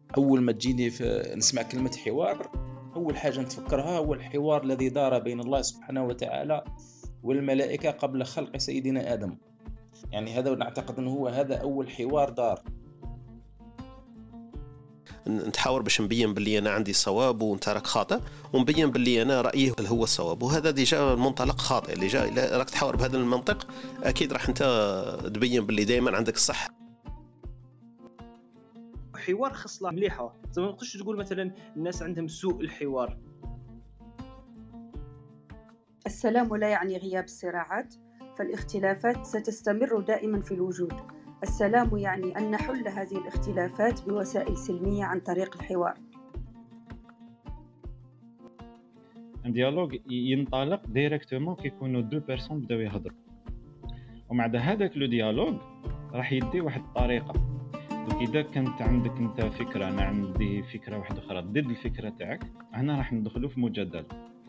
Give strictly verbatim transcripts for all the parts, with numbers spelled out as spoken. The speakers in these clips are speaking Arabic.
أول ما تجيني في نسمع كلمة حوار، أول حاجة نتفكرها هو الحوار الذي دار بين الله سبحانه وتعالى والملائكة قبل خلق سيدنا آدم. يعني هذا نعتقد أنه هو هذا أول حوار دار. نتحاور باش نبين باللي انا عندي صواب وانت راك خاطئ، ونبين باللي انا رايي هو الصواب، وهذا ديجا المنطلق خاطئ. اللي جا الا راك تحاور بهذا المنطق اكيد راح انت تبين باللي دائما عندك الصح. حوار خصله مليحه، زعما ما نقدرش تقول مثلا الناس عندهم سوء الحوار. السلام لا يعني غياب الصراعات، فالاختلافات ستستمر دائما في الوجود. السلام يعني أن نحل هذه الاختلافات بوسائل سلمية عن طريق الحوار. ان ديالوج ينطلق ديريكتومون كيكونوا دو بيرسون بداو يهضروا، ومع هذاك لو ديالوج راح يدي واحد الطريقه. دونك اذا كانت عندك انت فكره، انا عندي فكره واحده اخرى ضد الفكره تاعك، هنا راح ندخلوا في مجادله.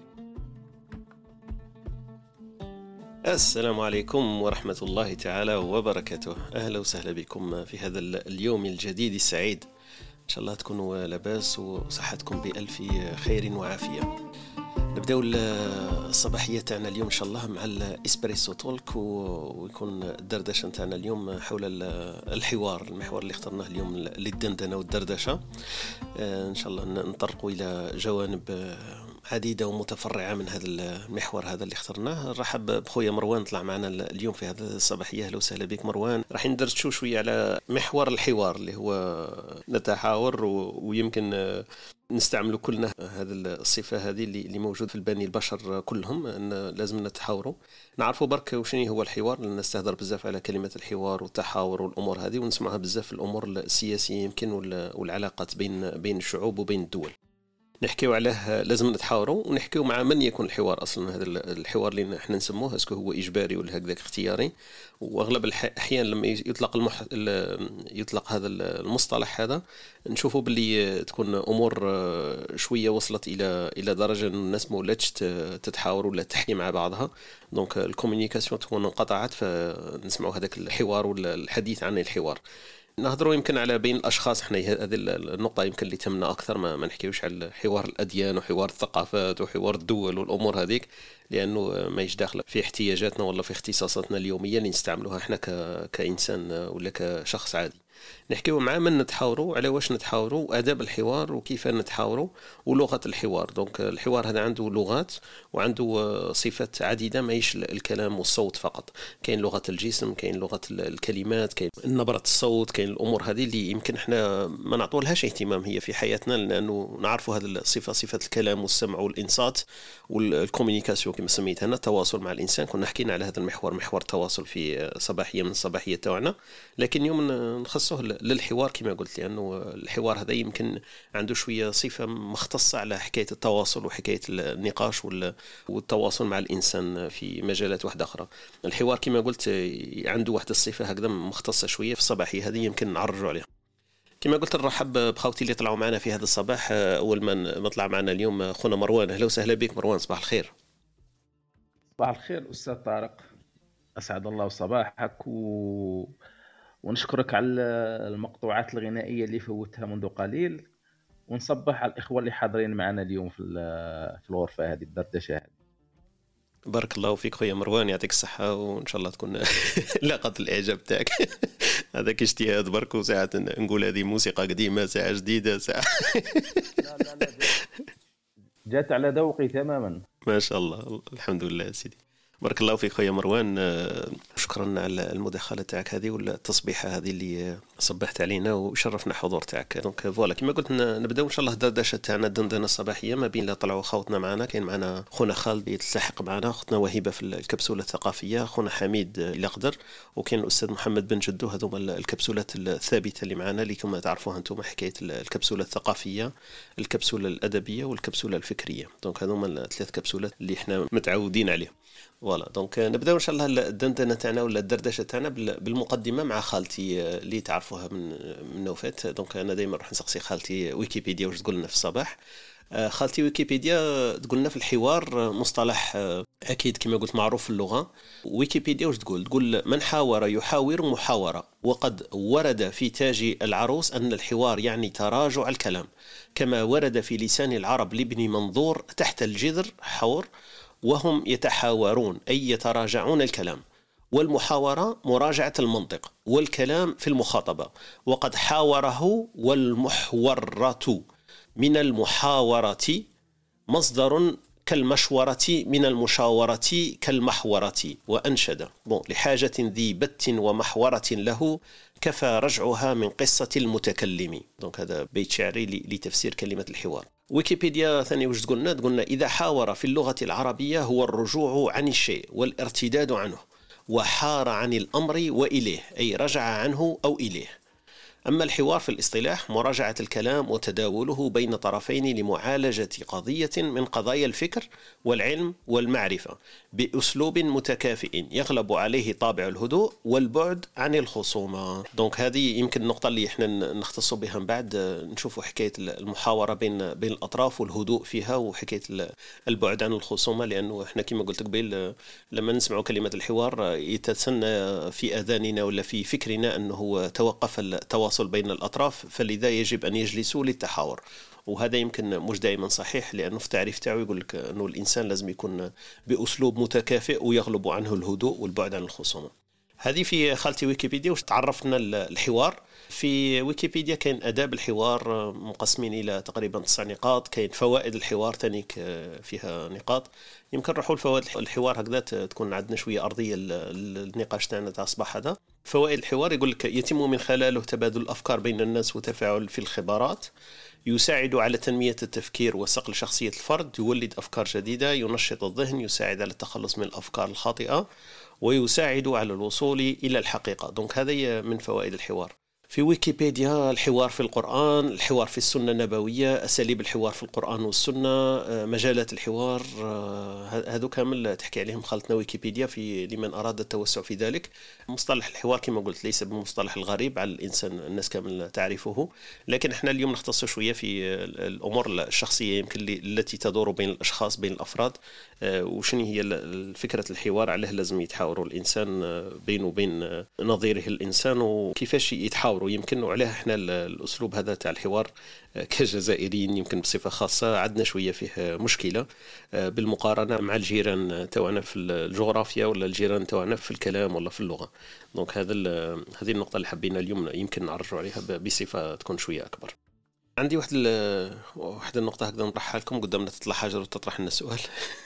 السلام عليكم ورحمة الله تعالى وبركاته. أهلا وسهلا بكم في هذا اليوم الجديد السعيد. إن شاء الله تكونوا لاباس وصحتكم بألف خير وعافية. نبدأ الصباحية تاعنا اليوم إن شاء الله مع الإسبريسو تولك، ويكون الدردشة تاعنا اليوم حول الحوار، المحور اللي اخترناه اليوم للدندنة والدردشة. إن شاء الله نطرقوا إلى جوانب عديدة ومتفرعة من هذا المحور هذا اللي اخترناه. نرحب بخويا مروان طلع معنا اليوم في هذا الصباحية. أهلا وسهلا بك مروان. راح ندردشوا شوية على محور الحوار اللي هو نتحاور، ويمكن نستعملوا كلنا هذه الصفة هذه اللي موجود في البني البشر كلهم، أن لازم نتحاوروا، نعرفوا برك وشني هو الحوار، لأن نستهدر بزاف على كلمة الحوار والتحاور والأمور هذه، ونسمعها بزاف في الأمور السياسية يمكن والعلاقات بين بين الشعوب وبين الدول. نحكيو عليه لازم نتحاوروا، ونحكيو مع من يكون الحوار اصلا. هذا الحوار اللي احنا نسموه اسكو هو اجباري ولا هكذاك اختياري؟ واغلب الاحيان لما يطلق المح... يطلق هذا المصطلح هذا نشوفوا باللي تكون امور شويه وصلت الى الى درجه ان الناس ما ولاتش تتحاور ولا تحكي مع بعضها، دونك الكومونيكاسيون تكون انقطعت، فنسمعوا هذاك الحوار ولا الحديث عن الحوار. نهضروا يمكن على بين الاشخاص، احنا هذه النقطه يمكن اللي تهمنا اكثر، ما, ما نحكيوش على حوار الاديان وحوار الثقافات وحوار الدول والامور هذيك، لانه ما يجي داخل في احتياجاتنا ولا في اختصاصاتنا اليوميه اللي نستعملوها احنا كانسان ولا كشخص عادي. نحكيو مع من نتحاوروا، على واش نتحاوروا، آداب الحوار وكيف نتحاوروا، ولغة الحوار. دونك الحوار هذا عنده لغات وعنده صفات عديدة، ما يش الكلام والصوت فقط، كاين لغة الجسم، كاين لغة الكلمات، كاين نبرة الصوت، كاين الأمور هذه اللي يمكن احنا ما نعطولهاش اهتمام هي في حياتنا، لأنه نعرفوا هذه الصفة، صفة الكلام والسمع والإنصات والكومونيكاسيون كما سميتها أنا، التواصل مع الإنسان. كنا حكينا على هذا المحور، محور التواصل في صباحية من الصباحية تاعنا، لكن يوم نخص للحوار كما قلت، لأنه الحوار هذا يمكن عنده شوية صفة مختصة على حكاية التواصل وحكاية النقاش والتواصل مع الإنسان في مجالات واحدة أخرى. الحوار كما قلت عنده واحدة الصفة هكذا مختصة شوية في الصباحية هذه، يمكن نعرجوا عليها. كما قلت نرحب بخوتي اللي طلعوا معنا في هذا الصباح. أول ما نطلع معنا اليوم خونا مروان. أهلا وسهلا بك مروان، صباح الخير. صباح الخير أستاذ طارق، أسعد الله صباحك و... ونشكرك على المقطوعات الغنائية اللي فوتها منذ قليل، ونصبح على الإخوة اللي حاضرين معنا اليوم في في الغرفة هذه الدردشة هذه. بارك الله فيك خويا مروان، يعطيك الصحة، وإن شاء الله تكون لاقت الإعجاب تاعك. هذاك اجتهاد برك، وساعة نقول هذه موسيقى قديمة، ساعة جديدة، ساعة لا لا لا جات على ذوقي تماما. ما شاء الله، الحمد لله يا سيدي. بارك الله فيك خويا مروان، شكرا على المداخله تاعك هذه والتصبيحه هذه اللي صبحت علينا وشرفنا حضور تاعك. دونك فوالا كما قلت نبداو ان شاء الله الدردشه تاعنا الدندنه الصباحيه، ما بين لا طلعوا خوتنا معنا. كاين معنا خونا خالد يتلحق معنا، اختنا وهبه في الكبسوله الثقافيه، خونا حميد اللي يقدر، وكاين الاستاذ محمد بن جدو. هذوما الكبسولات الثابته اللي معنا، اللي كما تعرفوها انتم، حكايه الكبسوله الثقافيه، الكبسوله الادبيه والكبسوله الفكريه. دونك هذوما الثلاث كبسولات اللي احنا متعودين عليهم. فوالا دونك نبداو ان شاء الله الدندنه تاعنا ولا الدردشه تاعنا بالمقدمه مع خالتي اللي تعرفوها من من نوفات. دونك انا دائما نروح نسقسي خالتي ويكيبيديا واش تقول لنا في الصباح. خالتي ويكيبيديا تقولنا في الحوار مصطلح اكيد كما قلت معروف في اللغه. ويكيبيديا واش تقول؟ تقول من حاور يحاور محاوره، وقد ورد في تاج العروس ان الحوار يعني تراجع الكلام، كما ورد في لسان العرب لابن منظور تحت الجذر حور وهم يتحاورون أي يتراجعون الكلام، والمحاورة مراجعة المنطق والكلام في المخاطبة. وقد حاوره والمحورة من المحاورة مصدر كالمشورة من المشاورة كالمحورة. وأنشد بون لحاجة ذي بت ومحورة له كفى رجعها من قصة المتكلم. دونك هذا بيت شعري لتفسير كلمة الحوار. ويكيبيديا ثاني وش تقولنا؟ تقولنا إذا حاور في اللغة العربية هو الرجوع عن الشيء والارتداد عنه، وحار عن الأمر وإليه أي رجع عنه أو إليه. أما الحوار في الاصطلاح مراجعة الكلام وتداوله بين طرفين لمعالجة قضية من قضايا الفكر والعلم والمعرفة بأسلوب متكافئ يغلب عليه طابع الهدوء والبعد عن الخصومة. دونك هذه يمكن النقطة اللي احنا نختص بها من بعد، نشوفوا حكاية المحاورة بين بين الأطراف والهدوء فيها، وحكاية البعد عن الخصومة، لأنه احنا كما قلت قبل لما نسمع كلمة الحوار يتسنى في أذاننا ولا في فكرنا أنه توقف التواصل بين الأطراف، فلذا يجب أن يجلسوا للتحاور. وهذا يمكن مش دائما صحيح، لأنه في التعريف تاعو يقول لك أنه الإنسان لازم يكون بأسلوب متكافئ ويغلب عنه الهدوء والبعد عن الخصومة. هذه في خالتي ويكيبيديا وش تعرفنا الحوار. في ويكيبيديا كاين آداب الحوار مقسمين إلى تقريبا تسع نقاط. كاين فوائد الحوار تانيك فيها نقاط. يمكن نروحوا لفوائد الحوار هكذا تكون عندنا شوية أرضية النقاش تاعنا تاع الصباح هذا. فوائد الحوار يقول لك يتم من خلاله تبادل الأفكار بين الناس وتفاعل في الخبرات، يساعد على تنمية التفكير وصقل شخصية الفرد، يولد أفكار جديدة، ينشط الذهن، يساعد على التخلص من الأفكار الخاطئة، ويساعد على الوصول إلى الحقيقة. دونك هذه من فوائد الحوار. في ويكيبيديا الحوار في القرآن، الحوار في السنة النبوية، أساليب الحوار في القرآن والسنة، مجالات الحوار، هذو كامل تحكي عليهم خالتنا ويكيبيديا في لمن أراد التوسع في ذلك. مصطلح الحوار كما قلت ليس بمصطلح الغريب على الإنسان، الناس كامل تعرفه، لكن احنا اليوم نختص شوية في الأمور الشخصية يمكن التي تدور بين الأشخاص بين الأفراد، وشنو هي فكرة الحوار، عليه لازم يتحاوروا الإنسان بينه وبين نظيره الإنسان وكيفاش يتحاوروا. يمكن وعليه احنا الأسلوب هذا تاع الحوار كجزائريين يمكن بصفة خاصة عندنا شوية فيه مشكلة بالمقارنة مع الجيران تاعنا في الجغرافيا ولا الجيران تاعنا في الكلام ولا في اللغة. دونك هذا هذه النقطة اللي حبينا اليوم يمكن نعرجوا عليها بصفة تكون شوية أكبر. عندي واحد واحد النقطة هكذا نطرحها لكم قدامنا، تطلع حجر وتطرح لنا سؤال.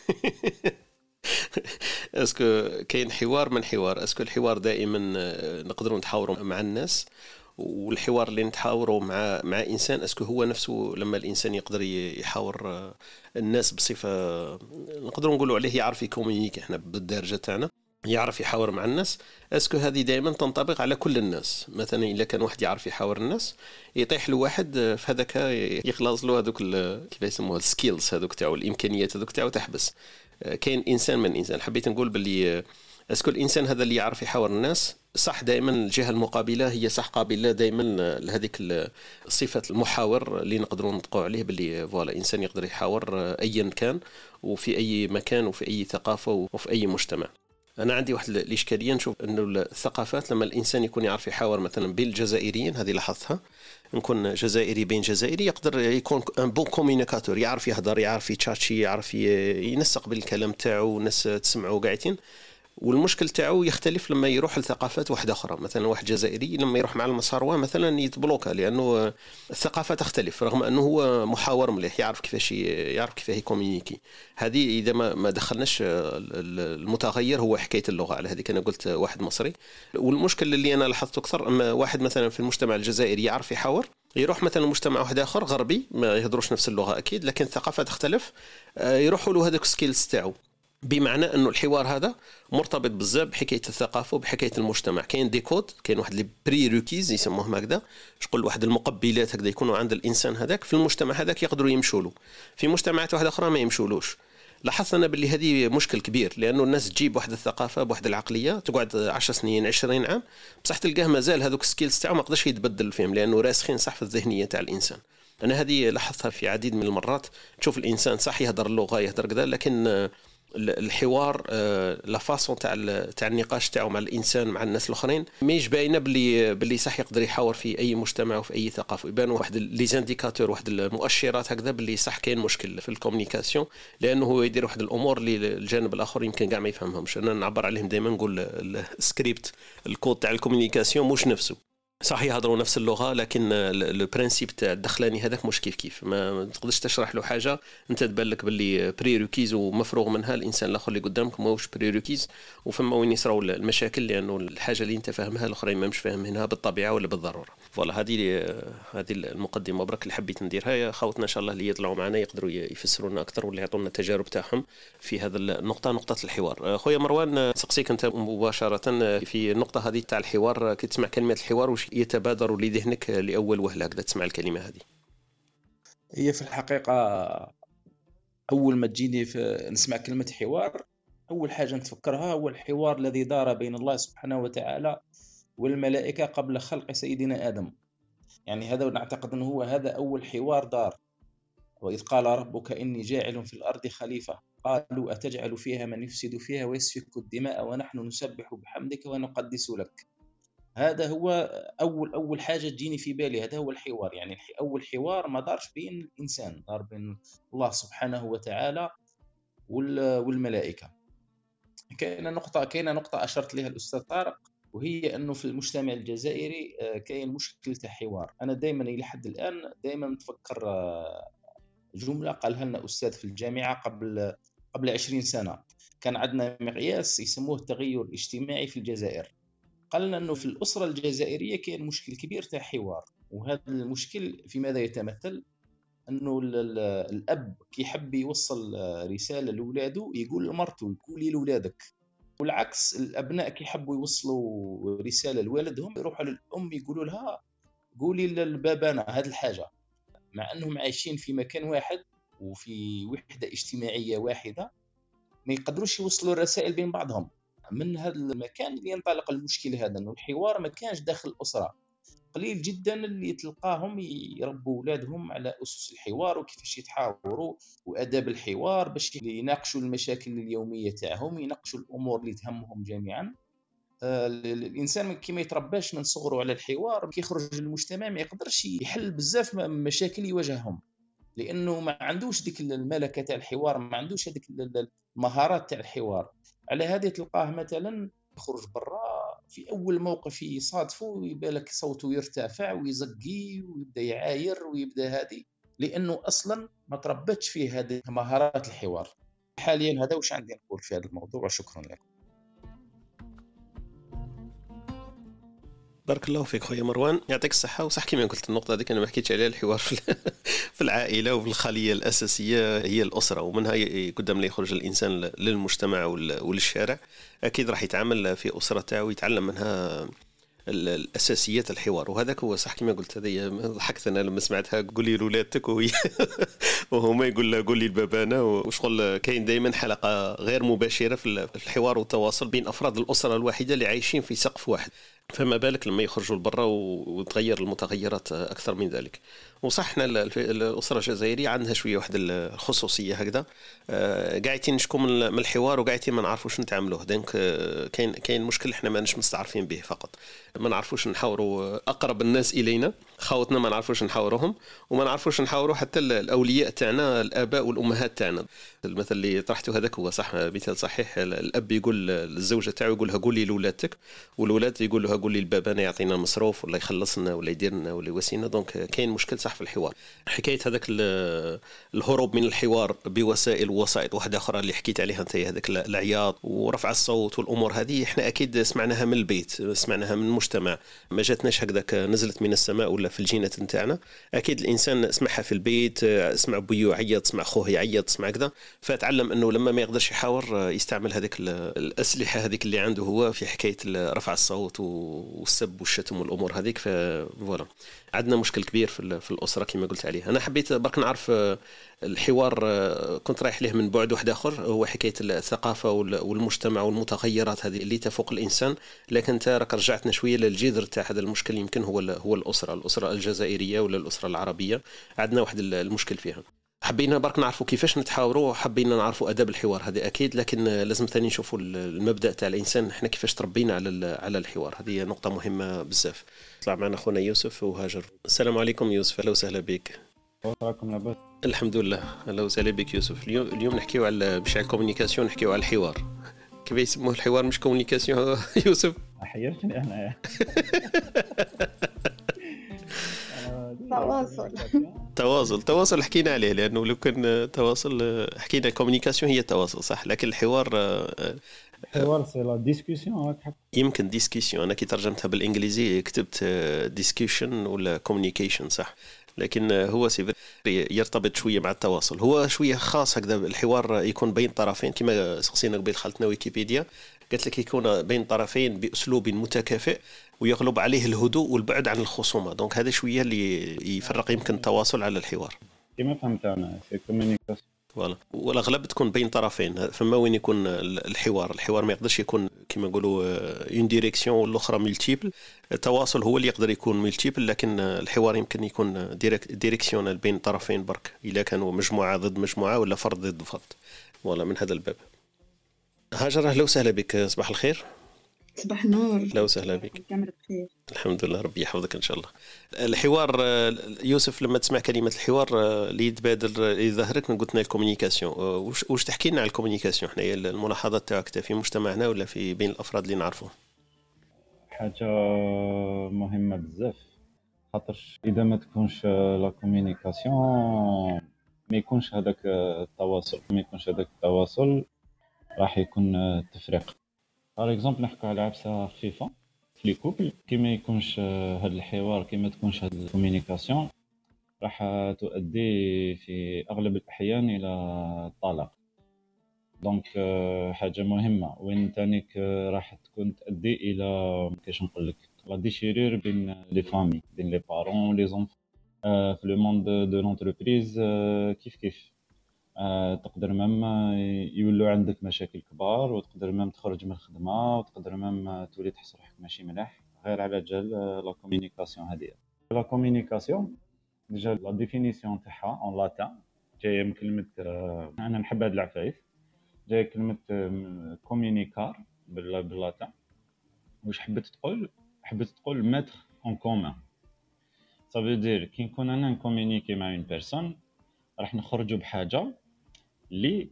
اسكو كاين حوار من حوار؟ اسكو الحوار دائما نقدروا نتحاوروا مع الناس، والحوار اللي نتحاوروا مع مع انسان اسكو هو نفسه لما الانسان يقدر يحاور الناس بصفه نقدروا نقولوا عليه يعرف يكومونيك، احنا بالدارجه تاعنا يعرف يحاور مع الناس، اسكو هذه دائما تنطبق على كل الناس؟ مثلا اذا كان واحد يعرف يحاور الناس يطيح له واحد في هذاك يخلص له هذوك كيف يسموها السكيلز هذوك تاعو، الامكانيات هذوك تاعو تحبس. كاين انسان من انسان. حبيت نقول باللي اسكو الانسان هذا اللي يعرف يحاور الناس صح، دائما الجهه المقابله هي صح قابله دائما لهذيك الصفه المحاور اللي نقدروا نطقوا عليه باللي فوالا انسان يقدر يحاور ايا كان وفي اي مكان وفي اي ثقافه وفي اي مجتمع. انا عندي واحد الاشكاليه نشوف انه الثقافات لما الانسان يكون يعرف يحاور مثلا بين الجزائريين، هذه لاحظتها، نكون جزائري بين جزائري يقدر يكون ان بون كوميونيكاتور، يعرف يهضر يعرف يتشاتشي يعرف ينسق بالكلام تاعو والناس تسمعوا قاعدين. والمشكل تاعو يختلف لما يروح لثقافات واحدة أخرى. مثلا واحد جزائري لما يروح مع المصاروة مثلا يتبلوكا لأنه الثقافة تختلف، رغم أنه هو محاور مليح يعرف كيفاش يعرف كيفاش يكومينيكي. هذه إذا ما ما دخلناش المتغير هو حكاية اللغة. على هذه أنا قلت واحد مصري، والمشكل اللي أنا لاحظته أكثر أما واحد مثلا في المجتمع الجزائري يعرف يحاور، يروح مثلا مجتمع واحد آخر غربي ما يهضروش نفس اللغة أكيد لكن الثقافة تختلف، يروحوا له هذاك سكيلز تاعو، بمعنى انه الحوار هذا مرتبط بزاف بحكايه الثقافه وبحكايه المجتمع. كاين دي كود، كاين واحد لي بري روكيز يسموهم هكذا، شغل واحد المقبلات هكذا يكونوا عند الانسان هذاك في المجتمع هذاك يقدروا يمشوا له، في مجتمعات واحده اخرى ما يمشولوش. لاحظت انا باللي هذه مشكل كبير، لانه الناس تجيب واحد الثقافه بواحد العقليه تقعد عشر سنين عشرين عام، بصح تلقاه مازال هذوك السكيلز تاعو ما قدرش يتبدل فيهم، لانه راسخين صح في الذهنيه تاع الانسان. انا هذه لاحظتها في عديد من المرات. تشوف الانسان صح يهدر اللغه يهدر كذا، لكن الحوار لا فاصون تاع تاع النقاش تاعو مع الانسان مع الناس الاخرين ماهيش باينه باللي باللي صح يقدر يحاور في اي مجتمع وفي اي ثقافه. يبانوا واحد لي زانديكاتور واحد المؤشرات هكذا باللي صح كاين مشكل في الكومونيكاسيون، لانه هو يدير واحد الامور اللي الجانب الاخر يمكن كاع ما يفهمهمش. انا نعبر عليهم دائما نقول السكريبت الكود تاع الكومونيكاسيون مش نفسه، صح يهضروا نفس اللغه لكن لو برينسيپ تاع الدخلاني هذاك مش كيف كيف. ما تقدرش تشرح له حاجه انت تبان لك باللي بريروكيز ومفروغ منها، الانسان الاخر اللي قدامك ماهوش بريروكيز، وفما وين يصراو المشاكل لانه الحاجه اللي انت فاهمها الاخرين ما مش فاهمينها بالطبيعه ولا بالضروره. فوالا هذه هذه المقدمه برك اللي حبيت نديرها. خوتنا ان شاء الله اللي يطلعوا معنا يقدروا يفسروا لنا اكثر واللي يعطونا التجارب تاعهم في هذا النقطه، نقطه الحوار. خويا مروان سقسيك انت مباشره في النقطه هذه تاع الحوار، كي تسمع كلمه الحوار وش يتبادر لذهنك لاول وهله هكذا تسمع الكلمه هذه؟ هي في الحقيقه اول ما تجيني في نسمع كلمه حوار، اول حاجه نتفكرها هو الحوار الذي دار بين الله سبحانه وتعالى والملائكه قبل خلق سيدنا ادم. يعني هذا نعتقد انه هو هذا اول حوار دار. واذ قال ربك اني جاعل في الارض خليفه قالوا اتجعل فيها من يفسد فيها ويسفك الدماء ونحن نسبح بحمدك ونقدس لك. هذا هو اول اول حاجه تجيني في بالي، هذا هو الحوار. يعني اول حوار ما دارش بين الانسان، دار بين الله سبحانه وتعالى والملائكه. كاينه نقطه كاينه نقطه اشرت لها الاستاذ طارق، وهي انه في المجتمع الجزائري كاين مشكله حوار. انا دائما الى حد الان دائما نتفكر جمله قالها لنا استاذ في الجامعه قبل قبل عشرين سنه. كان عندنا مقياس يسموه التغير الاجتماعي في الجزائر. قال لنا انه في الاسره الجزائريه كاين مشكل كبير تاع حوار، وهذا المشكل في ماذا يتمثل؟ انه الاب كيحب يوصل رساله لاولاده يقول لمرته قولي لاولادك، والعكس الابناء كيحبوا يوصلوا رساله لوالدهم يروحوا للام يقولوا لها قولي لبابانا هذه الحاجه، مع انهم عايشين في مكان واحد وفي وحده اجتماعيه واحده ما يقدروش يوصلوا الرسائل بين بعضهم. من هذا المكان اللي ينطلق المشكل هذا، انه الحوار ما كانش داخل الاسره. قليل جدا اللي تلقاهم يربوا اولادهم على اسس الحوار وكيفاش يتحاوروا واداب الحوار باش يناقشوا المشاكل اليوميه تاعهم، يناقشوا الامور اللي تهمهم جميعا. آه الانسان كي ما يترباش من صغره على الحوار كيخرج للمجتمع ما يقدرش يحل بزاف مشاكل يواجههم، لانه ما عندوش ديك الملكه تاع الحوار، ما عندوش هذيك المهارات تاع الحوار. على هذه تلقاه مثلا يخرج برا في اول موقف يصادفه يبالك صوته يرتفع ويزقي ويبدا يعاير ويبدا هذه، لانه اصلا ما تربتش فيه هذه مهارات الحوار. حاليا هذا واش عندي نقول في هذا الموضوع، وشكرا لكم. بارك الله فيك خويا مروان، يعطيك الصحة. وصح كما قلت النقطة هذيك أنا ما حكيتش عليها، الحوار في العائلة وفي الخلية الأساسية هي الأسرة، ومنها قدام لا يخرج الإنسان للمجتمع وللشارع أكيد راح يتعامل في أسرة تاعو ويتعلم منها الأساسيات الحوار. وهذاك هو صح كما قلت. هذه ضحكت أنا لما سمعتها قولي لولادتك وهي وهما يقول له قولي لبابانا. وشغل كاين دائما حلقة غير مباشرة في الحوار والتواصل بين أفراد الأسرة الواحدة اللي عايشين في سقف واحد، فما بالك لما يخرجوا لبرا وتغير المتغيرات أكثر من ذلك. وصح احنا الأسرة الجزائرية عندها شوية واحد الخصوصية هكذا، قاعدين نشكو من الحوار وقاعدين ما نعرفوش نتعاملوه. دونك كاين كاين مشكل احنا ما نش مستعرفين به، فقط ما نعرفوش نحاوروا أقرب الناس إلينا، خوتنا ما نعرفوش نحاوروهم، وما نعرفوش نحاوروا حتى الأولياء تاعنا الآباء والأمهات تاعنا. المثل اللي طرحته هذاك هو صح، مثال صحيح. الأب يقول للزوجة تاعو يقولها قولي لولادتك، والولاد يقول لها قولي لبابانا يعطينا المصروف ولا يخلصنا ولا يديرنا ولا يواسينا. دونك كاين مشكل صح في الحوار. حكاية هذاك الهروب من الحوار بوسائل ووسائط واحدة أخرى اللي حكيت عليها أنت، هذاك العياط ورفع الصوت والأمور هذه احنا أكيد سمعناها من البيت، سمعناها من المجتمع، ما جاتناش هكذاك نزلت من السماء ولا في الجينات نتاعنا. أكيد الإنسان سمعها في البيت، اسمع بيو يعيط، اسمع خوه يعيط، اسمع كذا، فتعلم أنه لما ما يقدرش يحاور يستعمل هذيك الأسلحة هذيك اللي عنده هو في حكاية رفع الصوت والسب والشتم والامور هذيك. فوالا عندنا مشكل كبير في في الاسره كما قلت عليه. انا حبيت برك نعرف الحوار كنت رايح له من بعد واحد اخر، هو حكايه الثقافه والمجتمع والمتغيرات هذه اللي تفوق الانسان. لكن انت راك رجعتنا شويه للجذر تاع هذا المشكل، يمكن هو هو الاسره الاسره الجزائريه ولا الاسره العربيه. عندنا واحد المشكل فيها. حبينا برك نعرفوا كيفاش نتحاوروا، وحبينا نعرفوا اداب الحوار هذه اكيد، لكن لازم ثاني نشوفوا المبدا تاع الانسان احنا كيفاش تربينا على على الحوار. هذه نقطه مهمه بزاف. طلع معنا اخونا يوسف وهاجر. السلام عليكم يوسف، اهلا وسهلا بك. راكم لاباس؟ الحمد لله، اهلا وسهلا بك يوسف. اليوم اليوم نحكيو على مش على الكومونيكاسيون، نحكيو على الحوار. كيف يسموه الحوار مش كومونيكاسيون يوسف؟ حيرتني انا. تواصل تواصل تواصل حكينا عليه، لانه لو كان تواصل حكينا كومونيكاسيون هي التواصل صح، لكن الحوار الحوار سي لا ديسكوسيون. يمكن ديسكوسيون، انا كي ترجمتها بالانجليزي كتبت ديسكوشن ولا كومونيكيشن صح، لكن هو سي يرتبط شويه مع التواصل. هو شويه خاص هكذا الحوار يكون بين طرفين، كما سقسينا قبل خلطنا ويكيبيديا قالت لك يكون بين طرفين باسلوب متكافئ ويغلب عليه الهدوء والبعد عن الخصومه. دونك هذا شويه اللي يفرق يمكن التواصل على الحوار. كما فهمت انا سي كومونيكاسيون فوالا، والاغلب تكون بين طرفين. فما وين يكون الحوار الحوار ما يقدرش يكون كما نقولوا اون ديريكسيون والاخرى ملتيبل. التواصل هو اللي يقدر يكون ملتيبل، لكن الحوار يمكن يكون ديريكسيونال بين طرفين برك، اذا كانوا مجموعه ضد مجموعه ولا فرد ضد فرد. فوالا من هذا الباب. هاجر اهلا وسهلا بك، صباح الخير. صباح النور، اهلا وسهلا بك. كامل بخير الحمد لله، ربي يحفظك ان شاء الله. الحوار يوسف، لما تسمع كلمه الحوار اللي يتبادر يظهرك قلتنا الكومونيكاسيون، واش واش تحكي لنا على الكومونيكاسيون؟ حنايا الملاحظات تاعك في مجتمعنا ولا في بين الافراد اللي نعرفهم؟ حاجه مهمه بزاف، خاطرش اذا ما تكونش لا كومونيكاسيون ما يكونش هذاك التواصل، ما يكونش هذاك التواصل راح يكون تفريق. par exemple نحكوا على عبسه خفيفه في لي كوبل، كي ما يكونش هذا الحوار، كي ما تكونش هذه الكومونيكاسيون راح تؤدي في اغلب الاحيان الى الطلاق. دونك حاجه مهمه وين تانيك راح تكون تؤدي الى كيفاش نقول لك لا ديشيرور بين لي فامي، بين لي بارون لي زونف. في لو موند دو لونتربريز كيف كيف أه تقدر مام يولوا عندك مشاكل كبار، وتقدر مام تخرج من الخدمه، وتقدر مام تولي تحس روحك ماشي مليح غير على جال لا كومونيكاسيون. هذه لا كومونيكاسيون ديجا لا ديفينيسيون تاعها اون لاتان جايه من كلمه أه انا نحب هاد العفايس، جايه كلمه كومونيكار باللاتان. واش حبيت تقول؟ حبيت تقول ميتر اون كومون. ça veut dire كي نكون انا نكومونيكي مع اون بيرسون راح نخرجوا بحاجه اللي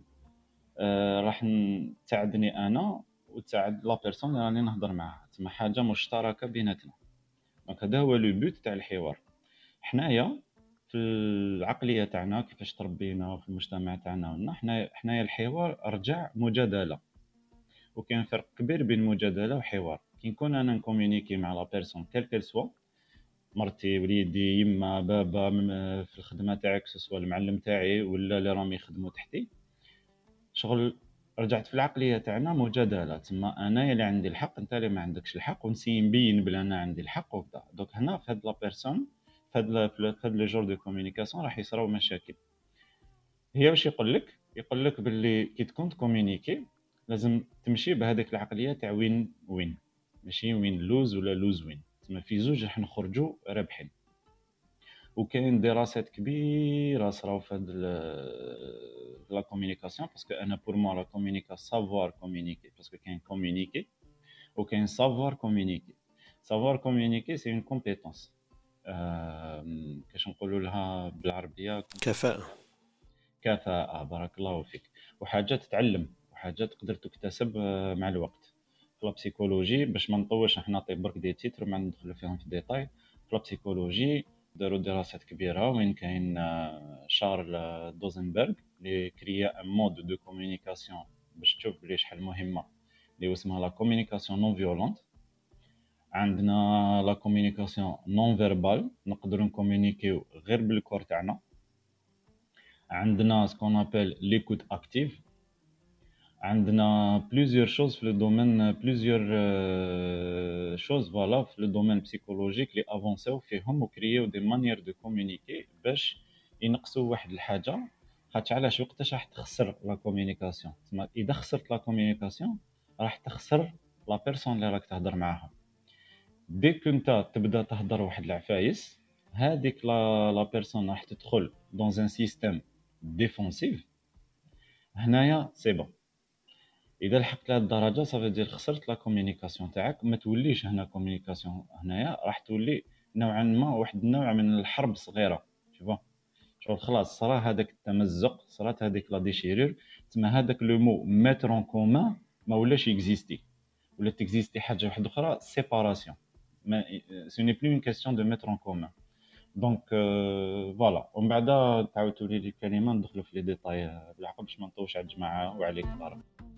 آه راح تساعدني انا وتساعد لا بيرسون اللي راني نهضر معها، تسمى حاجه مشتركه بيناتنا. دونك هذا هو لو بوت تاع الحوار. حنايا في العقليه تاعنا كيفاش تربينا في المجتمع تاعنا، حنا حنايا الحوار رجع مجادله، وكاين فرق كبير بين مجادله وحوار. كي نكون انا نكومونيكي مع لا بيرسون كيل كيل سوا، مرتي وليدي يما بابا في الخدمه تاعك سواء المعلم تاعي ولا اللي راهم يخدموا تحتي، شغل رجعت في العقليه تاعنا مجادله، تما انا اللي عندي الحق انت اللي ما عندكش الحق، ونسي نبين بلا انا عندي الحق وكذا. دونك هنا في هاد لا بيرسون في هاد في هاد لي جور دو كومونيكاسيون راح يصراو مشاكل. هي واش يقول لك؟ يقول لك باللي كي تكون تكومونيكي لازم تمشي بهذيك العقليه تاع وين وين، ماشي وين لوز ولا لوز وين، تما في زوج راح نخرجوا رابحين. وكاين دراسات كبيره صراو في هاد لا كومونيكاسيون، باسكو انا بور مو لا كومونيكاسيون سافوار كومونيكي، باسكو كاين كومونيكي وكاين سافوار كومونيكي. سافوار كومونيكي سي اون كومبيتونس، كاش نقولوا لها بالعربيه كفاءه. كفاءه، بارك الله فيك. وحاجه تتعلم وحاجه تقدر تكتسب مع الوقت. في لا بسيكولوجي باش ما نطولش احنا نعطي برك دي تيتر ما ندخلوا فيهم في ديتاي. في لا بسيكولوجي داروا دراسات كبيره وين كاين شارل دوزنبرغ اللي كريا ان مود دو كومونيكاسيون باش تشوف بلي شحال مهمه، اللي اسمها لا كومونيكاسيون نون فيولونت. عندنا لا كومونيكاسيون نون فيربال، نقدروا نكومونيكيو غير بالكور تاعنا. عندنا سكون ابل ليكوت اكتيف. عندنا plusieurs choses في le domaine plusieurs euh, choses voilà في le domaine psychologique اللي افونسيو فيهم وكرييو دي مانيير دو كومونيكي باش ينقصوا واحد الحاجه. خاطر علاش وقتاش راح تخسر لا كومونيكاسيون؟ تسمى اذا خسرت لا كومونيكاسيون راح تخسر لا بيرسون اللي راك تهضر معاها. ديك انت تبدا تهضر واحد العفايس هذيك لا لا بيرسون راح تدخل دون ان سيستيم ديفونسيف. هنايا سي بون اذا لحقت لهاد الدرجه صافي دير خسرت لا كومونيكاسيون تاعك. ما توليش هنا كومونيكاسيون، هنايا راح تولي نوعا ما واحد النوع من الحرب صغيره. شوف شغل خلاص صرا هذاك التمزق، صرات هذيك لا ديشيرور، تسمى هذاك لو مو ميتر اون كومان ما ولاش اكزيستي، ولا تكزيستي حاجه واحده اخرى سيباراسيون. ما سي ني بلو اون كاستيون دو ميتر اون كومان. دونك فوالا ومن بعد تعاود تولي لي الكلمه ندخلوا في لي ديتاي بالعقل باش ما نطوش على الجماعه وعليك طارق.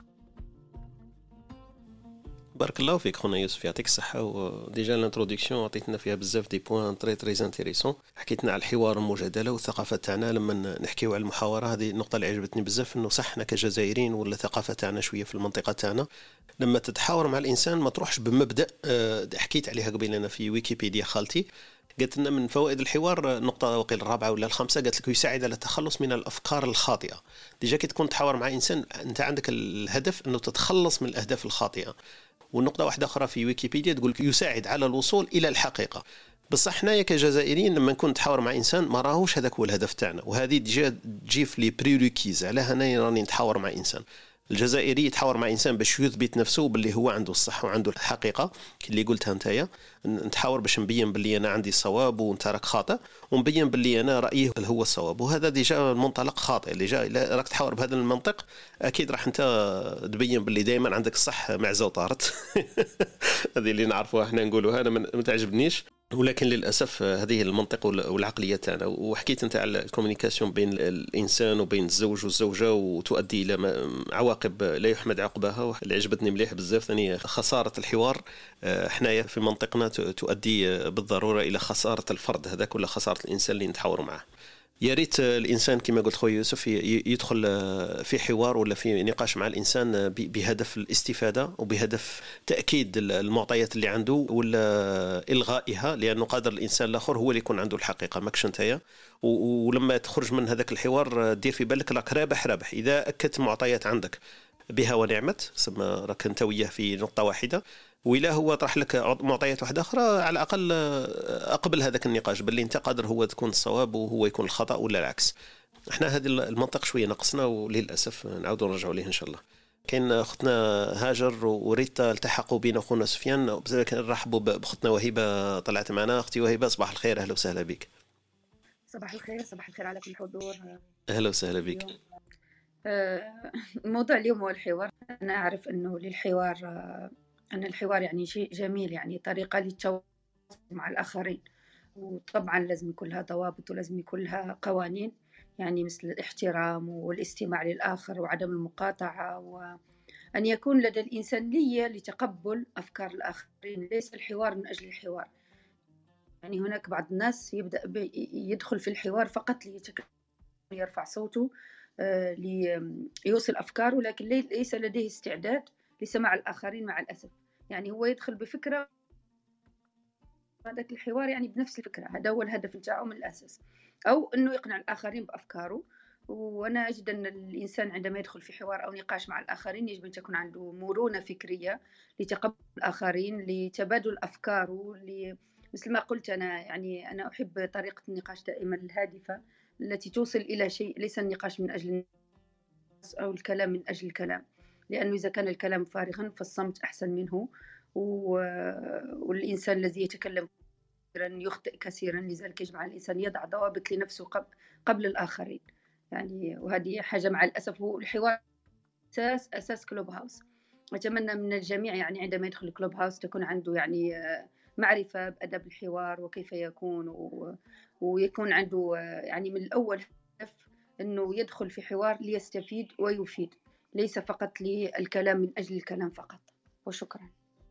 بارك الله فيك خونا يوسف، يعطيك الصحه. وديجا الانتروداكسيون عطيتنا فيها بزاف دي بوين تري تري انتريسون. حكيتنا على الحوار والمجادله والثقافه تاعنا. لما نحكيو على المحاوره هذه النقطه اللي عجبتني بزاف، انه صح احنا كجزائريين ولا الثقافه تاعنا شويه في المنطقه تاعنا لما تتحاور مع الانسان ما تروحش بمبدا. حكيت عليها قبل انا في ويكيبيديا خالتي، قالت لنا من فوائد الحوار نقطه وقيل الرابعه ولا الخامسه، قالت لك يساعد على التخلص من الافكار الخاطئه. ديجا كي تكون تحاور مع انسان انت عندك الهدف انه تتخلص من الاهداف الخاطئه. والنقطة واحدة أخرى في ويكيبيديا تقول يساعد على الوصول إلى الحقيقة. بس احنا كجزائريين لما نكون نتحاور مع إنسان ما راهوش هذاك هو الهدف تاعنا، وهذه ديجا تجي في لي بريروكيز. على هنا راني نتحاور مع إنسان. الجزائري يتحاور مع إنسان باش يثبت نفسه باللي هو عنده الصح وعنده الحقيقة اللي قلتها نتايا. نتحاور باش نبين باللي أنا عندي الصواب وانت راك خاطئ، ونبين باللي أنا رأيه هو الصواب. وهذا ديجا المنطلق خاطئ. اللي جا إلا راك تحاور بهذا المنطق أكيد راح أنت تبين باللي دائما عندك الصح معزة وطارت. هذه اللي نعرفوها احنا نقولوها، أنا ما تعجبنيش، ولكن للأسف هذه المنطق والعقلية تاعنا. وحكيت أنت على الكومونيكاسيون بين الإنسان وبين الزوج والزوجة وتؤدي إلى عواقب لا يحمد عقبها. اللي عجبتني مليح بزاف ثاني خسارة الحوار احنا في منطقنا تؤدي بالضرورة إلى خسارة الفرد هذاك ولا خسارة الإنسان اللي نتحاور معه. يا ريت الإنسان كما قلت خويا يوسف يدخل في حوار ولا في نقاش مع الإنسان بهدف الاستفادة وبهدف تأكيد المعطيات اللي عنده ولا إلغائها، لأنه قادر الإنسان الآخر هو اللي يكون عنده الحقيقة ماكش نتايا. ولما تخرج من هذاك الحوار دير في بالك راك رابح رابح. إذا أكدت معطيات عندك بها ونعمت، سما راك انت وياه في نقطة واحدة، وإلا هو طرح لك معطيات واحدة أخرى على الأقل أقبل هذاك النقاش باللي أنت قادر هو تكون الصواب وهو يكون الخطأ ولا العكس. احنا هذه المنطق شوية نقصنا وللأسف نعود نرجعوا ليه إن شاء الله. كاين أختنا هاجر وريتا التحقوا بنا أخونا سفيان، بزاف نرحبوا بأختنا وهبة طلعت معنا. أختي وهبة صباح الخير، أهلا وسهلا بك. صباح الخير، صباح الخير على كل الحضور. أهلا وسهلا بك. موضوع اليوم هو الحوار. أنا أعرف أنه للحوار أن الحوار يعني شيء جميل، يعني طريقة للتواصل مع الآخرين، وطبعا لازم يكون لها ضوابط ولازم يكون لها قوانين، يعني مثل الاحترام والاستماع للآخر وعدم المقاطعة، وأن يكون لدى الإنسان نية لتقبل أفكار الآخرين، ليس الحوار من أجل الحوار. يعني هناك بعض الناس يبدأ يدخل في الحوار فقط ليتكلم يرفع صوته ليوصل أفكاره، لكن ليس لديه استعداد لسماع الآخرين مع الأسف. يعني هو يدخل بفكرة هذاك الحوار يعني بنفس الفكرة، هذا هو الهدف نتاعو من الأساس، أو أنه يقنع الآخرين بأفكاره. وأنا أجد أن الإنسان عندما يدخل في حوار أو نقاش مع الآخرين يجب أن تكون عنده مرونة فكرية لتقبل الآخرين، لتبادل أفكاره، مثل ما قلت أنا. يعني أنا أحب طريقة النقاش دائما الهادفة التي توصل إلى شيء، ليس النقاش من أجل الناس أو الكلام من أجل الكلام، لأنه إذا كان الكلام فارغا فالصمت أحسن منه. والإنسان الذي يتكلم كثيرا يخطئ كثيرا، لذلك يجب على الإنسان يضع ضوابط لنفسه قبل, قبل الآخرين. يعني وهذه حاجة مع الأسف. هو الحوار أساس أساس كلوب هاوس. أتمنى من الجميع يعني عندما يدخل كلوب هاوس تكون عنده يعني معرفة بأدب الحوار وكيف يكون، و... ويكون عنده يعني من الأول هدف أنه يدخل في حوار ليستفيد ويفيد، ليس فقط للكلام من أجل الكلام فقط. وشكرا.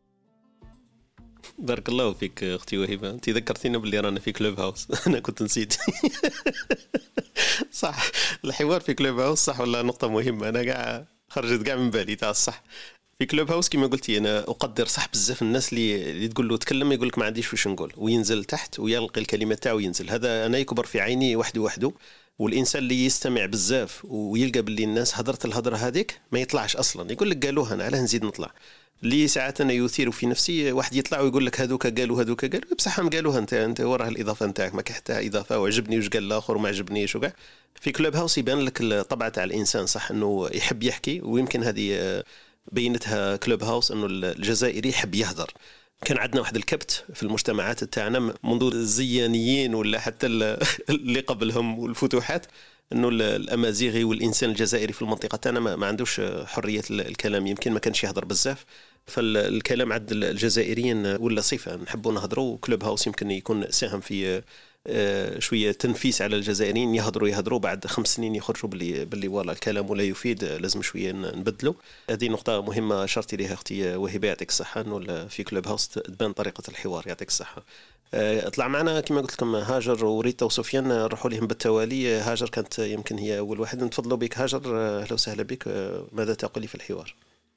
بارك الله فيك أختي وهبة، أنت ذكرتينا باللي رانا في كلوب هاوس. أنا كنت نسيت. صح، الحوار في كلوب هاوس صح ولا نقطة مهمة. أنا قاعد خرجت كاع من بالي تاع الصح. في كلوب هاوس كما قلتي انا اقدر صح بزاف الناس اللي, اللي تقول له تكلم يقول لك ما عنديش واش نقول وينزل تحت ويلقي الكلمه تاعو وينزل. هذا انا يكبر في عيني وحده وحده. والانسان اللي يستمع بزاف ويلقى باللي الناس هضرت الهضره هذيك ما يطلعش اصلا، يقول لك قالوها انا علاه نزيد نطلع. اللي ساعات انا يثير في نفسي واحد يطلع ويقول لك هذوك قالوا هذوك قالوا بصح هم قالوها انت انت وراه الاضافه نتاعك ما كحتها اضافه وعجبني وش قال الاخر وما عجبنيش وكاع. في كلوب هاوس يبان لك الطبع تاع الانسان صح انه يحب يحكي، ويمكن هذه بينتها كلوب هاوس انه الجزائري يحب يهضر. كان عندنا واحد الكبت في المجتمعات تاعنا منذ الزيانيين ولا حتى اللي قبلهم والفتوحات، انه الامازيغي والانسان الجزائري في المنطقه تاعنا ما عندوش حريه الكلام، يمكن ما كانش يهضر بزاف. فالكلام عند الجزائريين ولا صفه نحبوا نهضروا. كلوب هاوس يمكن يكون ساهم في شويه تنفيس على الجزائريين يهضروا يهضروا بعد خمس سنين يخرجوا باللي باللي والله الكلام ولا يفيد، لازم شويه نبدلوا. هذه نقطه مهمه اشرتي لها اختي وهبه يعطيك الصحه، انه في كلوب هاوس تبان طريقه الحوار. يعطيك الصحه. اطلع معنا كما قلت لكم هاجر وريتا وسفيان، نروحوا لهم بالتوالي. هاجر كانت يمكن هي اول واحد. نتفضلوا بك هاجر، اهلا وسهلا بك. ماذا تقولي في الحوار؟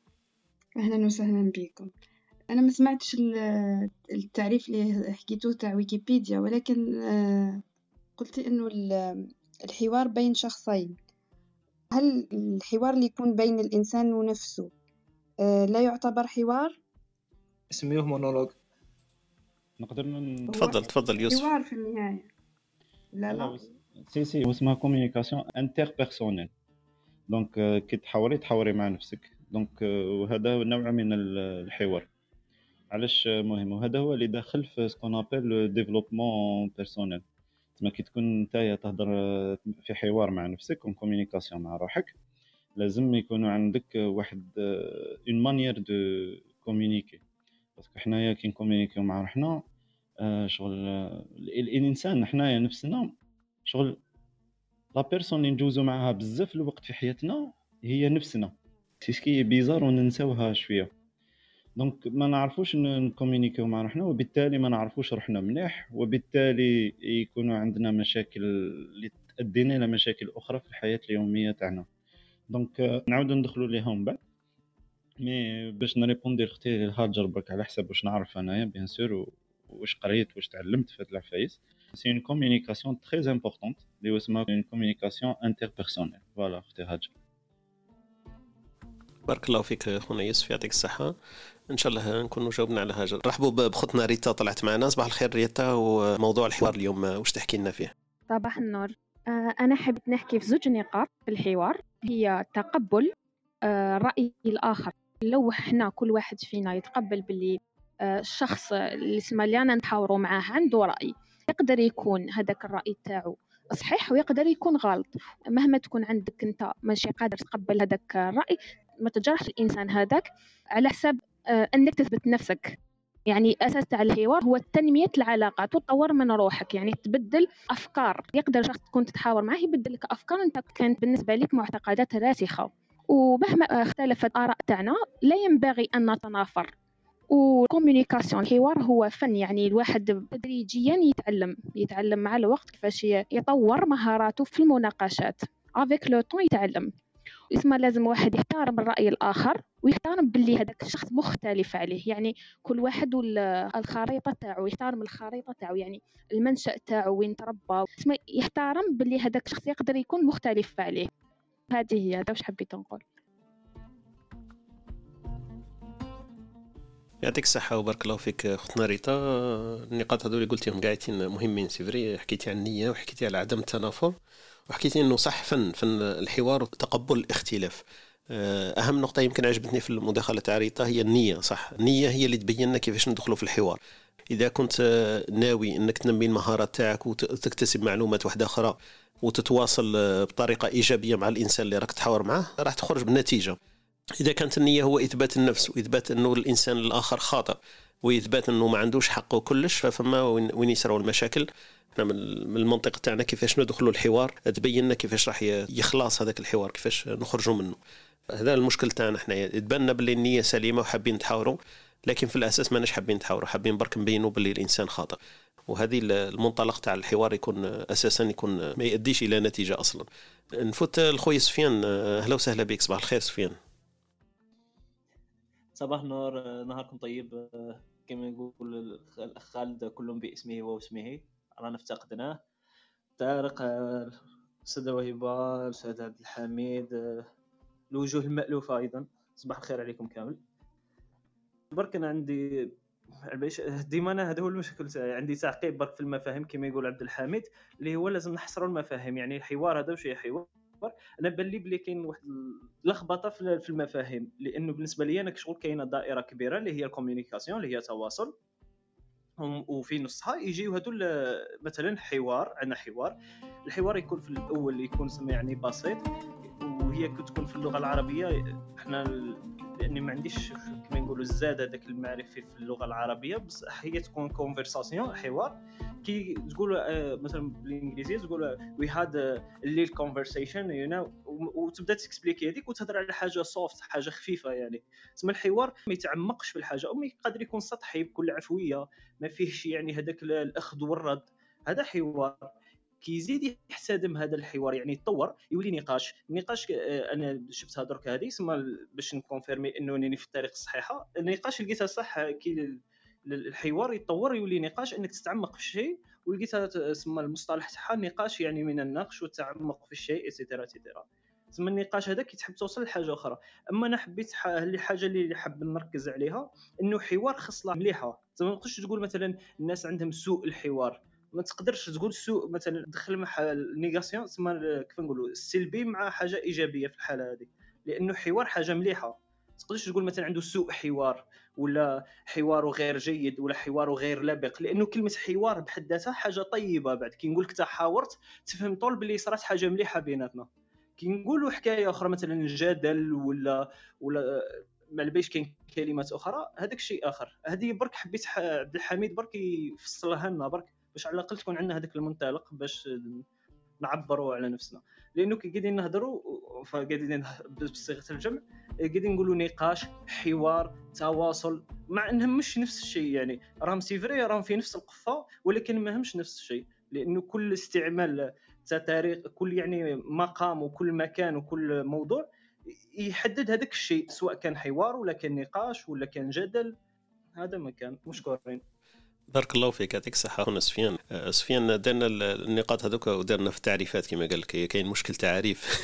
اهلا وسهلا بكم. انا ما سمعتش التعريف اللي حكيتوه تاع ويكيبيديا، ولكن قلت انه الحوار بين شخصين. هل الحوار اللي يكون بين الانسان ونفسه لا يعتبر حوار؟ اسميه مونولوج. نقدر من... تفضل تفضل يوسف. حوار في النهايه. لا لا سي سي اسمها كوميونيكاسيون انتر بيرسونيل. دونك كي تحاوري تحاوري مع نفسك، دونك وهذا نوع من الحوار. علاش مهم؟ وهذا هو اللي داخل في سكون ابل ديفلوبمون بيرسونيل. تما كي تكون نتايا تهضر في حوار مع نفسك اون كوميونيكاسيون مع روحك، لازم يكونوا عندك واحد اون مانيير دو كومونيكي. باسكو حنايا كي نكومونيكيو مع روحنا شغل الانسان حنايا نفسنا شغل لا بيرسون اللي نجوزو معها بزاف الوقت في حياتنا هي نفسنا. سيسكي بيزار وننساوها شويه. دونك ما نعرفوش نكومونيكيو مع روحنا، وبالتالي ما نعرفوش روحنا مليح، وبالتالي يكونوا عندنا مشاكل اللي تؤدينا الى مشاكل اخرى في الحياه اليوميه تاعنا. دونك نعاودوا ندخلوا ليهم بعد. مي باش نريبوندي اختي هاجر برك على حسب واش نعرف انايا بيان سور واش قريت واش تعلمت في هاد العفايس. سي اون كومونيكاسيون تري امبورطونت اللي اسمها اون كومونيكاسيون انتر بيرسونيل. فوالا اختي هاجر. بارك الله فيك خونا يوسف، يعطيك الصحه. ان شاء الله نكونوا جاوبنا على هاجر. رحبوا بخطنا ريتا طلعت معنا. صباح الخير ريتا، وموضوع الحوار اليوم واش تحكي لنا فيه؟ صباح النور. انا حبيت نحكي في زوج نقاط في الحوار، هي تقبل الراي الاخر. لو احنا كل واحد فينا يتقبل باللي الشخص اللي اسمه اللي انا نحاوروا معاه عنده راي، يقدر يكون هذاك الراي تاعو صحيح ويقدر يكون غلط. مهما تكون عندك انت ماشي قادر تقبل هذاك الراي، ما تجرحش الانسان هذاك على حساب انك تثبت نفسك. يعني اساس تاع الحوار هو تنميه العلاقات وتطور من روحك، يعني تبدل افكار. يقدر شخص تكون تتحاور معه يبدل لك افكار انت كانت بالنسبه لك معتقدات راسخه. ومهما اختلفت الاراء تاعنا لا ينبغي ان نتنافر. والكوميونيكاسيون الحوار هو فن، يعني الواحد تدريجيا يتعلم يتعلم مع الوقت كيفاش يطور مهاراته في المناقشات. افيك لو طون يتعلم. اسمه لازم واحد يحترم الرأي الآخر ويحترم باللي هذاك الشخص مختلف عليه. يعني كل واحد والخريطة تاعو، يحترم الخريطة تاعو، يعني المنشأ تاعو وين تربى. اسمه يحترم باللي هذاك الشخص يقدر يكون مختلف عليه. هذه هي، هذا واش حبيت نقول. يعطيك الصحة وبارك الله فيك أختنا ريتا. النقاط هذول اللي قلتيهم قاعدين مهمين سيفري. حكيتي عن النية وحكيتي على عدم التنافر، وحكيتي انه صح فن فن الحوار وتقبل الاختلاف. اهم نقطه يمكن عجبتني في المداخله تاع ريتا هي النيه. صح، النيه هي اللي تبين لنا كيفاش ندخلوا في الحوار. اذا كنت ناوي انك تنمي المهارات تاعك وتكتسب معلومات واحده اخرى وتتواصل بطريقه ايجابيه مع الانسان اللي راك تحاور معه، راح تخرج بالنتيجه. اذا كانت النيه هو اثبات النفس واثبات انه الانسان الاخر خاطئ ويثبات انه ما عندوش حق وكلش، ففما وين يصيروا المشاكل. من المنطقة تاعنا كيفاش ندخلوا الحوار تبين لنا كيفاش راح يخلص هذاك الحوار، كيفاش نخرجوا منه. هذا المشكل تاعنا احنا، يتبان باللي النية سليمة وحابين نتحاوروا، لكن في الأساس ما نش حابين نتحاوروا، حابين برك نبينوا باللي الإنسان خاطئ. وهذه المنطلق تاع الحوار يكون أساسا يكون ما يؤديش إلى نتيجة أصلا. نفوت الخوي سفيان. أهلا وسهلا بك. صباح الخير سفيان. صباح النور، نهاركم طيب. كما يقول الأخ خالد كل باسمه واسمه، رانا افتقدناه. طارق، الأستاذة وهبة، الأستاذ عبد الحميد، الوجوه المألوفة أيضا، صباح الخير عليكم كامل. برك أنا عندي ديما أنا هذا هو المشكل تاعي، عندي تعقيب برك في المفاهيم كما يقول عبد الحميد، اللي هو لازم نحصروا المفاهيم. يعني الحوار هذا وش هي حوار؟ انا بان لي بلي كاين واحد اللخبطه في المفاهيم، لانه بالنسبه لي انا كشغل كاينه دائره كبيره اللي هي الكوميونيكاسيون، اللي هي تواصل، وفي نصها يجيو هذو مثلا حوار. عندنا حوار، الحوار يكون في الاول يكون يعني بسيط، وهي كتكون في اللغه العربيه. احنا لاني ما عنديش كما نقولوا الزاد هذاك المعرفي في اللغه العربيه، بس هي تكون كونفرساسيون، حوار. كي تقول آه مثلا بالانجليزيه تقول وي هاد الليل كونفرسيشن يو نو، وتبدا تكسبليكي هذيك وتهضر على حاجه سوفت، حاجه خفيفه. يعني تسمى الحوار ما يتعمقش في الحاجه، او ما يقدر يكون سطحي بكل عفويه، ما فيهش يعني هذاك الاخذ والرد. هذا حوار. كيزيد يحتدم هذا الحوار، يعني يتطور يولي نقاش. النقاش انا شفتها درك هذه اسمها باش نكونفيرمي انني في الطريق الصحيحه. النقاش لقيتها صح، كي الحوار يتطور يولي نقاش، انك تتعمق في الشيء، ولقيتها اسمها المصطلح تاعها النقاش، يعني من النقش والتعمق في الشيء ايتترا ايتترا. اسمها النقاش هذا كي تحب توصل لحاجه اخرى. اما انا حبيت الحاجه اللي حاب نركز عليها، انه حوار خصله مليحه. زعما ما تقدرش تقول مثلا الناس عندهم سوء الحوار، ما تقدرش تقول سوء مثلا دخل مع النيغاسيون، تسمى كيف نقولوا السلبي مع حاجه ايجابيه في الحاله هذه، لانه حوار حاجه مليحه. ما تقدرش تقول مثلا عنده سوء حوار، ولا حواره غير جيد، ولا حواره غير لبق، لانه كلمه حوار بحد ذاتها حاجه طيبه. بعد كي نقول لك تحاورت تفهم طول باللي صارت حاجه مليحه بيناتنا. كي نقولوا حكايه اخرى مثلا الجدل ولا ولا ما البيش كاين كلمات اخرى، هذاك شيء اخر. هذه برك حبيت عبد الحميد برك يفصلها لنا برك، باش على الاقل تكون عندنا هذاك المنطلق باش نعبروا على نفسنا. لانه كي قاعدين نهضروا فقاعدين بصيغه الجمع، قاعدين نقولوا نقاش، حوار، تواصل، مع انهم مش نفس الشيء. يعني راهم سيفري، راهم في نفس القفه، ولكن ما همش نفس الشيء، لانه كل استعمال تاريخ، كل يعني مقام وكل مكان وكل موضوع يحدد هذاك الشيء، سواء كان حوار ولا كان نقاش ولا كان جدل. هذا مكان. مشكورين. بارك الله فيك، يعطيك الصحة. هنا سفيان سفيان درنا النقاط هذوك ودرنا في التعريفات كما قال لك. كاين مشكل تعريف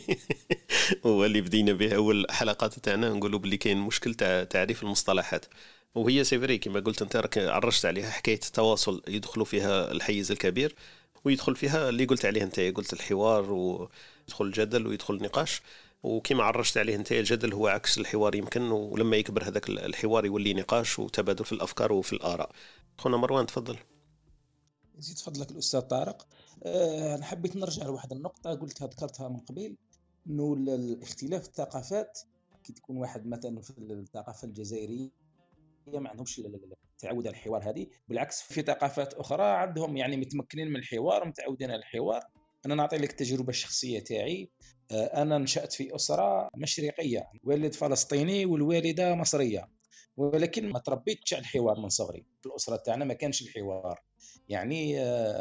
هو اللي بدينا به أول حلقات تاعنا، نقولوا باللي كاين مشكل تاع تعريف المصطلحات، وهي سيفري كما قلت انت راك عرجت عليها. حكاية التواصل يدخلوا فيها الحيز الكبير، ويدخل فيها اللي قلت عليه انت، قلت الحوار، ويدخل الجدل، ويدخل النقاش. وكما عرجت عليه انت، الجدل هو عكس الحوار يمكن، ولما يكبر هذاك الحوار يولي نقاش وتبادل في الافكار وفي الاراء. خونا مروان تفضل. زيد فضلك الاستاذ طارق. أه انا حبيت نرجع لواحد النقطه قلتها ذكرتها من قبل، انه الاختلاف الثقافات كي تكون واحد مثلا في الثقافه الجزائريه ما عندهمش التعود على الحوار هذه، بالعكس في ثقافات اخرى عندهم يعني متمكنين من الحوار، متعودين على الحوار. انا نعطي لك التجربه الشخصيه تاعي. انا نشأت في اسره مشرقيه، والد فلسطيني والوالده مصريه، ولكن ما تربيتش على الحوار من صغري. في الاسره تاعنا ما كانش الحوار، يعني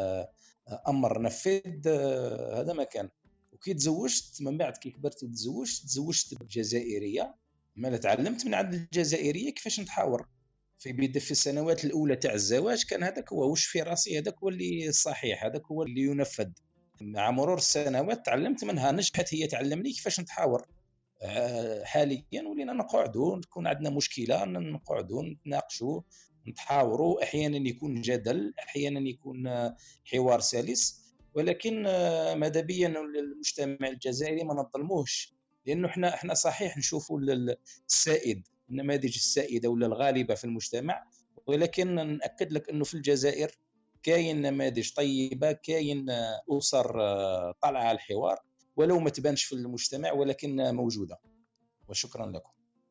امر نفذ، هذا ما كان. وكي تزوجت من بعد، كي كبرت وتزوجت تزوجت بالجزائريه، ما تعلمت من عند الجزائريه كيفاش نتحاور في بدا في السنوات الاولى تاع الزواج. كان هذاك هو وش في راسي، هذاك هو اللي صحيح، هذاك هو اللي ينفذ. مع مرور السنوات تعلمت منها، نجحت هي تعلمني كيفاش نتحاور. حاليا ولينا نقعدوا، نكون عندنا مشكله نقعدوا نتناقشوا نتحاوروا، احيانا يكون جدل، احيانا يكون حوار سلس، ولكن ماذا بيا المجتمع الجزائري ما نظلموش، لانه احنا احنا صحيح نشوفوا السائد، النماذج السائده ولا الغالبه في المجتمع، ولكن ناكد لك انه في الجزائر كاين نماذج طيبه، كاين اسر طالعه على الحوار ولو ما تبانش في المجتمع، ولكن موجوده. وشكرا لكم.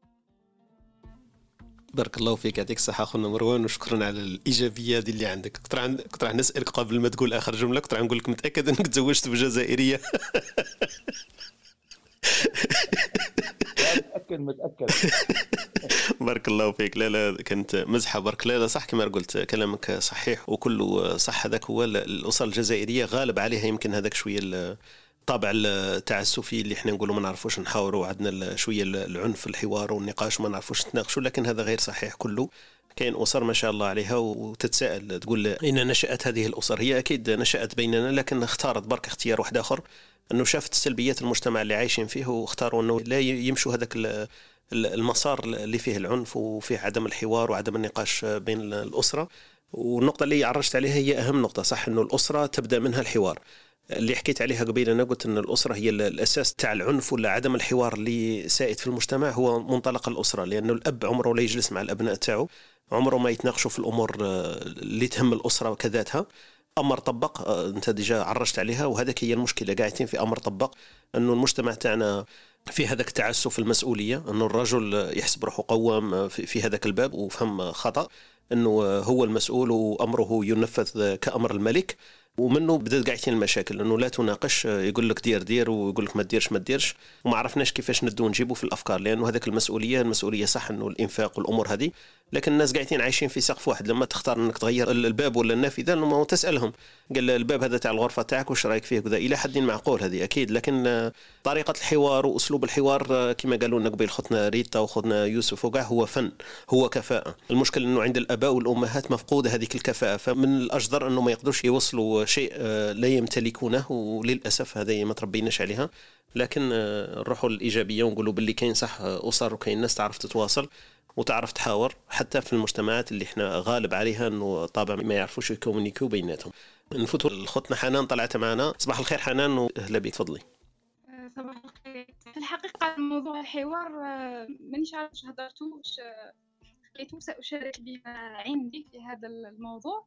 بارك الله فيك، يعطيك الصحة خونا مروان، وشكرا على الإيجابية دي اللي عندك. كنت عند كنت راح نسألك قبل ما تقول آخر جملة، كنت راح نقول لك متأكد أنك تزوجت بجزائرية؟ متأكد متأكد. بارك الله فيك. لا لا كانت مزحة برك. لا لا صح كما قلت، كلامك صحيح وكله صح. هذاك هو الأسر الجزائرية غالب عليها يمكن هذاك شوية الطابع التعسفي اللي احنا نقولوا ما نعرفوش نحاوروا، عندنا شويه العنف في الحوار والنقاش وما نعرفوش نتناقشوا، لكن هذا غير صحيح كله. كاين أسر ما شاء الله عليها وتتساءل تقول أين نشأت هذه الأسر؟ هي أكيد نشأت بيننا، لكن اختارت برك اختيار واحد آخر، أنه شافت سلبيات المجتمع اللي عايشين فيه واختاروا أنه لا يمشوا هذاك المسار اللي فيه العنف وفيه عدم الحوار وعدم النقاش بين الأسرة. والنقطة اللي عرجت عليها هي أهم نقطة، صح، أنه الأسرة تبدأ منها الحوار اللي حكيت عليها قبيل. أنا قلت أن الأسرة هي الأساس تاع العنف ولا عدم الحوار اللي سائد في المجتمع، هو منطلق الأسرة، لأنه الأب عمره لا يجلس مع الأبناء تاعه، عمره ما يتناقشوا في الأمور اللي تهم الأسرة كذاتها. أمر طبق أنت ديجا عرجت عليها، وهذاك هي المشكلة، قاعدين في أمر طبق، أنه المجتمع تاعنا في هذاك التعسف المسؤولية، أنه الرجل يحسب روحه قوام في هذاك الباب وفهم خطأ، أنه هو المسؤول وأمره ينفذ كأمر الملك، ومنه بدات قاعدين المشاكل، انه لا تناقش، يقول لك دير دير ويقول لك ما تديرش ما تديرش، وما عرفناش كيفاش ندو نجيبوا في الافكار، لانه هذاك المسؤوليه المسؤوليه صح انه الانفاق والامور هذه، لكن الناس قاعدين عايشين في سقف واحد. لما تختار انك تغير الباب ولا النافذه، انه تسالهم، قال الباب هذا تاع الغرفه تاعك واش رايك فيه كذا، الى حد معقول هذه اكيد، لكن طريقه الحوار واسلوب الحوار كما قالوا لنا قبل خطنا ريتا وخذنا يوسف وكاع، هو فن، هو كفاءه. المشكل انه عند الاباء والامهات مفقوده هذيك الكفاءه، فمن الاجدر انه ما يقدرش يوصلوا شيء لا يمتلكونه، وللأسف هذه ما تربيناش عليها. لكن نروحوا الإيجابية ونقولوا باللي كاين صح أسر وكاين ناس تعرف تتواصل وتعرف تحاور، حتى في المجتمعات اللي احنا غالب عليها انه طبعا ما يعرفوش يكومونيكيو بيناتهم. نفوتوا الخطنا حنان طلعت معنا. صباح الخير حنان، واهلا بك، تفضلي. صباح الخير. في الحقيقة موضوع الحوار مانيش عارفة هضرتوش، لقيت سأشارك بما عندي في هذا الموضوع.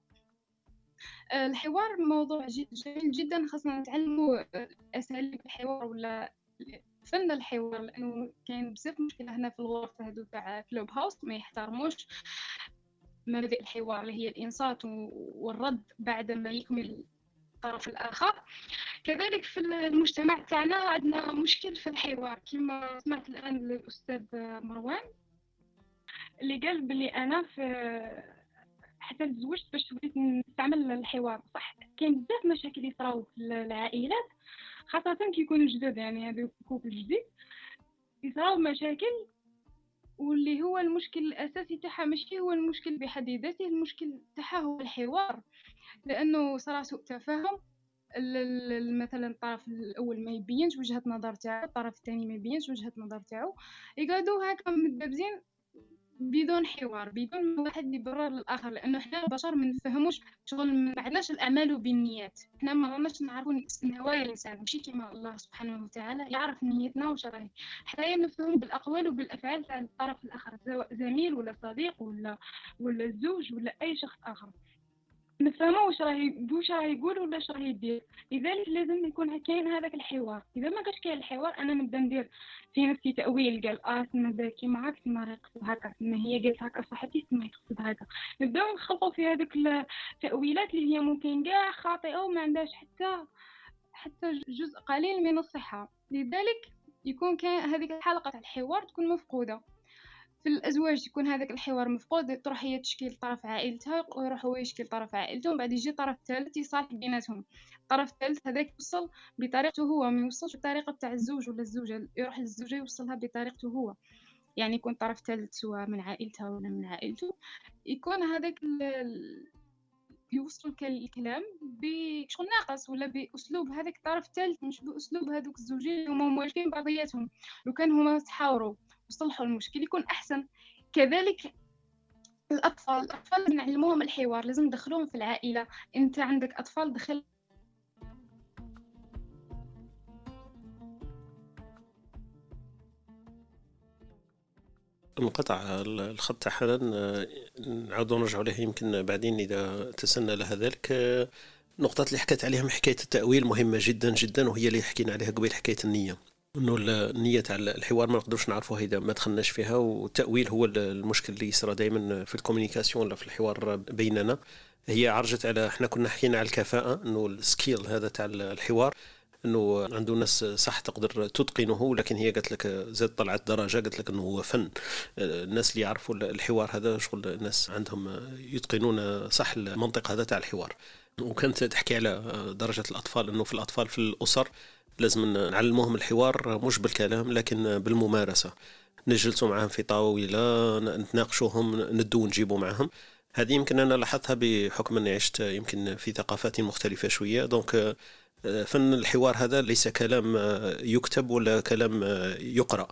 الحوار موضوع جد جميل جدا، خاصنا نتعلموا أساليب الحوار ولا فن الحوار، لأنه كاين بزاف مشكلة هنا في الغرفة هذو تاع كلوب هاوس، ما يحترموش مبادئ الحوار اللي هي الإنصات والرد بعد ما يكمل الطرف الآخر. كذلك في المجتمع تاعنا عندنا مشكل في الحوار، كما سمعت الآن الأستاذ مروان اللي قال بلي أنا في حتى تزوجت باش بديت نستعمل الحوار. صح، كاين بزاف مشاكل يصراو في العائلات، خاصة كي يكونوا جداد، يعني هذا كوبل جديد يصراو مشاكل، واللي هو المشكل الأساسي تاعها ماشي هو المشكل بحد ذاته، المشكل تاعها هو الحوار، لأنه صرا سوء تفاهم. مثلا الطرف الأول ما يبينش وجهة نظر تاعو، الطرف الثاني ما يبينش وجهة نظر تاعو، يقعدوا هكا متدابزين بدون حوار، بدون واحد يبرر للآخر، لأنه إحنا البشر ما نفهموش شغل، ما عندناش الأعمال بالنيات، إحنا ما راناش نعرفوا نوايا الإنسان، ماشي كما الله سبحانه وتعالى يعرف نيتنا وش راهي. حتى نفهم بالأقوال وبالأفعال تاع الطرف الآخر، سواء زميل ولا صديق ولا ولا زوج ولا أي شخص آخر، نفهموا واش راهي واش راهي يقول ولا واش راهي يدير. لذلك لازم يكون كاين هذاك الحوار. اذا ما كاش كاين الحوار، انا نبدا ندير في نفسي تاويل، قال اه تما داكي معاك تما راه يقصد هكا، تما هي قالت هكا صاحبتي تما يقصد هكا، نبداو نخلطوا في هذوك التاويلات اللي هي ممكن كاع خاطئه وما عندهاش حتى حتى جزء قليل من الصحه. لذلك يكون كاين هذيك الحلقه تاع الحوار تكون مفقوده في الازواج، يكون هذاك الحوار مفقود، تروح هي تشكيل طرف عائلتها ويروح هو يشكيل طرف عائلته، وبعد يجي طرف ثالث يصالح بيناتهم. الطرف الثالث هذاك يوصل بطريقته هو، ما يوصلش بطريقه تاع الزوج ولا الزوجه، يروح للزوجه يوصلها بطريقته هو، يعني يكون طرف ثالث سواء من عائلتها ولا من عائلته، يكون هذاك يوصل الكلام بشغل ناقص ولا باسلوب هذاك الطرف الثالث، مش باسلوب هذوك الزوجين هما موالفين بعضياتهم. لو كان هما تحاوروا وصلحوا المشكل يكون احسن. كذلك الاطفال الاطفال نعلموهم الحوار، لازم ندخلوهم في العائله. انت عندك اطفال، دخل انقطع الخط تاع حنان، نعاودوا نرجعوا له يمكن بعدين اذا تسنى لها ذلك. نقطة اللي حكيت عليها من حكاية التأويل مهمة جدا جدا، وهي اللي حكينا عليها قبل، حكاية النية، انه النية تاع الحوار ما نقدرش نعرفوها اذا ما دخلناش فيها، والتأويل هو المشكل اللي يصير دائما في الكوميونيكاسيون ولا في الحوار بيننا. هي عرجت على، احنا كنا حكينا على الكفاءة، انه السكيل هذا تاع الحوار، انه عنده ناس صح تقدر تتقنه، لكن هي قالت لك زاد طلعت درجه، قالت لك انه هو فن. الناس اللي يعرفوا الحوار هذا شغل الناس عندهم يتقنون صح المنطق هذا تاع الحوار. وكانت تحكي على درجه الاطفال، انه في الاطفال في الاسر لازم نعلموهم الحوار مش بالكلام لكن بالممارسة. نجلسوا معهم في طاولة نتناقشوهم ندو نجيبوا معهم. هذه يمكن أنا لاحظتها بحكم أني عشت يمكن في ثقافات مختلفة شوية. دونك فن الحوار هذا ليس كلام يكتب ولا كلام يقرأ.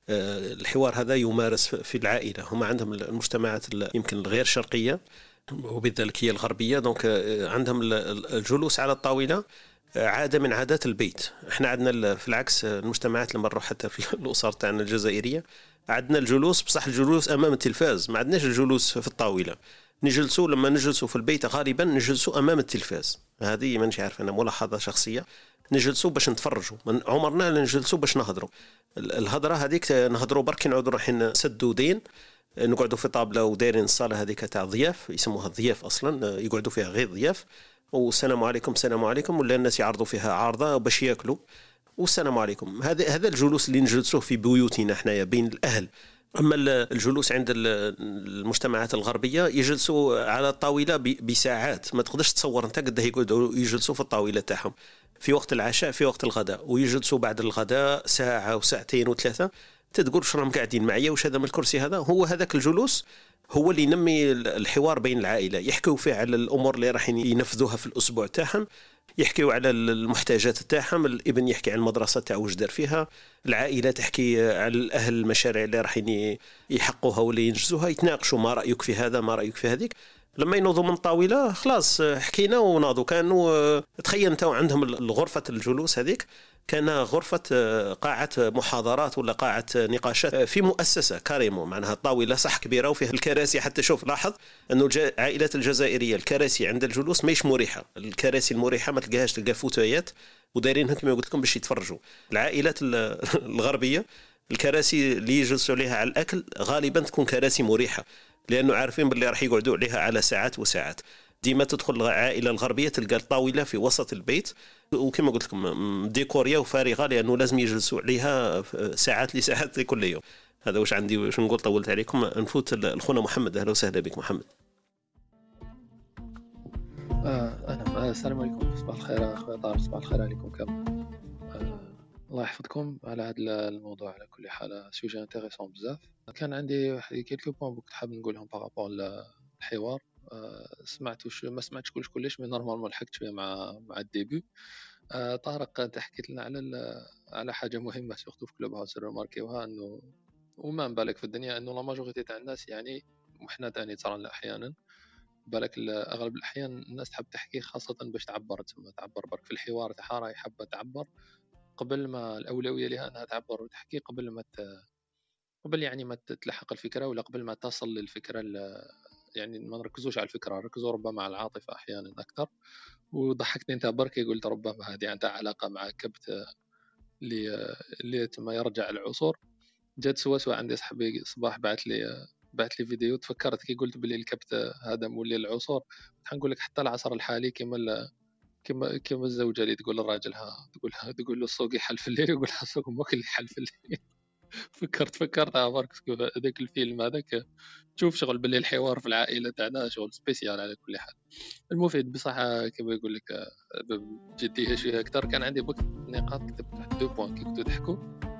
الحوار هذا يمارس في العائلة. هم عندهم المجتمعات يمكن الغير شرقية وبذلك هي الغربية. دونك عندهم الجلوس على الطاولة عادة من عادات البيت. احنا عندنا في العكس المجتمعات لما نروح حتى في الأسر تاعنا الجزائرية عندنا الجلوس، بصح الجلوس أمام التلفاز، ما عندناش الجلوس في الطاولة. نجلسوا لما نجلسوا في البيت غالبا نجلسوا أمام التلفاز. هذه ما نعرف أنا ملاحظة شخصية. نجلسوا باش نتفرجوا، من عمرنا نجلسوا باش نهضروا. الهضرة هذيك نهضروا برك نعودوا رايحين نسدوا دين، نقعدوا في طابلة ودايرين الصالة هذيك تاع ضياف يسموها ضياف أصلا، يقعدوا فيها غير ضياف، والسلام عليكم السلام عليكم، ولا الناس يعرضوا فيها عارضة باش يأكلوا والسلام عليكم. هذا هذا الجلوس اللي نجلسوه في بيوتنا حنايا بين الأهل. أما الجلوس عند المجتمعات الغربية يجلسوا على الطاولة بساعات، ما تقدرش تصور أنت قد يقعدوا يجلسوا في الطاولة تاعهم في وقت العشاء في وقت الغداء، ويجلسوا بعد الغداء ساعة وساعتين وثلاثة. تقول شو راهم قاعدين معايا وش هذا من الكرسي هذا. هو هذاك الجلوس هو اللي ينمي الحوار بين العائلة. يحكوا فيه على الأمور اللي راح ينفذوها في الأسبوع تاعهم، يحكيوا على المحتاجات تاعهم، الابن يحكي عن المدرسة تاعو واش دار فيها، العائلة تحكي على الأهل المشاريع اللي راح يحقوها ولا ينجزوها، يتناقشوا ما رأيك في هذا ما رأيك في هذيك. لما ينوضوا من الطاولة خلاص حكينا وناضوا. كانوا تخيل انت عندهم الغرفة الجلوس هذيك كان غرفة قاعة محاضرات ولا قاعة نقاشات في مؤسسة كاريمو، معناها الطاولة صح كبيرة وفيها الكراسي. حتى شوف لاحظ أنه العائلات الجزائرية الكراسي عند الجلوس ماهيش مريحة. الكراسي المريحة ما تلقاهاش، تلقى فوتويات ودايرينهم كما قلت لكم باش يتفرجوا. العائلات الغربية الكراسي اللي يجلسوا عليها على الأكل غالبا تكون كراسي مريحة، لأنه عارفين باللي راح يقعدوا عليها على ساعات وساعات. ديما تدخل العائلة الغربية تلقى الطاولة في وسط البيت، وكما قلت لكم ديكورية وفارغة لأنه لازم يجلسوا عليها ساعات لساعات كل يوم. هذا واش عندي واش نقول. طولت عليكم. نفوت الخونا محمد. أهلا وسهلا بك محمد. أهلا السلام عليكم. صباح الخير أخويا طارق. صباح الخير عليكم كامل. الله يحفظكم على هذا الموضوع. على كل حال سوجي انتريسون بزاف. كان عندي واحد كيلكو بوين كنت حاب نقولهم بارابور للحوار. سمعت وش ما سمعتش كلش كلش من نورمالمون لحقت شويه مع مع الديبي. طارق انت حكيت لنا على على حاجه مهمه سورتو في كلوب هاوس نماركيوها، انه وما بالك في الدنيا انه لا ماجوريتي تاع الناس يعني وحنا ثاني ترى لنا احيانا بالك اغلب الاحيان الناس تحب تحكي خاصه باش تعبر تسمى تعبر برك في الحوار تاعها راهي حابه تعبر قبل ما الاولويه لها انها تعبر وتحكي قبل ما ت... قبل يعني ما تلحق الفكره ولا قبل ما تصل للفكره. يعني ما نركزوش على الفكره، نركزوا ربما على العاطفه احيانا اكثر. وضحكتني انت بركي قلت ربما هذه عندها علاقه مع كبت اللي اللي تما يرجع العصور. جات سواسوا عندي صاحبي صباح بعث لي بعث لي فيديو تفكرت كي قلت باللي الكبت هذا مولي العصور. حنقول لك حتى العصر الحالي كما كما كما الزوجه اللي تقول لراجلها تقول تقول له السوق يحل في الليل يقول لها السوق موكل يحل في الليل. فكرت فكرت برك هذاك الفيلم هذاك. تشوف شغل باللي الحوار في العائله تاعنا شغل سبيسيال على كل حال. المفيد بصح كما يقول لك بجديه شويه اكثر. كان عندي بوك نقاط كتبت واحد دو بوين كي كنتو تحكوا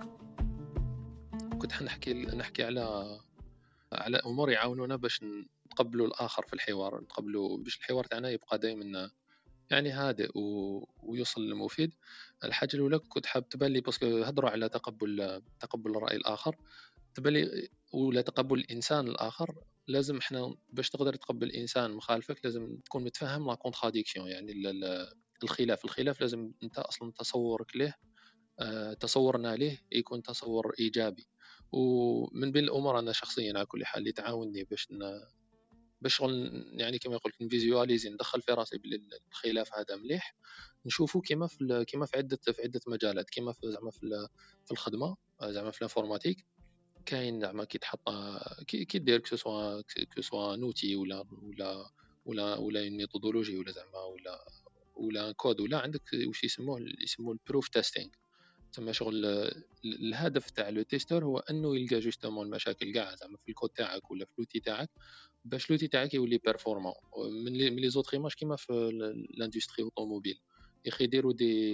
كنت حنحكي نحكي على على امور يعاونونا باش نتقبلوا الاخر في الحوار، نتقبلوا باش الحوار تاعنا يبقى دائما يعني هادئ و... ويوصل للمفيد. الحاجه الاولى كنت حاب تبان لي باسكو هضروا على تقبل تقبل الراي الاخر تبان لي ولا تقبل الانسان الاخر. لازم احنا باش تقدر تقبل الانسان مخالفك لازم تكون متفهم لا كونتراديكسيون يعني الخلاف الخلاف لازم انت اصلا تصورك له أه تصورنا له يكون تصور ايجابي. ومن بين الامور انا شخصيا على كل حال اللي تعاوني باش ن... باش يعني كما يقول لك نفيزواليزي ندخل في راسي بالخلاف هذا مليح نشوفه كما في كما في عده في عده مجالات كما في زعما في في الخدمه زعما في الانفورماتيك كاين زعما كي تحط كي دير كو سوا كو سوا نوتي ولا ولا ولا ولا ميثودولوجي ولا زعما ولا ولا كود ولا عندك واش يسموه يسموه البروف تيستينغ. تما شغل الهدف تاع لو تيستور هو انه يلقى جوستومون المشاكل كاع زعما في الكود تاعك ولا في لوتي تاعك باش لوتي تاعك يولي بيرفورمون من لي من لي زوتر ايماج كيما في الاندستري اوتوموبيل يخي يديروا دي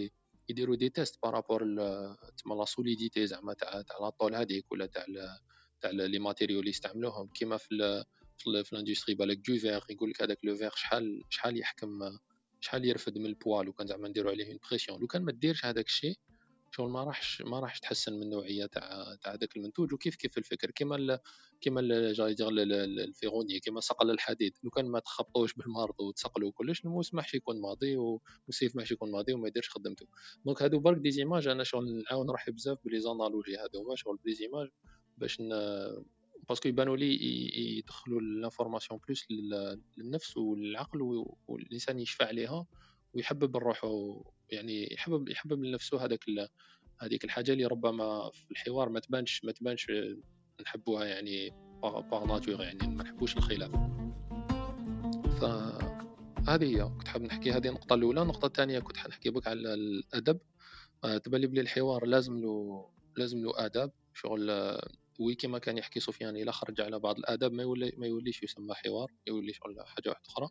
يديروا دي تيست بارابور تما لا سوليديتي زعما تاع تاع لاطول هذيك ولا تاع تاع لي ماتيريو اللي يستعملوهم كيما في في, في الاندستري بالك دو فيغ يقول لك هذاك لو فيغ شحال شحال يحكم شحال يرفد من البوا لو كان زعما نديروا عليه اون بريسيون لو كان ما ديرش هذاك الشيء شغل ما راحش ما راحش تحسن من النوعيه تاع تاع هذاك المنتوج. وكيف كيف الفكر كيما ال كيما جاي يدير الفيروني كيما صقل الحديد لو كان ما تخبطوش بالمرض وتسقلوا كلش ما يسمحش يكون ماضي والسيف ماحش يكون ماضي وما يديرش خدمته. دونك هادو برك دي زيماج انا شغل نعاون روحي بزاف بلي زانالوجي هادو ما شغل بلي زيماج باش ن... باسكو يبانوا لي يدخلوا الانفورماسيون بلوس للنفس والعقل والانسان يشفع عليها ويحبب روحه يعني يحبب يحبب لنفسه هذاك هذيك الحاجه اللي ربما في الحوار ما تبانش ما تبانش نحبوها يعني باغ ناتور يعني ما نحبوش الخلاف. فهذه هي كنت حاب نحكي هذه النقطه الاولى. النقطه الثانيه كنت حنحكي بك على الادب. تبان لي بلي الحوار لازم له لازم له اداب شغل وي كما كان يحكي سفيان الا خرج على بعض الاداب ما يولي ما يوليش يسمى حوار يولي شغل حاجه واحده اخرى.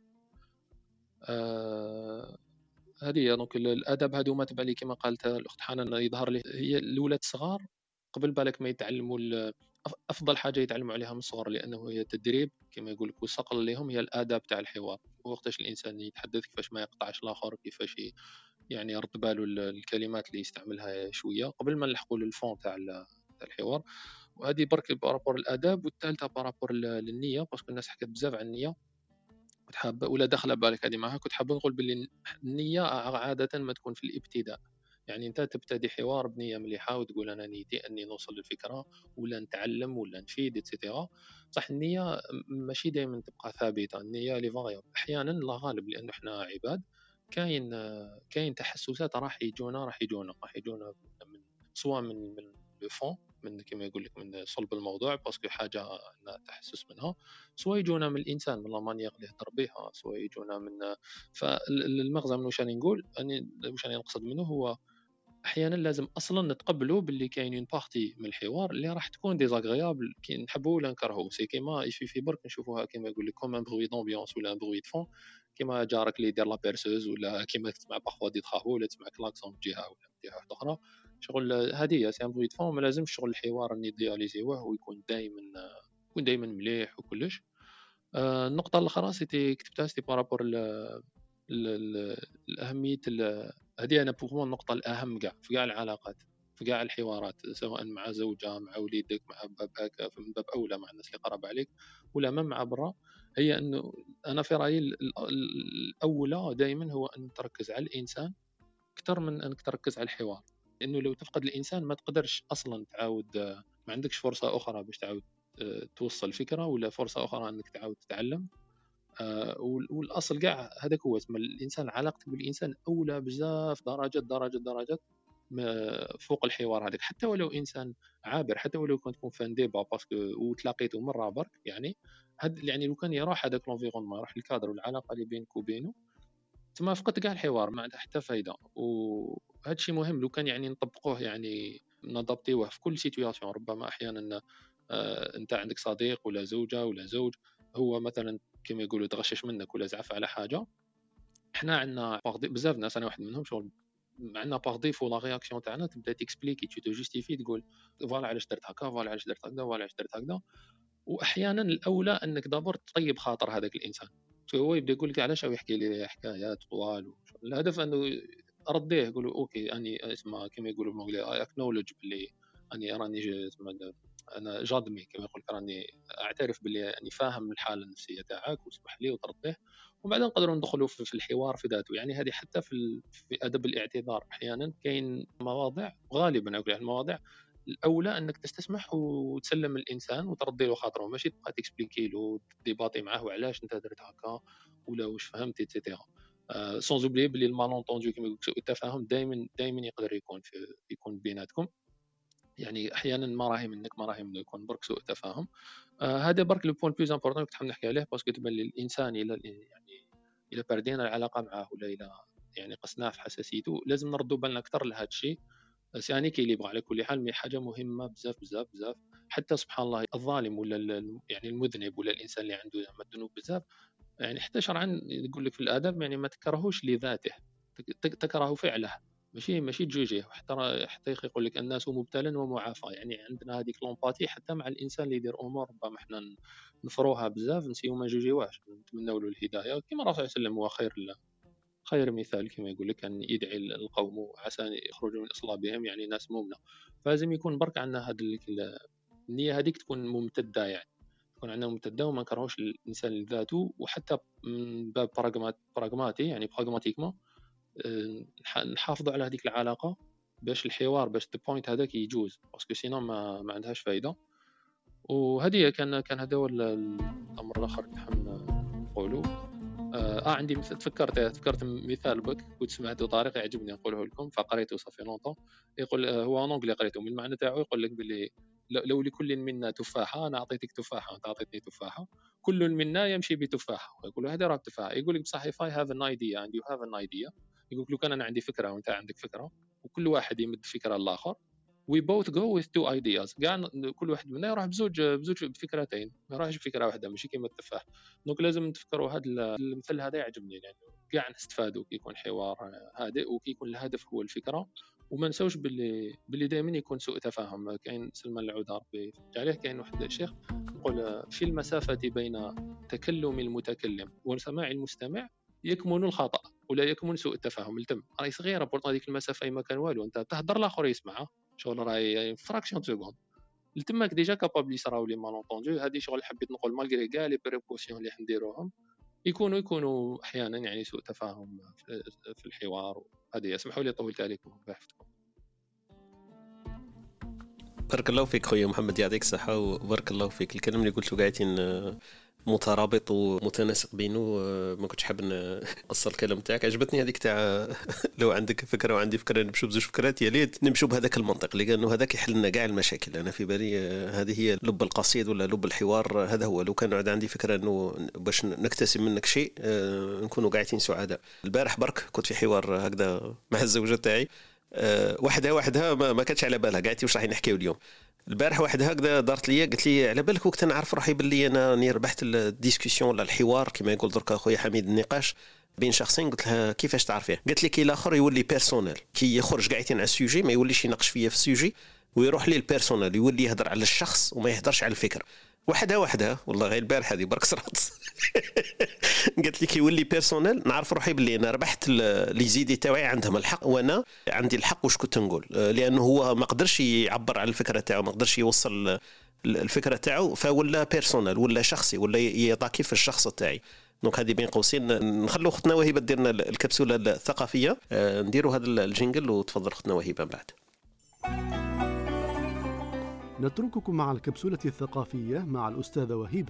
أه هذه دونك الادب هادو ما تبع لي كما قالت الاخت حنان يظهر لي هي الاولاد الصغار قبل بالك ما يتعلموا افضل حاجه يتعلموا عليها من الصغر لانه هي تدريب كما يقول لك وصقل لهم هي الاداب تاع الحوار وقتاش الانسان يتحدث كيفاش ما يقطعش الاخر كيفاش يعني يرد باله الكلمات اللي يستعملها شويه قبل ما نلحقوا للفون تاع الحوار. وهذه برك بارابور الاداب. والثالثه بارابور للنيه باسكو الناس حكت بزاف عن النيه كنت حاب ولا دخل بالك هذه معها كنت حاب نقول باللي النيه عاده ما تكون في الابتداء. يعني انت تبتدي حوار بنيه مليحه وتقول انا نيتي اني نوصل للفكره ولا نتعلم ولا نفيد اكسيتيرا. صح النيه ماشي دائما تبقى ثابته النيه لي فاريابل احيانا لا غالب لانه احنا عباد كاين كاين تحسسات راح يجونا راح يجونا راح يجونا من سواء من من لو فون من كما يقول لك من صلب الموضوع باسكو حاجه عندنا تحسس منها سواء يجونا من الانسان من لا مانيير اللي يهضر بها سواء يجونا من. فالمغزى من واش راني نقول اني واش راني نقصد منه هو احيانا لازم اصلا نتقبلوا باللي كاينين بارتي من الحوار اللي راح تكون ديزاغريابل كي نحبوا ولا نكرهوا سي كيما يشوف في برك نشوفوها كيما يقول لك كوم ان بروي دامبيونس ولا ان بروي دو فون كيما جارك اللي يدير لا بيرسوز ولا كيما تسمع باخوا دي تخافو ولا تسمع كلاكسون من جهه ولا من جهه اخرى شغل هذه سي ان بروي دو فون ما لازمش شغل الحوار اني دياليزيوه ويكون دائما يكون دائما مليح وكلش. آه النقطه الاخرى سيتي كتبتها سيتي بارابور الاهميه هذه انا بوغ النقطه الاهم كاع في كاع العلاقات في كاع الحوارات سواء مع زوجة مع وليدك مع باباك من باب اولى مع الناس اللي قرب عليك ولا ما مع برا هي انه انا في رايي الاولى دائما هو ان تركز على الانسان اكثر من انك تركز على الحوار. لانه لو تفقد الانسان ما تقدرش اصلا تعاود ما عندكش فرصه اخرى باش تعاود توصل فكره ولا فرصه اخرى انك تعاود تتعلم. آه والاصل كاع هذاك هو اسم الانسان علاقتك بالانسان اولى بزاف درجات درجات درجات فوق الحوار هذاك حتى ولو انسان عابر حتى ولو كنت تكون فان ديبا باسكو وتلاقيته مره برك يعني هاد يعني لو كان يروح هذاك لونفيرونمون يروح الكادر والعلاقه اللي بينك وبينه تما فقدت كاع الحوار ما عنده حتى فايده. وهذا الشيء مهم لو كان يعني نطبقوه يعني نادابتيوه في كل سيتوياسيون. ربما احيانا آه انت عندك صديق ولا زوجه ولا زوج هو مثلا كما يقولوا تغشش منك ولا زعف على حاجه احنا عندنا بزاف ناس انا واحد منهم شغل عندنا باغ ديفو لا رياكسيون تاعنا تبدا تكسبليكي تو جوستيفي تقول فوالا علاش درت هكا فوالا علاش درت هكذا فوالا علاش درت هكذا. واحيانا الاولى انك دابور تطيب خاطر هذاك الانسان هو يبدا يقول لك علاش هو يحكي لي حكايات طوال. الهدف انه رديه يقولوا اوكي اني اسمع كما يقولوا بالانجلي اي اكنولج باللي اني راني انا جادمي كما يقول راني اعترف باللي يعني فاهم الحاله النفسيه تاعك واسمح لي وترضيه وبعدين نقدروا ندخلوا في الحوار في ذاته. يعني هذه حتى في في ادب الاعتذار احيانا كاين مواضيع غالبا اقول المواضيع الاولى انك تستسمح وتسلم الانسان وترضي له خاطره ماشي تبقى تكسبليكي له ديباطي معاه وعلاش انت درت هكا ولا واش فهمت ايتترا. سون اوبلي بلي المالونطوندو كما يقولوا التفاهم دائما دائما يقدر يكون في يكون بيناتكم. يعني احيانا ما راهي منك ما راهي منه يكون برك سوء تفاهم. آه هذا برك لو بوين بلوز امبورطون كنت حاب نحكي عليه باسكو تبان لي الانسان الى يعني الى بردينا العلاقه معاه ولا الى يعني قصناه في حساسيته لازم نردوا بالنا اكثر لهذا الشيء. يعني كي يبغى على كل حال مي حاجه مهمه بزاف بزاف بزاف. حتى سبحان الله الظالم ولا يعني المذنب ولا الانسان اللي عنده زعما الذنوب بزاف يعني حتى شرعا يقول لك في الادب يعني ما تكرهوش لذاته تكره فعله ماشي ماشي تجوجيه. حتى راه حتى يقول لك الناس مبتلى ومعافى، يعني عندنا هذيك لومباتي حتى مع الانسان اللي يدير امور ربما حنا نفروها بزاف نسيو ما نجوجيوهش، نتمنوا له الهدايه كما الرسول صلى الله عليه وسلم هو خير الله خير مثال كما يقول لك، كان يدعي القوم عسى يخرجوا من اصلابهم يعني ناس مؤمنه. فلازم يكون برك عندنا هذه النيه هذيك تكون ممتده، يعني تكون عندنا ممتده وما نكرهوش الانسان لذاته، وحتى من باب براغماتي يعني براغماتيكمون نحافظوا على هذيك العلاقه باش الحوار باش البوينت هذاك يجوز، باسكو سينو ما, ما عندهاش فايده. وهذه كان كان هذا هو الامر الاخر اللي نحن نقولوا. اه عندي تفكرت تفكرت مثال بك كنت سمعته طارق يعجبني نقوله لكم، فقريته صافي لونطون. يقول هو انجلي قريته، من المعنى تاعو يقول لك باللي لو لكل منا تفاحه، انا اعطيتك تفاحه وانت اعطيتني تفاحه، كل منا يمشي بتفاحه. يقول هذا راه تفاحه. يقول لك بصح if I have an idea and you have an idea، يقول لك لو كان انا عندي فكره وانت عندك فكره وكل واحد يمد فكره للاخر we both go with two ideas، كاع كل واحد منا يروح بزوج بزوج بفكرتين، ما يروحش بفكره واحده ماشي كيما التفاح. دونك لازم نتفكروا هذا المثل هذا يعجبني، لانه يعني كاع نستفادوا كي يكون حوار هادئ وكي يكون الهدف هو الفكره. وما نساوش باللي باللي دائما يكون سوء تفاهم. كاين سلمان العودة ربي عليه كاين واحد الشيخ يقول في المسافه بين تكلم المتكلم وسماع المستمع يكمن الخطا ولا يكمن سوء التفاهم. التم راهي صغيره بورطو هذيك المسافه ما كان والو، انت تهضر الاخر يسمعها شغل راهي فراكسيون سكوند لتماك ديجا كابابل يصراو لي مالونطوندو. هذه شغل حبيت نقول مالغري كاع لي بريكوسيون اللي حنديروهم يكونوا يكونوا احيانا يعني سوء تفاهم في الحوار. هذه اسمحوا لي طولت عليكم بحفتكم. بارك الله فيك خويا محمد، يعطيك الصحة وبارك الله فيك. الكلام اللي قلته قاعدين مترابط ومتناسق بينه، ما كنتش حاب نوصل الكلام تاعك. عجبتني هذيك تاع لو عندك فكره وعندي فكره نمشوا بزوج فكرات، يا ليت نمشوا بهذاك المنطق لانه هذاك يحل لنا كاع المشاكل. انا في بالي هذه هي لب القصيد ولا لب الحوار، هذا هو. لو كان عندي فكره انه باش نكتسب منك شيء نكونوا قاعدين سعداء. البارح برك كنت في حوار هكذا مع الزوجه تاعي، وحدها وحدها ما كانتش على بالها، قاعدتي واش راح نحكيو اليوم. البارح واحد هكذا دارت لي قالت لي على بالك وقت نعرف روحي باللي انا راني ربحت الديسكوسيون ولا الحوار كما يقول درك اخويا حميد، النقاش بين شخصين. قلت لها كيفاش تعرفيه؟ قالت لي كي الاخر يولي بيرسونيل، كي يخرج قاعدين على السوجي ما يوليش يناقش فيا في السوجي ويروح لي البيرسونيل، يولي يهضر على الشخص وما يهضرش على الفكره. وحده وحده والله غير البارح هذه برك صرات قالت لي كي يولي بيرسونيل نعرف روحي باللي انا ربحت لي زيدي تاعي عندهم الحق وانا عندي الحق واش كنت نقول، لانه هو ما قدرش يعبر على الفكره تاعو، ما قدرش يوصل الفكره تاعو، فولا بيرسونيل ولا شخصي ولا يطاكي في الشخص تاعي. دونك هذه بين قوسين نخلو اختنا وهبه ديرنا الكبسوله الثقافيه، نديروا هذا الجينجل وتفضل اختنا وهبه بعد. نترككم مع الكبسولة الثقافية مع الأستاذة وهبة.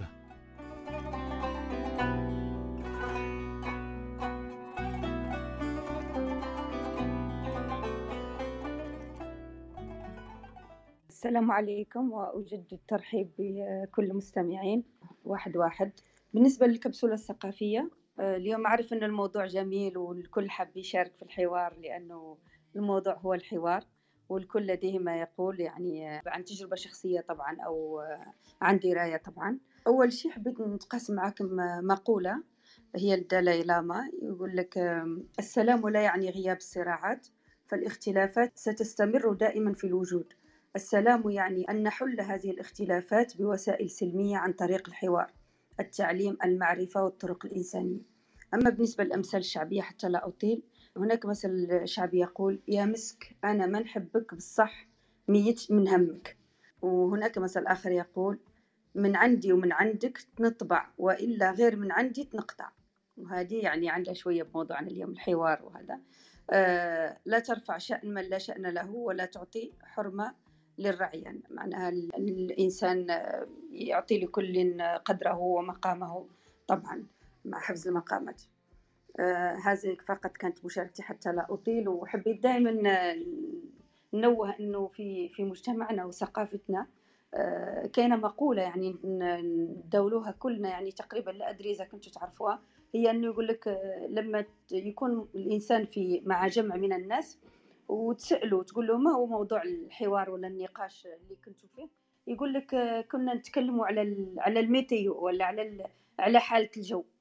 السلام عليكم، وأجدد الترحيب بكل مستمعين واحد واحد. بالنسبة للكبسولة الثقافية اليوم أعرف أن الموضوع جميل والكل حب يشارك في الحوار، لأنه الموضوع هو الحوار والكل لديه ما يقول، يعني عن تجربة شخصية طبعا أو عن دراية طبعا. أول شيء حبيت نتقاسم معكم مقولة هي الدالاي لاما، يقول لك السلام لا يعني غياب الصراعات، فالاختلافات ستستمر دائما في الوجود. السلام يعني أن نحل هذه الاختلافات بوسائل سلمية عن طريق الحوار، التعليم، المعرفة والطرق الإنسانية. أما بالنسبة للأمثال الشعبية حتى لا أطيل، هناك مثل شعبي يقول يا مسك أنا ما نحبك بالصح ميت من همك. وهناك مثل آخر يقول من عندي ومن عندك نطبع وإلا غير من عندي تنقطع. وهذه يعني عندها شوية بموضوعنا اليوم الحوار. وهذا آه لا ترفع شأن من لا شأن له ولا تعطي حرمة للرعي، يعني معناها الإنسان يعطي لكل قدره ومقامه طبعا مع حفظ المقامات. آه هذه فقط كانت مشاركتي حتى لا أطيل. وحبيت دائما ننوه أنه في في مجتمعنا وثقافتنا آه كاينة مقولة يعني ندولوها كلنا، يعني تقريبا لا أدري إذا كنتوا تعرفوها، هي أنه يقول لك آه لما يكون الإنسان في مع جمع من الناس وتسأله تقول له ما هو موضوع الحوار ولا النقاش اللي كنتوا فيه، يقول لك آه كنا نتكلموا على على الميتيو ولا على على حالة الجو.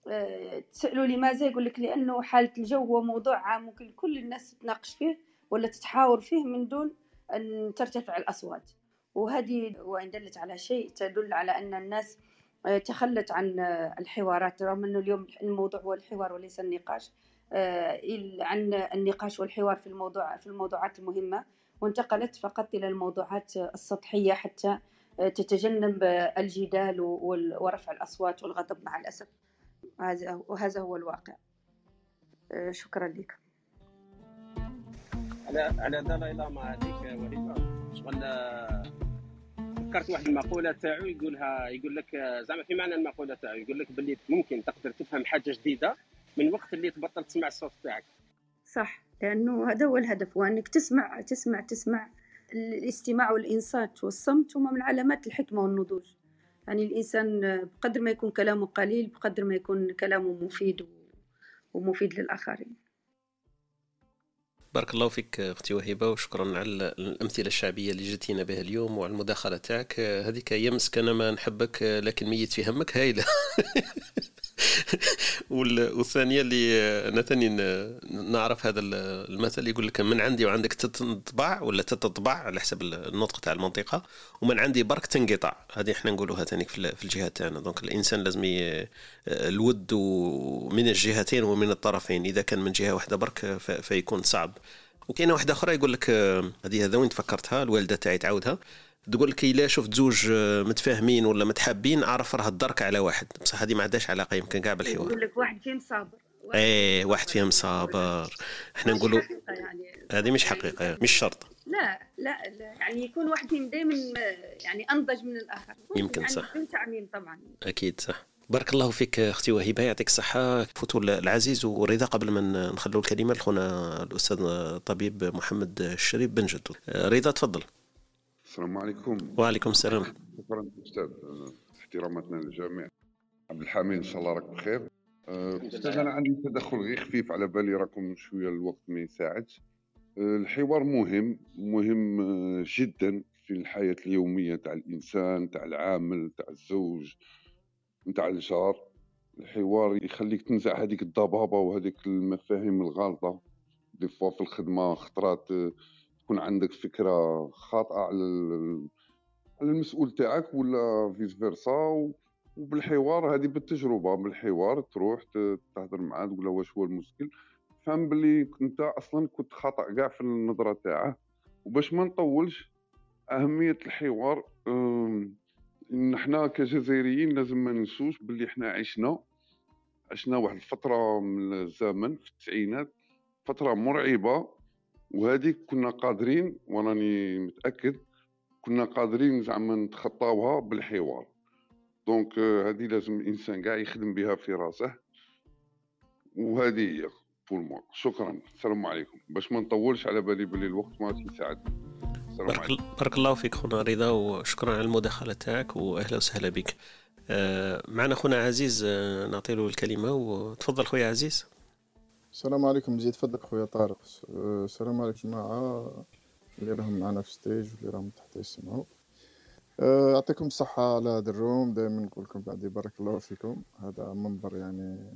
آه، تسألوا لماذا، يقول لك لأنه حالة الجو هو موضوع عام ممكن كل الناس تتناقش فيه ولا تتحاور فيه من دون أن ترتفع الأصوات. وهذه وإن دلت على شيء تدل على أن الناس آه، تخلت عن آه، الحوارات، رغم أنه اليوم الموضوع هو الحوار وليس النقاش، آه، إل- عن النقاش والحوار في الموضوع في الموضوعات المهمة، وانتقلت فقط إلى الموضوعات السطحية حتى آه، تتجنب آه، الجدال وال- ورفع الأصوات والغضب مع الأسف. هذا وهذا هو الواقع. آه، شكرا لك. على على دلاله لاما هذيك وهبه شغل آه، فكرت واحد المقوله تاعو يقولها، يقول لك آه، زعما في معنى المقوله تاعو يقول لك باللي ممكن تقدر تفهم حاجه جديده من وقت اللي تبطل تسمع الصوت تاعك. صح، لأنه هذا هو الهدف، وأنك تسمع تسمع تسمع. الاستماع والإنصات والصمت هما من علامات الحكمة والنضوج. يعني الإنسان آه، بقدر ما يكون كلامه قليل بقدر ما يكون كلامه مفيد و- ومفيد للآخرين. بارك الله فيك اختي وهبه، وشكرا على الامثله الشعبيه اللي جيتينا بها اليوم وعلى المداخله تاعك. هذيك يمسك انا ما نحبك لكن ميت في همك هايله. وال- والثانيه اللي انا ثاني ن- نعرف هذا ال- المثل يقول لك من عندي وعندك تتطبع ولا تتطبع على حسب النطق تاع المنطقه، ومن عندي برك تنقطع. هذه احنا نقولوها ثاني في ال- في الجهه تاعنا. دونك الانسان لازم ي- الود من الجهتين ومن الطرفين. اذا كان من جهه واحده برك ف- فيكون صعب. وكاينه واحده اخرى يقول لك آه، هذه هذا وين تفكرتها الوالده تاعي تعاودها، تقول لك الا شفت زوج آه، متفاهمين ولا متحابين اعرف راه الدرك على واحد، بصح هذه ما عندهاش علاقه يمكن كاع بالحوار. يقول لك واحد فيهم صابر، واحد ايه فيهم واحد فيهم صابر. صابر. احنا مش نقولوا حقيقة يعني. هذه مش يعني حقيقه، مش شرط. لا لا لا، يعني يكون واحد فيهم دائما يعني أنضج من الآخر. يمكن يعني صح. بدون تعميم طبعا. اكيد صح. بارك الله فيك اختي وهبه، يعطيك الصحه. فوتوا العزيز ورضا قبل ما نخلوا الكلمه لخونا الاستاذ الطبيب محمد الشريف بن جدو. رضا تفضل. السلام عليكم. وعليكم السلام. شكرا استاذ، احتراماتنا للجميع. عبد الحميد ان شاء الله راك بخير. استاذ انا عندي تدخل غير خفيف، على بالي راكم شويه الوقت ما يساعدش. الحوار مهم مهم جدا في الحياه اليوميه تاع الانسان، تاع العامل، تاع الزوج، تاع الجار. الحوار يخليك تنزع هذيك الضبابه وهذيك المفاهيم الغالطه. دي فوا في الخدمه خطرات تكون عندك فكره خاطئه على على المسؤول تاعك ولا فيس فيرسا، وبالحوار هذه بالتجربه، بالحوار تروح تهضر معاه تقول له واش هو المشكل، فهم باللي انت اصلا كنت خطا كاع في النظره تاعه. وباش ما نطولش، اهميه الحوار ان احنا كجزائريين لازم ما ننسوش باللي احنا عشنا عشنا واحد الفتره من الزمن في التسعينات، فتره مرعبه، وهذه كنا قادرين، وراني متاكد كنا قادرين زعما نتخطاوها بالحوار. دونك هذه لازم الانسان كاع يخدم بها في راسه، وهذه هي بور موا. شكرا، السلام عليكم. باش ما نطولش على بالي باللي الوقت ما يساعد. بارك, بارك الله فيك خونا رضا، وشكرا على المداخله تاعك واهلا وسهلا بك. آه معنا خونا عزيز، آه نعطي له الكلمه وتفضل خويا عزيز. السلام عليكم. زيد فضلك خويا طارق. السلام عليكم جماعه اللي راهم معنا في ستيج واللي راهم تحت يسمعوا. يعطيكم الصحة على هذا الروم. دائما نقول لكم بعدي بارك الله فيكم. هذا منبر يعني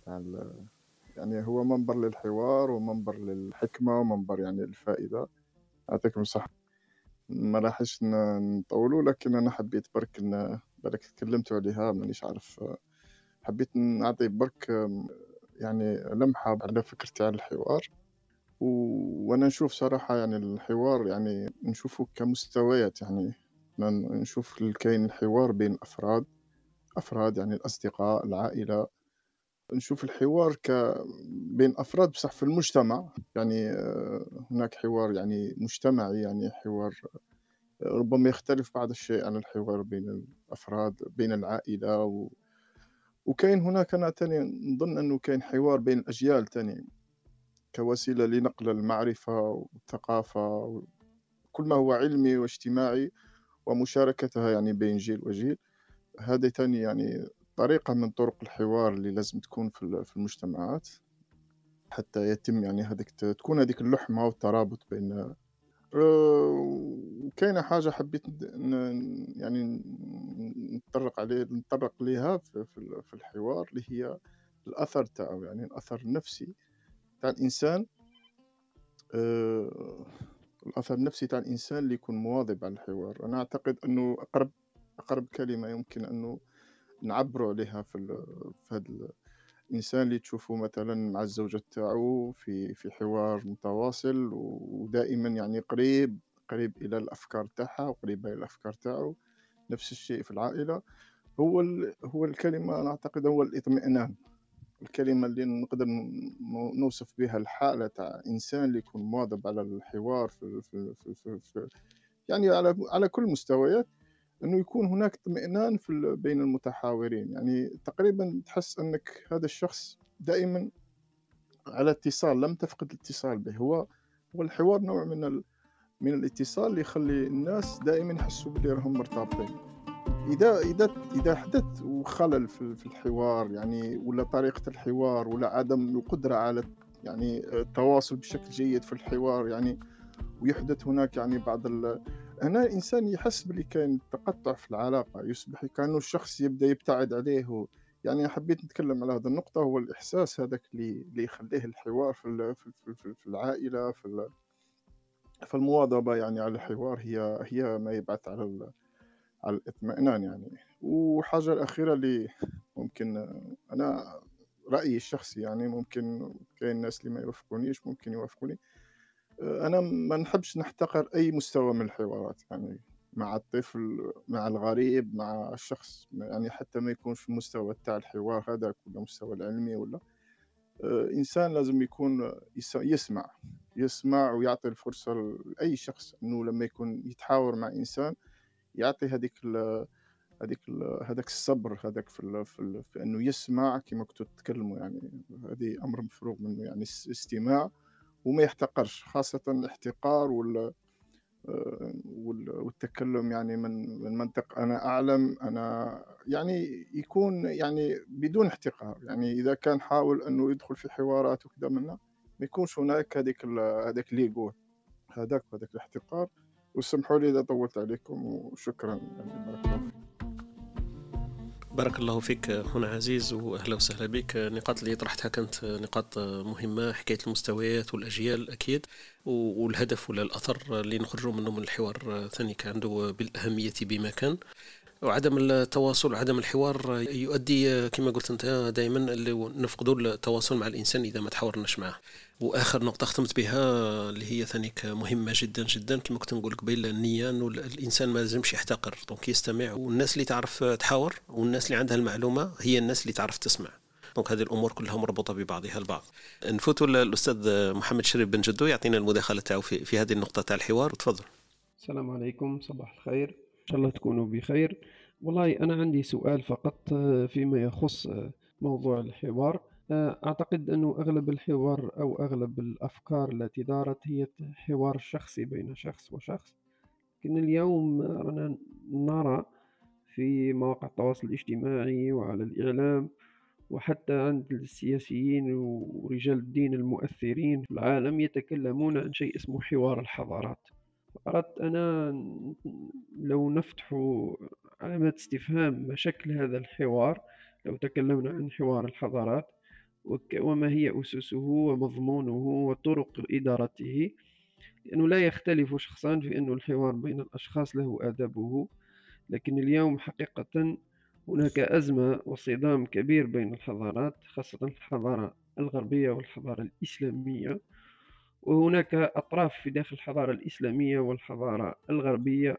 يعني هو منبر للحوار ومنبر للحكمة ومنبر يعني للفائدة. يعطيكم الصحة. ما راحش نطولوا، لكن أنا حبيت برك إن بالك تكلمتوا عليها مانيش عارف، حبيت نعطي برك يعني لمحة على فكرة تاع الحوار. وانا نشوف صراحه يعني الحوار يعني نشوفه كمستويات، يعني نشوف كاين الحوار بين الافراد افراد يعني الاصدقاء العائله. نشوف الحوار ك بين افراد بصح في المجتمع، يعني هناك حوار يعني مجتمعي، يعني حوار ربما يختلف بعض الشيء عن الحوار بين الافراد بين العائله و... وكاين هناك انا تاني نظن انه كاين حوار بين الاجيال تاني كوسيلة لنقل المعرفة والثقافة وكل ما هو علمي واجتماعي ومشاركتها يعني بين جيل وجيل. هذه تاني يعني طريقة من طرق الحوار اللي لازم تكون في المجتمعات حتى يتم يعني هذيك تكون هذيك اللحمة والترابط بين. وكاينة حاجة حبيت يعني نتطرق عليه نتطرق ليها في الحوار اللي هي الاثر تاعو، يعني الاثر النفسي تاع الانسان. آه، الاثر النفسي تاع الانسان اللي يكون مواظب على الحوار. انا اعتقد انه اقرب اقرب كلمه يمكن انه نعبروا عليها في ال- في هذا الانسان اللي تشوفه مثلا مع الزوجه تاعو في في حوار متواصل ودائما يعني قريب قريب الى الافكار تاعها وقريب الى الافكار تاعو. نفس الشيء في العائله. هو ال... هو الكلمه انا اعتقد هو الاطمئنان، الكلمه اللي نقدر ن- نوصف بها الحاله تاع انسان اللي يكون مواظب على الحوار في في في, في, في يعني على على كل المستويات، انه يكون هناك اطمئنان في ال- بين المتحاورين. يعني تقريبا تحس انك هذا الشخص دائما على اتصال، لم تفقد الاتصال به. هو هو الحوار نوع من ال... من الاتصال اللي يخلي الناس دائما يحسوا بلي راهم مرتبطين. اذا اذا اذا حدث خلل في في الحوار، يعني ولا طريقه الحوار ولا عدم القدره على يعني التواصل بشكل جيد في الحوار، يعني ويحدث هناك يعني بعض ال... هنا الانسان يحس بلي كاين تقطع في العلاقه، يصبح كانه الشخص يبدا يبتعد عليه و... يعني حبيت نتكلم على هذه النقطه. هو الاحساس هذاك اللي اللي يخليه الحوار في ال... في في في في العائله، في ال... فالمواظبه يعني على الحوار هي هي ما يبعث على ال... على الاطمئنان يعني. وحاجه الاخيره اللي ممكن انا رايي الشخصي، يعني ممكن كاين الناس اللي ما يوافقونيش، ممكن يوافقوني. أنا ما نحبش نحتقر أي مستوى من الحوارات، يعني مع الطفل، مع الغريب، مع الشخص، يعني حتى ما يكونش المستوى تاع الحوار هذاك ولا المستوى العلمي ولا آه، إنسان لازم يكون يس- يسمع يسمع ويعطي الفرصة لأي شخص إنه لما يكون يتحاور مع إنسان يعطي هذيك ال هذيك ال هذاك الصبر، هذاك في ال في, ال في إنه يسمع كما كنتوا تتكلموا. يعني هذه أمر مفروغ منه، يعني الاستماع وما يحتقرش، خاصة الاحتقار وال آه، وال- والتكلم يعني من من منطق أنا أعلم أنا، يعني يكون يعني بدون احتقار. يعني إذا كان حاول أنه يدخل في حوارات وكذا منا، ما يكونش هناك هذيك ال- هذاك ليجو هذاك وهذاك الاحتقار. وسمحوا لي إذا طولت عليكم، وشكرا يعني بارك الله فيك. بارك الله فيك أخونا عزيز، وأهلا وسهلا بك. النقاط اللي طرحتها كانت نقاط مهمة، حكاية المستويات والأجيال أكيد، والهدف ولا الأثر اللي نخرجوا منه من الحوار ثاني كان عنده بالأهمية بمكان. وعدم التواصل وعدم الحوار يؤدي كما قلت أنت دائما اللي نفقدوا التواصل مع الإنسان إذا ما تحاورناش معه. واخر نقطه ختمت بها اللي هي ثانيك مهمه جدا جدا، كما كنت نقول قبيل، النيه انه الانسان ما لازمش يحتقر، دونك يستمع، والناس اللي تعرف تحاور والناس اللي عندها المعلومه هي الناس اللي تعرف تسمع. دونك هذه الامور كلها مربوطه ببعضها البعض. نفوتوا الاستاذ محمد شريف بن جدو يعطينا المداخله تاعو في, في هذه النقطه تاع الحوار. تفضل. السلام عليكم، صباح الخير، إن شاء الله تكونوا بخير. والله أنا عندي سؤال فقط فيما يخص موضوع الحوار. أعتقد أنه أغلب الحوار أو أغلب الأفكار التي دارت هي حوار شخصي بين شخص وشخص، لكن اليوم أنا نرى في مواقع التواصل الاجتماعي وعلى الإعلام وحتى عند السياسيين ورجال الدين المؤثرين في العالم يتكلمون عن شيء اسمه حوار الحضارات. أردت أنا لو نفتح علامة استفهام ما شكل هذا الحوار لو تكلمنا عن حوار الحضارات، وما هي أسسه ومضمونه وطرق إدارته، لأنه لا يختلف شخصان في أن الحوار بين الأشخاص له آدابه. لكن اليوم حقيقة هناك أزمة وصدام كبير بين الحضارات، خاصة الحضارة الغربية والحضارة الإسلامية، وهناك أطراف في داخل الحضارة الإسلامية والحضارة الغربية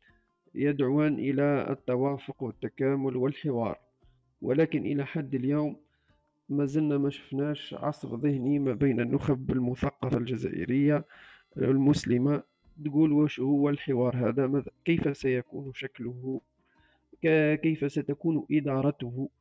يدعوان إلى التوافق والتكامل والحوار، ولكن إلى حد اليوم ما زلنا ما شفناش عصف ذهني ما بين النخب المثقفة الجزائرية المسلمة تقول واش هو الحوار هذا، كيف سيكون شكله، كيف ستكون إدارته،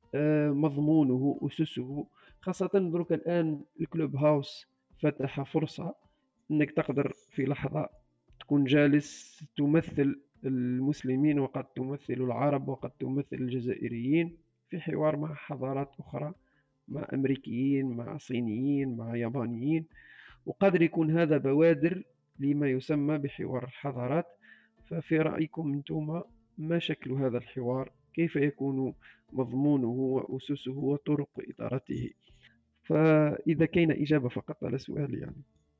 مضمونه، أسسه. خاصة دروك الآن الكلوب هاوس فتح فرصة أنك تقدر في لحظة تكون جالس تمثل المسلمين وقد تمثل العرب وقد تمثل الجزائريين في حوار مع حضارات أخرى، مع أمريكيين، مع صينيين، مع يابانيين، وقدر يكون هذا بوادر لما يسمى بحوار الحضارات. ففي رأيكم أنتم ما شكل هذا الحوار؟ كيف يكون مضمونه وأسسه وطرق إدارته. فإذا كان إجابة فقط على سؤالي يعني.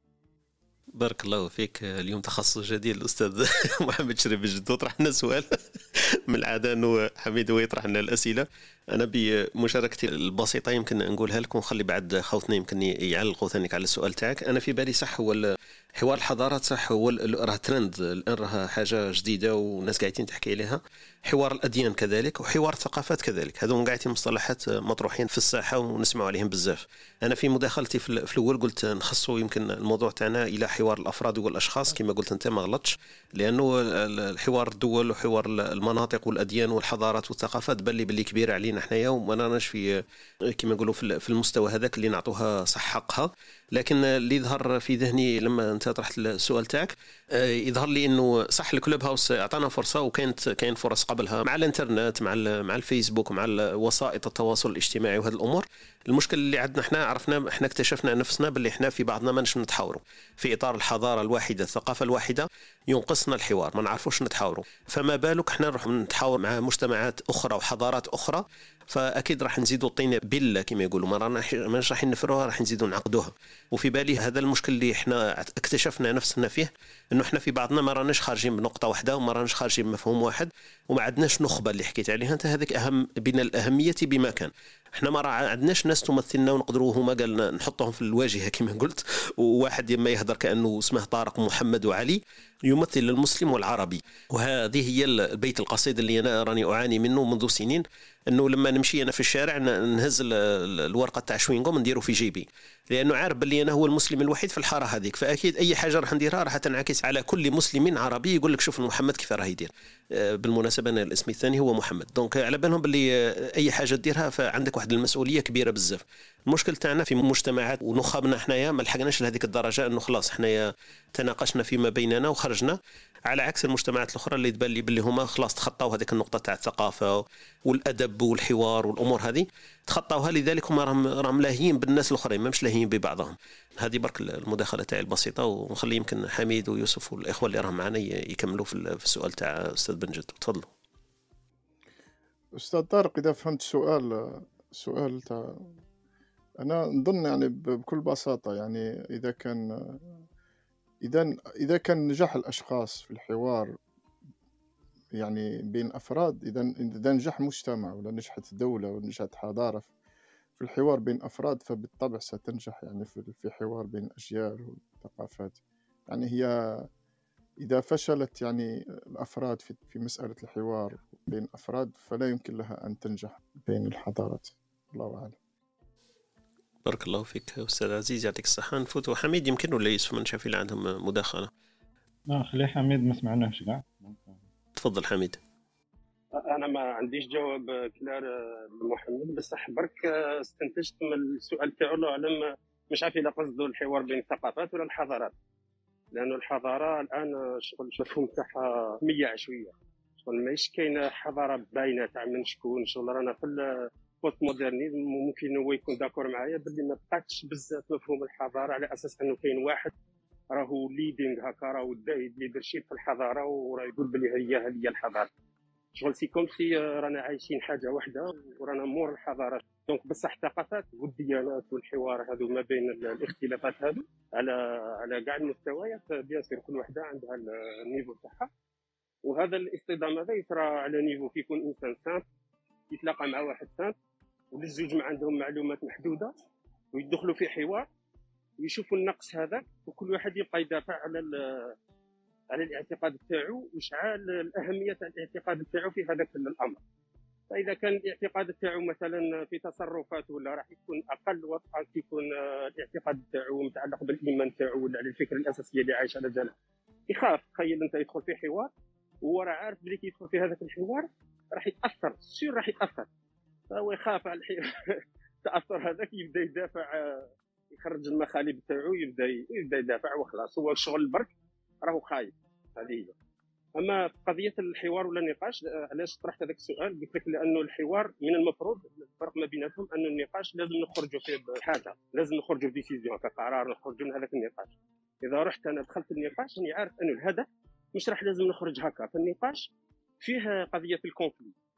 بارك الله فيك. اليوم تخصص جديد الأستاذ محمد شريف الجد يطرح لنا سؤال. من العادة أنه حميد هو يطرح لنا الأسئلة. أنا بمشاركتي البسيطة يمكن نقولها لكم، خلي بعد خوتنا يمكن يعلقوا ثانيك على السؤال تاعك. أنا في بالي صح هو حوار الحضارات، صح هو راه ترند الآن، راه حاجة جديدة والناس قاعدين تحكي عليها. حوار الأديان كذلك وحوار الثقافات كذلك، هذو قاعدين مصطلحات مطروحين في الساحة ونسمع عليهم بزاف. أنا في مداخلتي في الأول قلت نخصوا يمكن الموضوع تاعنا إلى حوار الأفراد والأشخاص كما قلت أنت، ما غلطش، لأنه الحوار الدول وحوار المناطق والأديان والحضارات والثقافات بلي بلي كبيرة علينا حنايا، وما راناش في كما نقولوا في المستوى هذاك اللي نعطوها صح حقها. لكن اللي يظهر في ذهني لما انت طرحت السؤال تاعك يظهر لي انه صح الكلوب هاوس اعطانا فرصه، وكانت كاين فرص قبلها مع الانترنت مع مع الفيسبوك مع وسائط التواصل الاجتماعي وهذه الامور. المشكل اللي عندنا احنا عرفنا احنا اكتشفنا نفسنا باللي احنا في بعضنا ما نش نتحاوروا في اطار الحضاره الواحده الثقافه الواحده، ينقصنا الحوار، ما نعرفوش نتحاوروا، فما بالك احنا نروح نتحاور مع مجتمعات اخرى وحضارات اخرى، فاكيد راح نزيدوا الطين بله كما يقولوا، ما رانا مش راح نفروها، راح نزيدوا نعقدوها. وفي بالي هذا المشكل اللي احنا اكتشفنا نفسنا فيه، انه احنا في بعضنا ما راناش خارجين بنقطه واحده وما راناش خارجين بمفهوم واحد، وما عندناش نخبه اللي حكيت عليها انت، هذيك اهم بين الاهميه بمكان. احنا ما عندناش ناس تمثلنا ونقدروا هما قال نحطهم في الواجهه كما قلت، وواحد يما يهضر كانه اسمه طارق محمد وعلي يمثل المسلم والعربي. وهذه هي البيت القصيد اللي انا راني اعاني منه منذ سنين، انه لما نمشي انا في الشارع نهز الورقه تاع شوينغوم نديرو في جيبي، لانه عارف باللي انا هو المسلم الوحيد في الحاره هذيك، فاكيد اي حاجه راح نديرها راح تنعكس على كل مسلم عربي يقول لك شوف محمد كيف راه يدير. بالمناسبه انا الاسم الثاني هو محمد، دونك على بالهم باللي اي حاجه ديرها فعندك واحد المسؤوليه كبيره بزاف. المشكل تاعنا في مجتمعات ونخبنا حنايا ما لحقناش لهذيك الدرجه انه خلاص حنايا تناقشنا فيما بيننا وخرجنا، على عكس المجتمعات الاخرى اللي تبان لي باللي هما خلاص تخطاو هذيك النقطه تاع الثقافه والادب والحوار والامور هذه تخطاوها، لذلك هما راهم لاهيين بالناس الاخرين ما مش لاهيين ببعضهم. هذه برك المداخله تاعي البسيطه، ونخلي يمكن حميد ويوسف والاخوه اللي راهم معنا يكملوا في السؤال تاع استاذ بن جد. تفضلوا استاذ طارق. اذا فهمت السؤال السؤال تاع انا نظن يعني بكل بساطه، يعني اذا كان اذا اذا كان نجاح الاشخاص في الحوار يعني بين افراد، اذا اذا نجح مجتمع ولا نجحت دوله ولا نجحت حضاره في الحوار بين افراد، فبالطبع ستنجح يعني في حوار بين اجيال وثقافات. يعني هي اذا فشلت يعني الافراد في في مساله الحوار بين افراد فلا يمكن لها ان تنجح بين الحضارات. الله اعلم. بارك الله فيك أستاذ عزيز، يعطيك الصحة. نفوتوا حميد يمكن ولا يوسف، من شاف اللي عندهم مداخلة. لا خلي حميد ما سمعناش كاع. تفضل حميد. أنا ما عنديش جواب كلار محمد، بصح برك استنتجت من السؤال تاعو الله أعلم مش عارف إذا قصده الحوار بين الثقافات ولا الحضارات، لأنه الحضارة الآن شغل المفهوم تاعها ميع شوية، شغل ماهيش كاينة حضارة باينة تاع من شكون. شغل رانا في البوست مودرنيزم، ممكن هو يكون داكور معايا باللي ما بقاتش بزاف مفهوم الحضارة على أساس أنه كاين واحد راهو ليدينغ هكا، راهو دايد ليدرشيب في الحضارة وراه يقول بلي هي هذه الحضارة. شغل سي كوم سي رانا عايشين حاجة واحدة ورانا مور الحضارة. دونك بصح الثقافات والديانات والحوار هذو ما بين الاختلافات هذو على على كاع المستويات بيان سير كل وحده عندها النيفو تاعها، وهذا الاصطدام هذا يصرى على نيفو كي يكون انسان سانت يتلاقى مع واحد سانت وللزوج ما عندهم معلومات محدوده ويدخلوا في حوار ويشوفوا النقص هذاك، وكل واحد يبقى يدافع على على الاعتقاد تاعو وشعال الاهميه تاع الاعتقاد تاعو في هذاك الامر. فاذا كان الاعتقاد تاعو مثلا في تصرفاته ولا راح يكون اقل وطئا كي يكون الاعتقاد تاعو متعلق بالايمان تاعو ولا على الفكره الاساسيه اللي عايش على جالها، يخاف. تخيل انت يدخل في حوار وهو راه عارف بلي كي يدخل في هذاك الحوار راح يتاثر، سير راح يتاثر، فهو يخاف على التاثر هذاك، يبدا يدافع، يخرج المخالب تاعو، يبدا يبدا يدافع وخلاص. هو الشغل برك راهو خايف. هذه هي. اما قضيه الحوار ولا النقاش، علاش طرحت هذاك السؤال؟ قلت لك لانه الحوار من المفروض الفرق ما بيناتهم انه النقاش لازم نخرجوا فيه بحاجه، لازم نخرجوا بديسيزيون كقرار، نخرجوا من هذاك النقاش. اذا رحت انا دخلت النقاش راني عارف انه الهدف مش راح لازم نخرج هكا. فالنقاش فيه قضيه الكونفلي،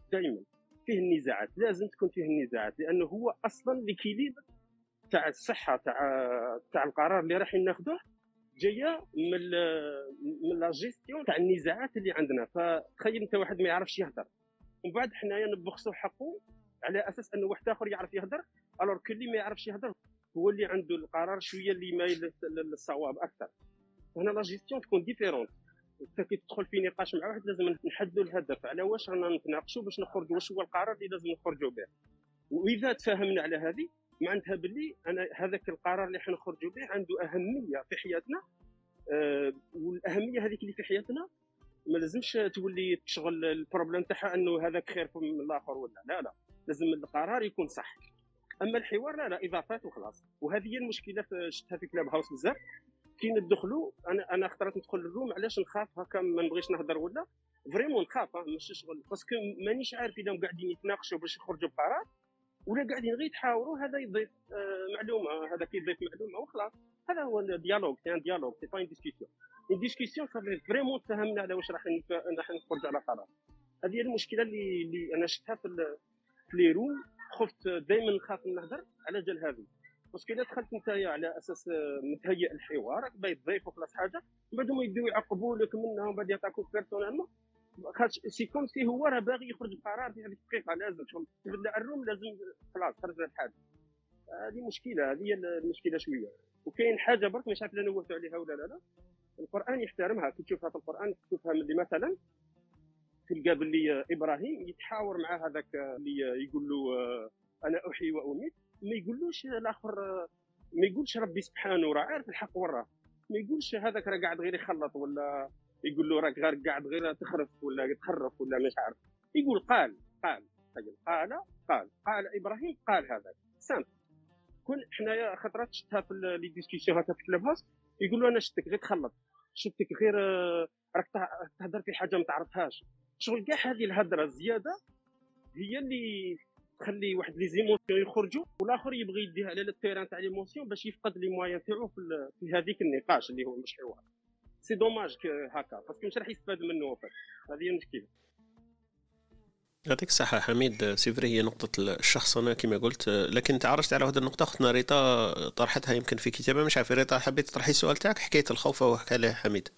دائما فيه النزاعات، لازم تكون فيه النزاعات، لانه هو اصلا ليكيليبر تاع الصحه تاع تاع القرار اللي راح ناخذوه جايه من ال- من لا جيستيون تاع النزاعات اللي عندنا. فتخيل انت واحد ما يعرفش يهضر ومن بعد حنايا نبخسوا حقه على اساس انه واحد اخر يعرف يهضر، الوغ كل اللي ما يعرفش يهضر هو اللي عنده القرار شويه اللي مايل للصواب اكثر. هنا لا جيستيون تكون ديفيرونت. انت كي تدخل في نقاش مع واحد لازم نحددوا الهدف على واش رانا نتناقشوا باش نخرجوا، واش هو القرار اللي لازم نخرجوا به. واذا تفاهمنا على هذه معناتها باللي انا هذاك القرار اللي حنخرجوا به عنده اهميه في حياتنا. أه والاهميه هذيك اللي في حياتنا ما لازمش تولي تشغل البروبليم تاعها انه هذاك خير من الاخر ولا لا لا، لازم القرار يكون صح. اما الحوار لا لا اضافات وخلاص. وهذه هي المشكله في شفتها في كلاب هاوس بزاف. كي ندخلوا انا انا اخترت ندخل الروم علاش نخاف هكا ما نبغيش نهضر ولا فريمون نخاف ماشي شغل باسكو مانيش عارف اذا قاعدين يتناقشوا باش يخرجوا بقرار ولا قاعدين غير يتحاوروا. هذا يضيف آه معلومه، هذا كيضيف معلومه وخلاص. هذا هو الديالوج، سي ان ديالوج سي با ان ديسكسيون. ان ديسكسيون صافي فريمون تفهمنا على واش راح راح نخرج على قرار. هذه هي المشكله اللي اللي انا شفتها في في لي روم. خفت دائما نخاف نهضر على جال هذه، باسكو اذا دخلت نتايا على اساس متهيئ الحوار راك باغي تضيف وخلاص حاجه من بعد هما يبداو يعقبوا لك منها ومن بعد يعطيوك بيرسونيلمون. خاطش سي كوم سي هو راه باغي يخرج بقرار في هذيك الدقيقه، لازم شغل تبدا الروم لازم خلاص خرج الحاجه. هذه مشكله، هذه هي المشكله شويه. وكاين حاجه برك مش عارف اذا نوهتوا عليها ولا لا لا. القران يحترمها، كي تشوفها في القران تشوفها اللي مثلا تلقى باللي ابراهيم يتحاور مع هذاك اللي يقول له انا احيي واميت، ما يقولوش الاخر، ما يقولش ربي سبحانه راه عارف الحق وراه، ما يقولش هذاك راه قاعد غير يخلط ولا يقول له راك غير قاعد غير تخرف ولا تخرف ولا مش عارف. يقول قال قال قال قال قال ابراهيم قال هذاك سامت. كون حنايا خطرات شفتها في لي ديسكسيون هكا في كلاب هاوس يقولوا انا شفتك غير تخلط، شفتك غير راك تهضر في حاجه ما تعرفهاش. شغل كاع هذه الهضره الزياده هي اللي تخلي واحد لي زيموسيون يخرجوا والاخر يبغي يديها على التيران تاع ليموسيون باش يفقد لي موان تاعو في, في هذيك النقاش اللي هو مش حوار. سي دوماج هكا باسكو مش راح يستفاد منه وفات. هذه هي المشكله. يعطيك الصحة حميد. سيفري هي نقطة الشخص أنا كما قلت، لكن تعرجت على هذه النقطة أختنا ريتا طرحتها يمكن في كتابة. مش عارف ريتا حبيت تطرحي السؤال تاعك حكاية الخوف أو حكى عليه حميد؟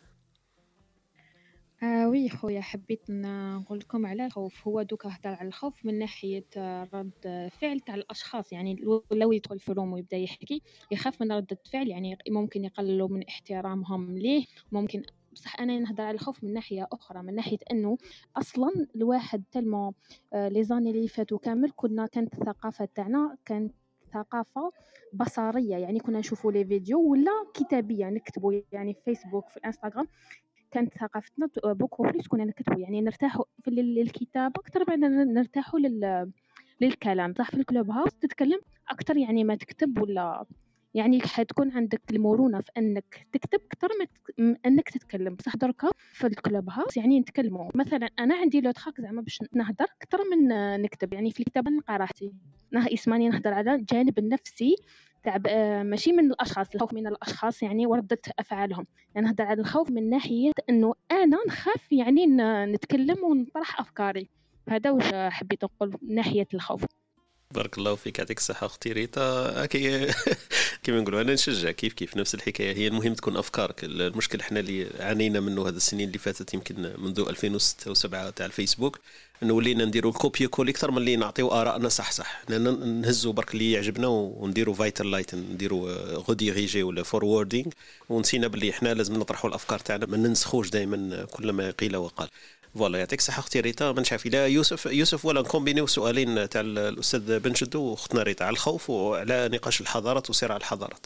آه وي خويا، حبيت نقول لكم على الخوف. هو دوكا هضر على الخوف من ناحية رد فعل تاع الأشخاص، يعني لو يدخل في روم ويبدأ يحكي يخاف من ردة فعل، يعني ممكن يقللوا من احترامهم ليه. ممكن بصح أنا نهضر على الخوف من ناحية أخرى، من ناحية أنه أصلا الواحد تلمو آه لي زاني اللي فاتوا كامل كنا كانت الثقافة تاعنا كانت ثقافة بصرية، يعني كنا نشوفوا لي فيديو ولا كتابية نكتبوا، يعني في فيسبوك في الانستغرام كانت ثقافتنا بوكو بليس كنا نكتبوا، يعني نرتاحوا في الكتابة أكثر من نرتاحوا لل للكلام. صح في الكلوب هاوس تتكلم أكثر يعني ما تكتب، ولا يعني حتكون عندك المرونة في أنك تكتب أكثر من أنك تتكلم. بصح دركا في الكلوب هاوس يعني نتكلموا. مثلا أنا عندي لو تخاك زعما باش نهدر أكثر من نكتب، يعني في الكتابة نلقى راحتي نه اسماني نهدر على الجانب النفسي تاع ماشي من الاشخاص، الخوف من الاشخاص يعني وردة افعالهم. يعني نهضر على الخوف من ناحيه انه انا نخاف يعني نتكلم ونطرح افكاري. هذا واش حبيت نقول من ناحيه الخوف. بارك الله فيك، يعطيك الصحة أختي ريتا. كي كيما نقولوا أنا نشجع كيف كيف نفس الحكاية. هي المهم تكون أفكارك. المشكل إحنا اللي عانينا منه هذا السنين اللي فاتت يمكن منذ ألفين وستة وسبعة تاع الفيسبوك، إنه ولينا نديروا الكوبي كول أكثر من اللي نعطيو آرائنا صح صح. نهزوا برك اللي يعجبنا ونديروا فايتال لايت، نديروا غوديريجي ولا فوروردينغ، ونسينا باللي إحنا لازم نطرحوا الأفكار تاعنا، ما ننسخوش دائما كل ما قيل وقال. فوالا يعطيك الصحة أختي ريتا. ما نعرف إلا يوسف يوسف ولا نكومبينيو سؤالين تاع الأستاذ بن جدو وأختنا ريتا على الخوف وعلى نقاش الحضارات وصراع الحضارات.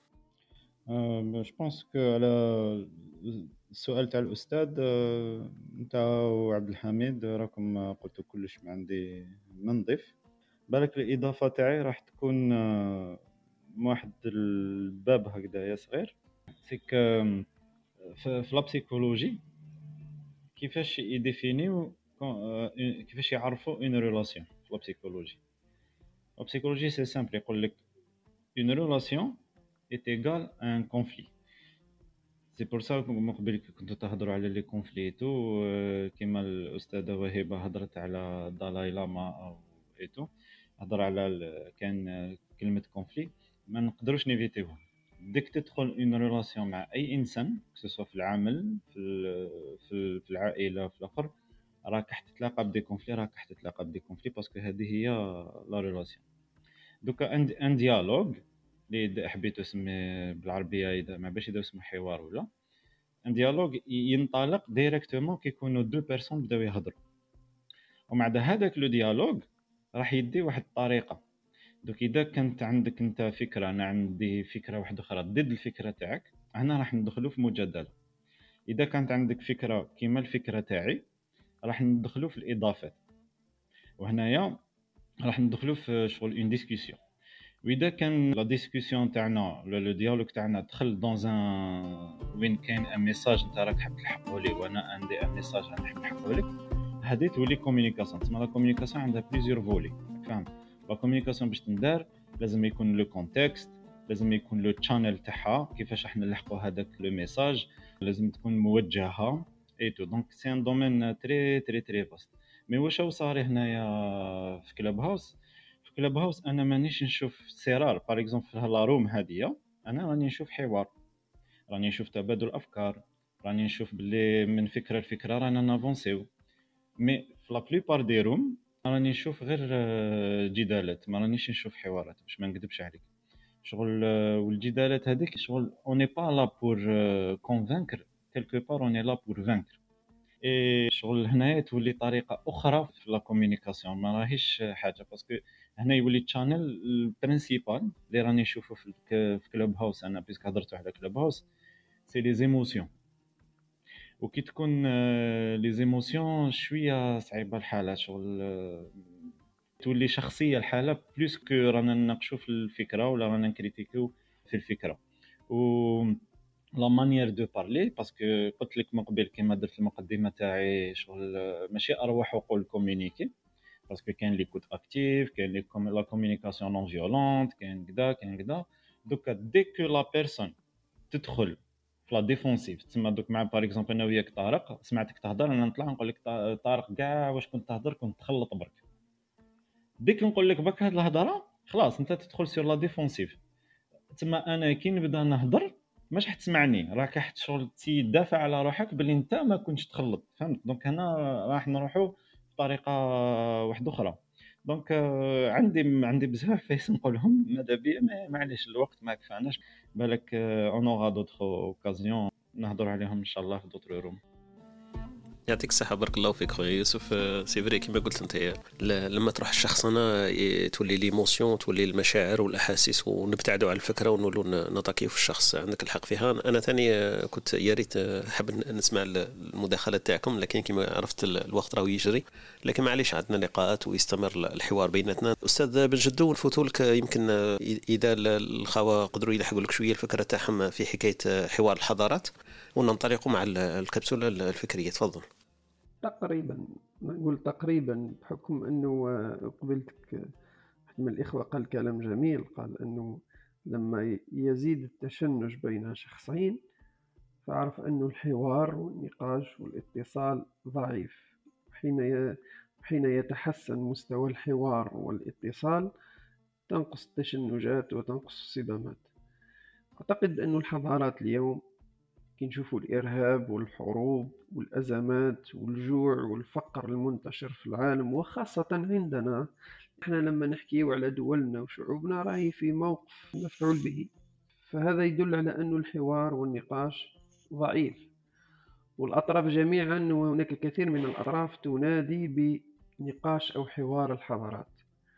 جو بونس كو على السؤال تاع الأستاذ نتاع عبد الحميد راكم قلتوا كلش، ما عندي ما نضيف. بالك الإضافة تاعي راح تكون واحد الباب هكذا صغير، سيك في لابسيكولوجي كيفاش يديفينيو كيفاش يعرفوا اون ريلاسيون. في لابسيكولوجي لابسيكولوجي سي سامبل، يقول لك اون ريلاسيون est égal à un conflit. سي بور سا من قبل كنتو تهضروا على لي كونفليتو كيما الاستاذه وهبه هضرت على دالاي لاما او ايتو هضر على ال- كان كلمه كونفلي ما نقدروش نيفيتيوها. ديك تدخل اون ريلاسيون مع اي انسان سواء في العمل في ال- في ال- في العائله في الاخر راك حتى تتلاقى بدي كونفلي راك حتى تتلاقى بدي كونفلي باسكو هذه هي لا ريلاسيون. دوكا ان ان ديالوج اللي حبيت اسميه بالعربيه اذا ما باش اذا اسمه حوار ولا ان ديالوج ينطلق ديريكتومون كيكونوا دو بيرسون بداو يهضروا ومع هذاك لو ديالوج راح يدي واحد الطريقه. دوك اذا كانت عندك انت فكره انا عندي فكره واحده اخرى ضد الفكره تاعك هنا راح ندخلوا في مجادله. اذا كانت عندك فكره كيما الفكره تاعي راح ندخلوا في الاضافات وهنايا راح ندخلوا في شغل اون ديسكوسيون. واذا كان لا ديسكوسيون تاعنا ولا لو ديالوج تاعنا دخل دون ان وين كاين ان ميساج انت راك حاب تلحقه لي وانا عندي ان ميساج انا حاب نلحقه لك هذه تولي كومونيكاسيون. تسمى لا كومونيكاسيون عندها بليزيور فولي فاهم. لا كومونيكاسيون باش تندار لازم يكون لو كونتكست لازم يكون لو تشانل تاعها كيفاش راح نلحقوا هذاك لو ميساج لازم تكون موجهه اي تو. دونك سي ان دومين تري تري تري فاست. مي واش هو صار هنايا في كلوب هاوس؟ في كلوب هاوس انا مانيش نشوف سرار باغ اكزومبل في لا روم هذه انا راني نشوف حوار راني نشوف تبادل افكار راني نشوف باللي من فكره لفكره رانا نافونسيو. مي في لا بليبار دي روم راني نشوف غير جدالات ما رانيش نشوف حوارات باش ما نكذبش عليك. شغل والجدالات هذيك شغل اوني با لا بور كونفانكر كيلكو بار اوني لا بور فانكر. اي شغل هنايا تولي طريقه اخرى في لا كومونيكاسيون ما راهيش حاجه باسكو هنا يولي تشانل البرينسيبال اللي راني نشوفه في في كلوب هاوس انا بيسك هضرتوا على كلوب هاوس سي لي زيموسيون. وكي تكون لي زيموسيون شويه صعيبه الحاله شغل تولي شخصيه الحاله بلوس كو رانا نناقشوا في الفكره ولا رانا نكريتيكو في الفكره و لا مانيير دو بارلي باسكو قلت لك من قبل كيما درت المقدمه تاعي شغل ماشي ارواح وقول كومونيكي باسكو كاين لي كوت اكتيف كاين لي كوم لا كومونيكاسيون نون فيولونت كاين كدا كاين كدا. دوكا ديك لا بيرسون تدخل في لا ديفونسيف تسمى دوك مع باغ اكزومبل انا وياك طارق سمعتك تهضر انا نطلع نقول لك طارق كاع واش كنت تهضر كنت تخلط برك ديك نقول لك برك هاد الهضره خلاص انت تدخل سير لا ديفونسيف. تسمى انا كي نبدا نهضر ماش حتسمعني راك حت شغل تدافع على روحك باللي انت ما كنتش تخلط فهمت. دونك هنا راح نروحوا بطريقه واحده اخرى. دونك عندي عندي بزاف فايس نقولهم ماذا بيا معليش الوقت ما كفاناش بالك اون اورا دوطخ اوكازيون نهضر عليهم ان شاء الله في دوطر روم. يعطيك الصحة بارك الله فيك خويا يوسف. سي فري كما قلت انت لما تروح الشخص انا تولي ليموسيون تولي المشاعر والاحاسيس ونبتعدوا على الفكره ونولوا نطاكيو في الشخص. عندك الحق فيها. انا ثاني كنت يا ريت حاب نسمع المداخلات تاعكم لكن كما عرفت الوقت راهو يجري لكن معليش عندنا لقاءات ويستمر الحوار بيناتنا. استاذ بن جدو نفوتوا لك يمكن اذا الخوه قدروا يلحقوا لك شويه الفكره تاعهم في حكايه حوار الحضارات وننطلقوا مع الكبسوله الفكريه. تفضل. تقريبا نقول تقريبا بحكم انه قبلتك واحد من الاخوه قال كلام جميل قال انه لما يزيد التشنج بين شخصين فاعرف انه الحوار والنقاش والاتصال ضعيف. حين حين يتحسن مستوى الحوار والاتصال تنقص التشنجات وتنقص الصدامات. اعتقد انه الحضارات اليوم كي نشوفوا الإرهاب والحروب والأزمات والجوع والفقر المنتشر في العالم وخاصة عندنا احنا لما نحكيو على دولنا وشعوبنا راهي في موقف مفعول به. فهذا يدل على أن الحوار والنقاش ضعيف والأطراف جميعا وهناك الكثير من الأطراف تنادي بنقاش أو حوار الحضارات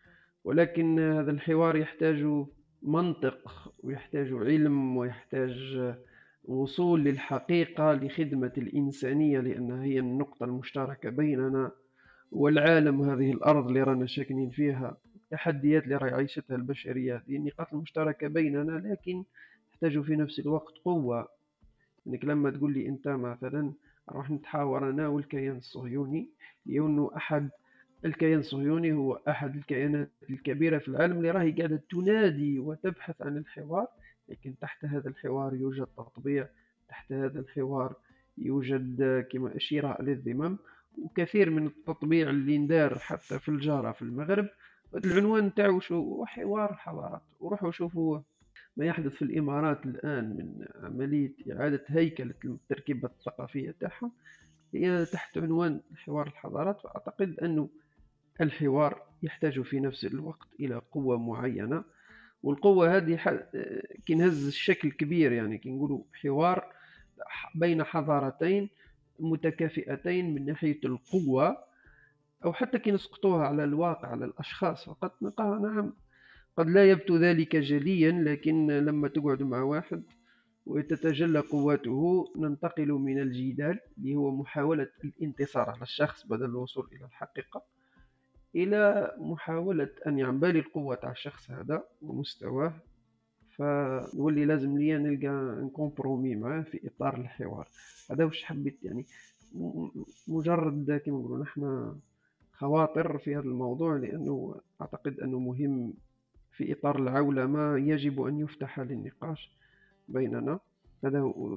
ولكن هذا الحوار يحتاج منطق ويحتاج علم ويحتاج وصول للحقيقة لخدمة الإنسانية لأنها هي النقطة المشتركة بيننا والعالم هذه الأرض اللي رانا ساكنين فيها تحديات اللي راهي عيشتها البشرية هذه النقاط المشتركة بيننا لكن تحتاج في نفس الوقت قوة. انك لما تقول لي انت مثلا راح نتحاور انا والكيان الصهيوني لانه احد الكيان الصهيوني هو احد الكيانات الكبيرة في العالم اللي راهي قاعدة تنادي وتبحث عن الحوار لكن تحت هذا الحوار يوجد تطبيع تحت هذا الحوار يوجد كما أشير إلى الذمم، وكثير من التطبيع اللي ندار حتى في الجارة في المغرب. العنوان تاعو شو؟ حوار الحضارات. وروحوا شوفوا ما يحدث في الإمارات الآن من عملية إعادة هيكلة التركيبة الثقافية تاعها، هي تحت عنوان حوار الحضارات. وأعتقد أنه الحوار يحتاج في نفس الوقت إلى قوة معينة، والقوة هذه كي نهز الشكل كبير، يعني كي نقولوا حوار بين حضارتين متكافئتين من ناحية القوة، أو حتى كي نسقطوها على الواقع على الأشخاص فقط نقع نعم قد لا يبدو ذلك جليا، لكن لما تقعد مع واحد وتتجلى قوته ننتقل من الجدال اللي هو محاولة الانتصار على الشخص بدل الوصول إلى الحقيقة، إلى محاولة أن يعبالي القوة على الشخص هذا ومستواه، فنولي لازم لي نلقى نكمبرومي معاه في إطار الحوار. هذا وش حبيت يعني مجرد كما نقولوا نحن خواطر في هذا الموضوع، لأنه أعتقد أنه مهم في إطار العولمة يجب أن يفتح للنقاش بيننا. هذا هو.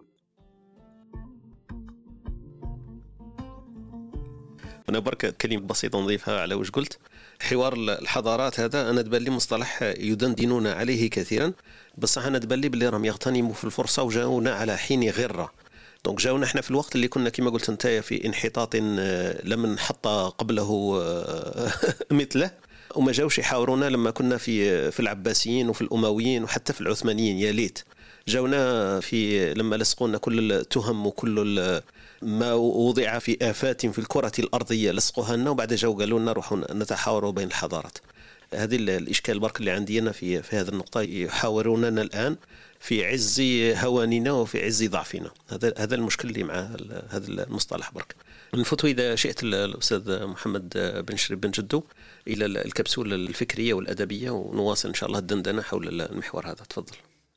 أنا برك كلمة بسيطة نضيفها على وش قلت. حوار الحضارات هذا أنا تبان لي مصطلح يدندنون عليه كثيرا، بصح أنا تبان لي باللي راهم يغتنموا في الفرصة وجاونا على حين غرة. دونك جاونا احنا في الوقت اللي كنا كما قلت انت في انحطاط لم نحط قبله مثله، وما جاوش يحاورونا لما كنا في في العباسيين وفي الأمويين وحتى في العثمانيين. يا ليت جاونا في لما لصقونا كل التهم وكل ما وضع في آفات في الكرة الأرضية لصقوها لنا، وبعد جاو قالوا لنا روحوا نتحاوروا بين الحضارات. هذه الإشكال برك اللي عندي أنا في في هذه النقطة، يحاوروننا الآن في عز هواننا وفي عز ضعفنا. هذا هذا المشكل اللي مع هذا المصطلح برك. نفوت إذا شئت الأستاذ محمد بن شريف بن جدو إلى الكبسولة الفكرية والأدبية، ونواصل إن شاء الله الدندنة حول المحور هذا. تفضل.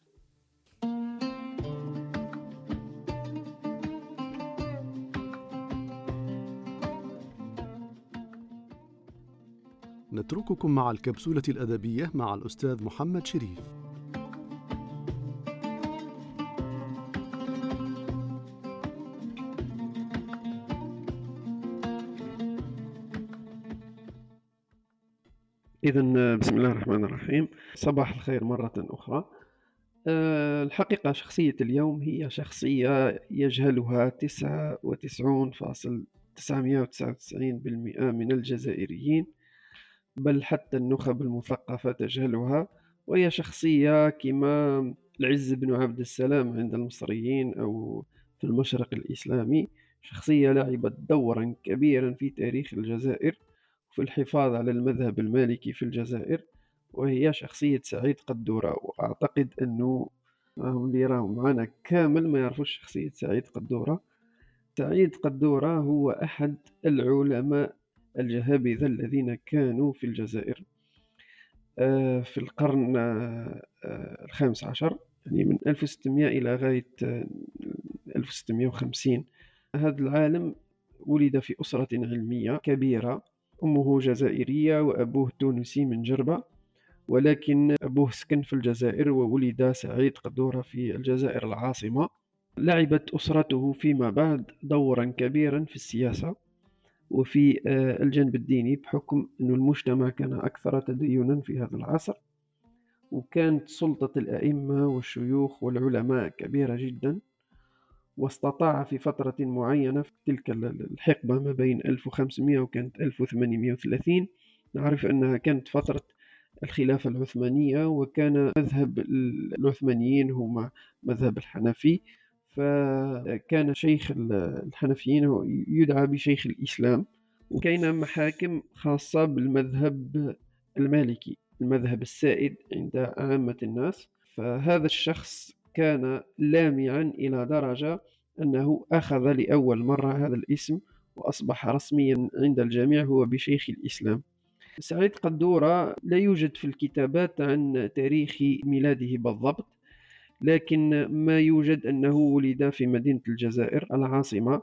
نترككم مع الكبسولة الأدبية مع الأستاذ محمد شريف. إذن بسم الله الرحمن الرحيم. صباح الخير مرة أخرى. أه الحقيقة شخصية اليوم هي شخصية يجهلها تسعة وتسعين فاصلة تسعمائة وتسعة وتسعين بالمئة من الجزائريين، بل حتى النخب المثقفة تجهلها. وهي شخصية كما العز بن عبد السلام عند المصريين أو في المشرق الإسلامي، شخصية لعبت دورا كبيرا في تاريخ الجزائر في الحفاظ على المذهب المالكي في الجزائر، وهي شخصية سعيد قدورة. وأعتقد أنه هم اللي راهم معنا كامل ما يعرفوش شخصية سعيد قدورة. سعيد قدورة هو أحد العلماء الجهابذة الذين كانوا في الجزائر في القرن الخامس عشر، يعني من ألف وستمائة إلى غاية ألف وستمائة وخمسين. هذا العالم ولد في أسرة علمية كبيرة، أمه جزائرية وأبوه تونسي من جربة، ولكن أبوه سكن في الجزائر وولد سعيد قدورة في الجزائر العاصمة. لعبت أسرته فيما بعد دورا كبيرا في السياسة وفي الجانب الديني، بحكم أن المجتمع كان أكثر تدينا في هذا العصر، وكانت سلطة الأئمة والشيوخ والعلماء كبيرة جدا. واستطاع في فترة معينة في تلك الحقبة ما بين ألف وخمسمائة وكانت ألف وثمانمائة وثلاثين، نعرف أنها كانت فترة الخلافة العثمانية، وكان مذهب العثمانيين هو مذهب الحنفي، فكان شيخ الحنفيين يدعى بشيخ الإسلام. وكان محاكم خاصة بالمذهب المالكي، المذهب السائد عند عامة الناس. فهذا الشخص كان لامعا إلى درجة أنه أخذ لأول مرة هذا الاسم وأصبح رسميا عند الجميع هو بشيخ الإسلام. سعيد قدورة لا يوجد في الكتابات عن تاريخ ميلاده بالضبط، لكن ما يوجد أنه ولد في مدينة الجزائر العاصمة،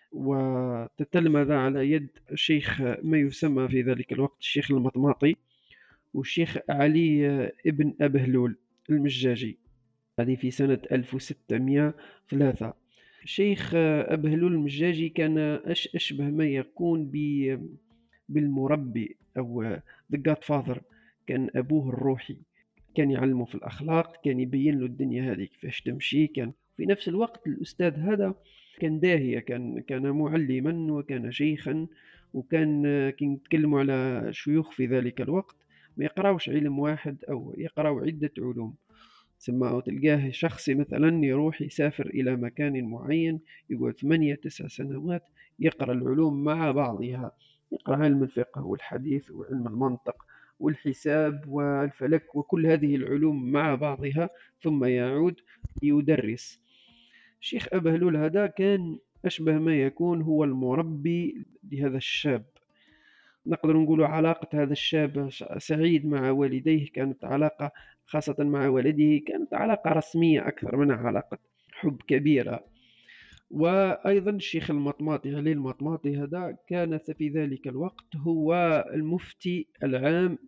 وتتلمذ على يد الشيخ ما يسمى في ذلك الوقت الشيخ المطماطي والشيخ علي ابن أبهلول المجاجي، هذه في سنة ألف وستمائة وثلاثة. شيخ أبهلول المجاجي كان أش أشبه ما يكون بالمربي أو the godfather. كان أبوه الروحي، كان يعلمه في الأخلاق، كان يبين له الدنيا هذه كيفاش تمشي. كان في نفس الوقت الأستاذ هذا كان داهية، كان كان معلما وكان شيخا، وكان كي نتكلموا على شيوخ في ذلك الوقت ما يقراوش علم واحد أو يقراو عدة علوم. ثم تلقاه شخص مثلا يروح يسافر إلى مكان معين، يقعد ثمانية تسع سنوات يقرأ العلوم مع بعضها، يقرأ علم الفقه والحديث وعلم المنطق والحساب والفلك وكل هذه العلوم مع بعضها، ثم يعود يدرس. الشيخ أبهلول هذا كان أشبه ما يكون هو المربي لهذا الشاب. نقدر نقول علاقة هذا الشاب سعيد مع والديه كانت علاقة، خاصة مع والده كانت علاقة رسمية أكثر من علاقة حب كبيرة. وأيضا الشيخ المطماطي علي المطماطي هذا كان في ذلك الوقت هو المفتي العام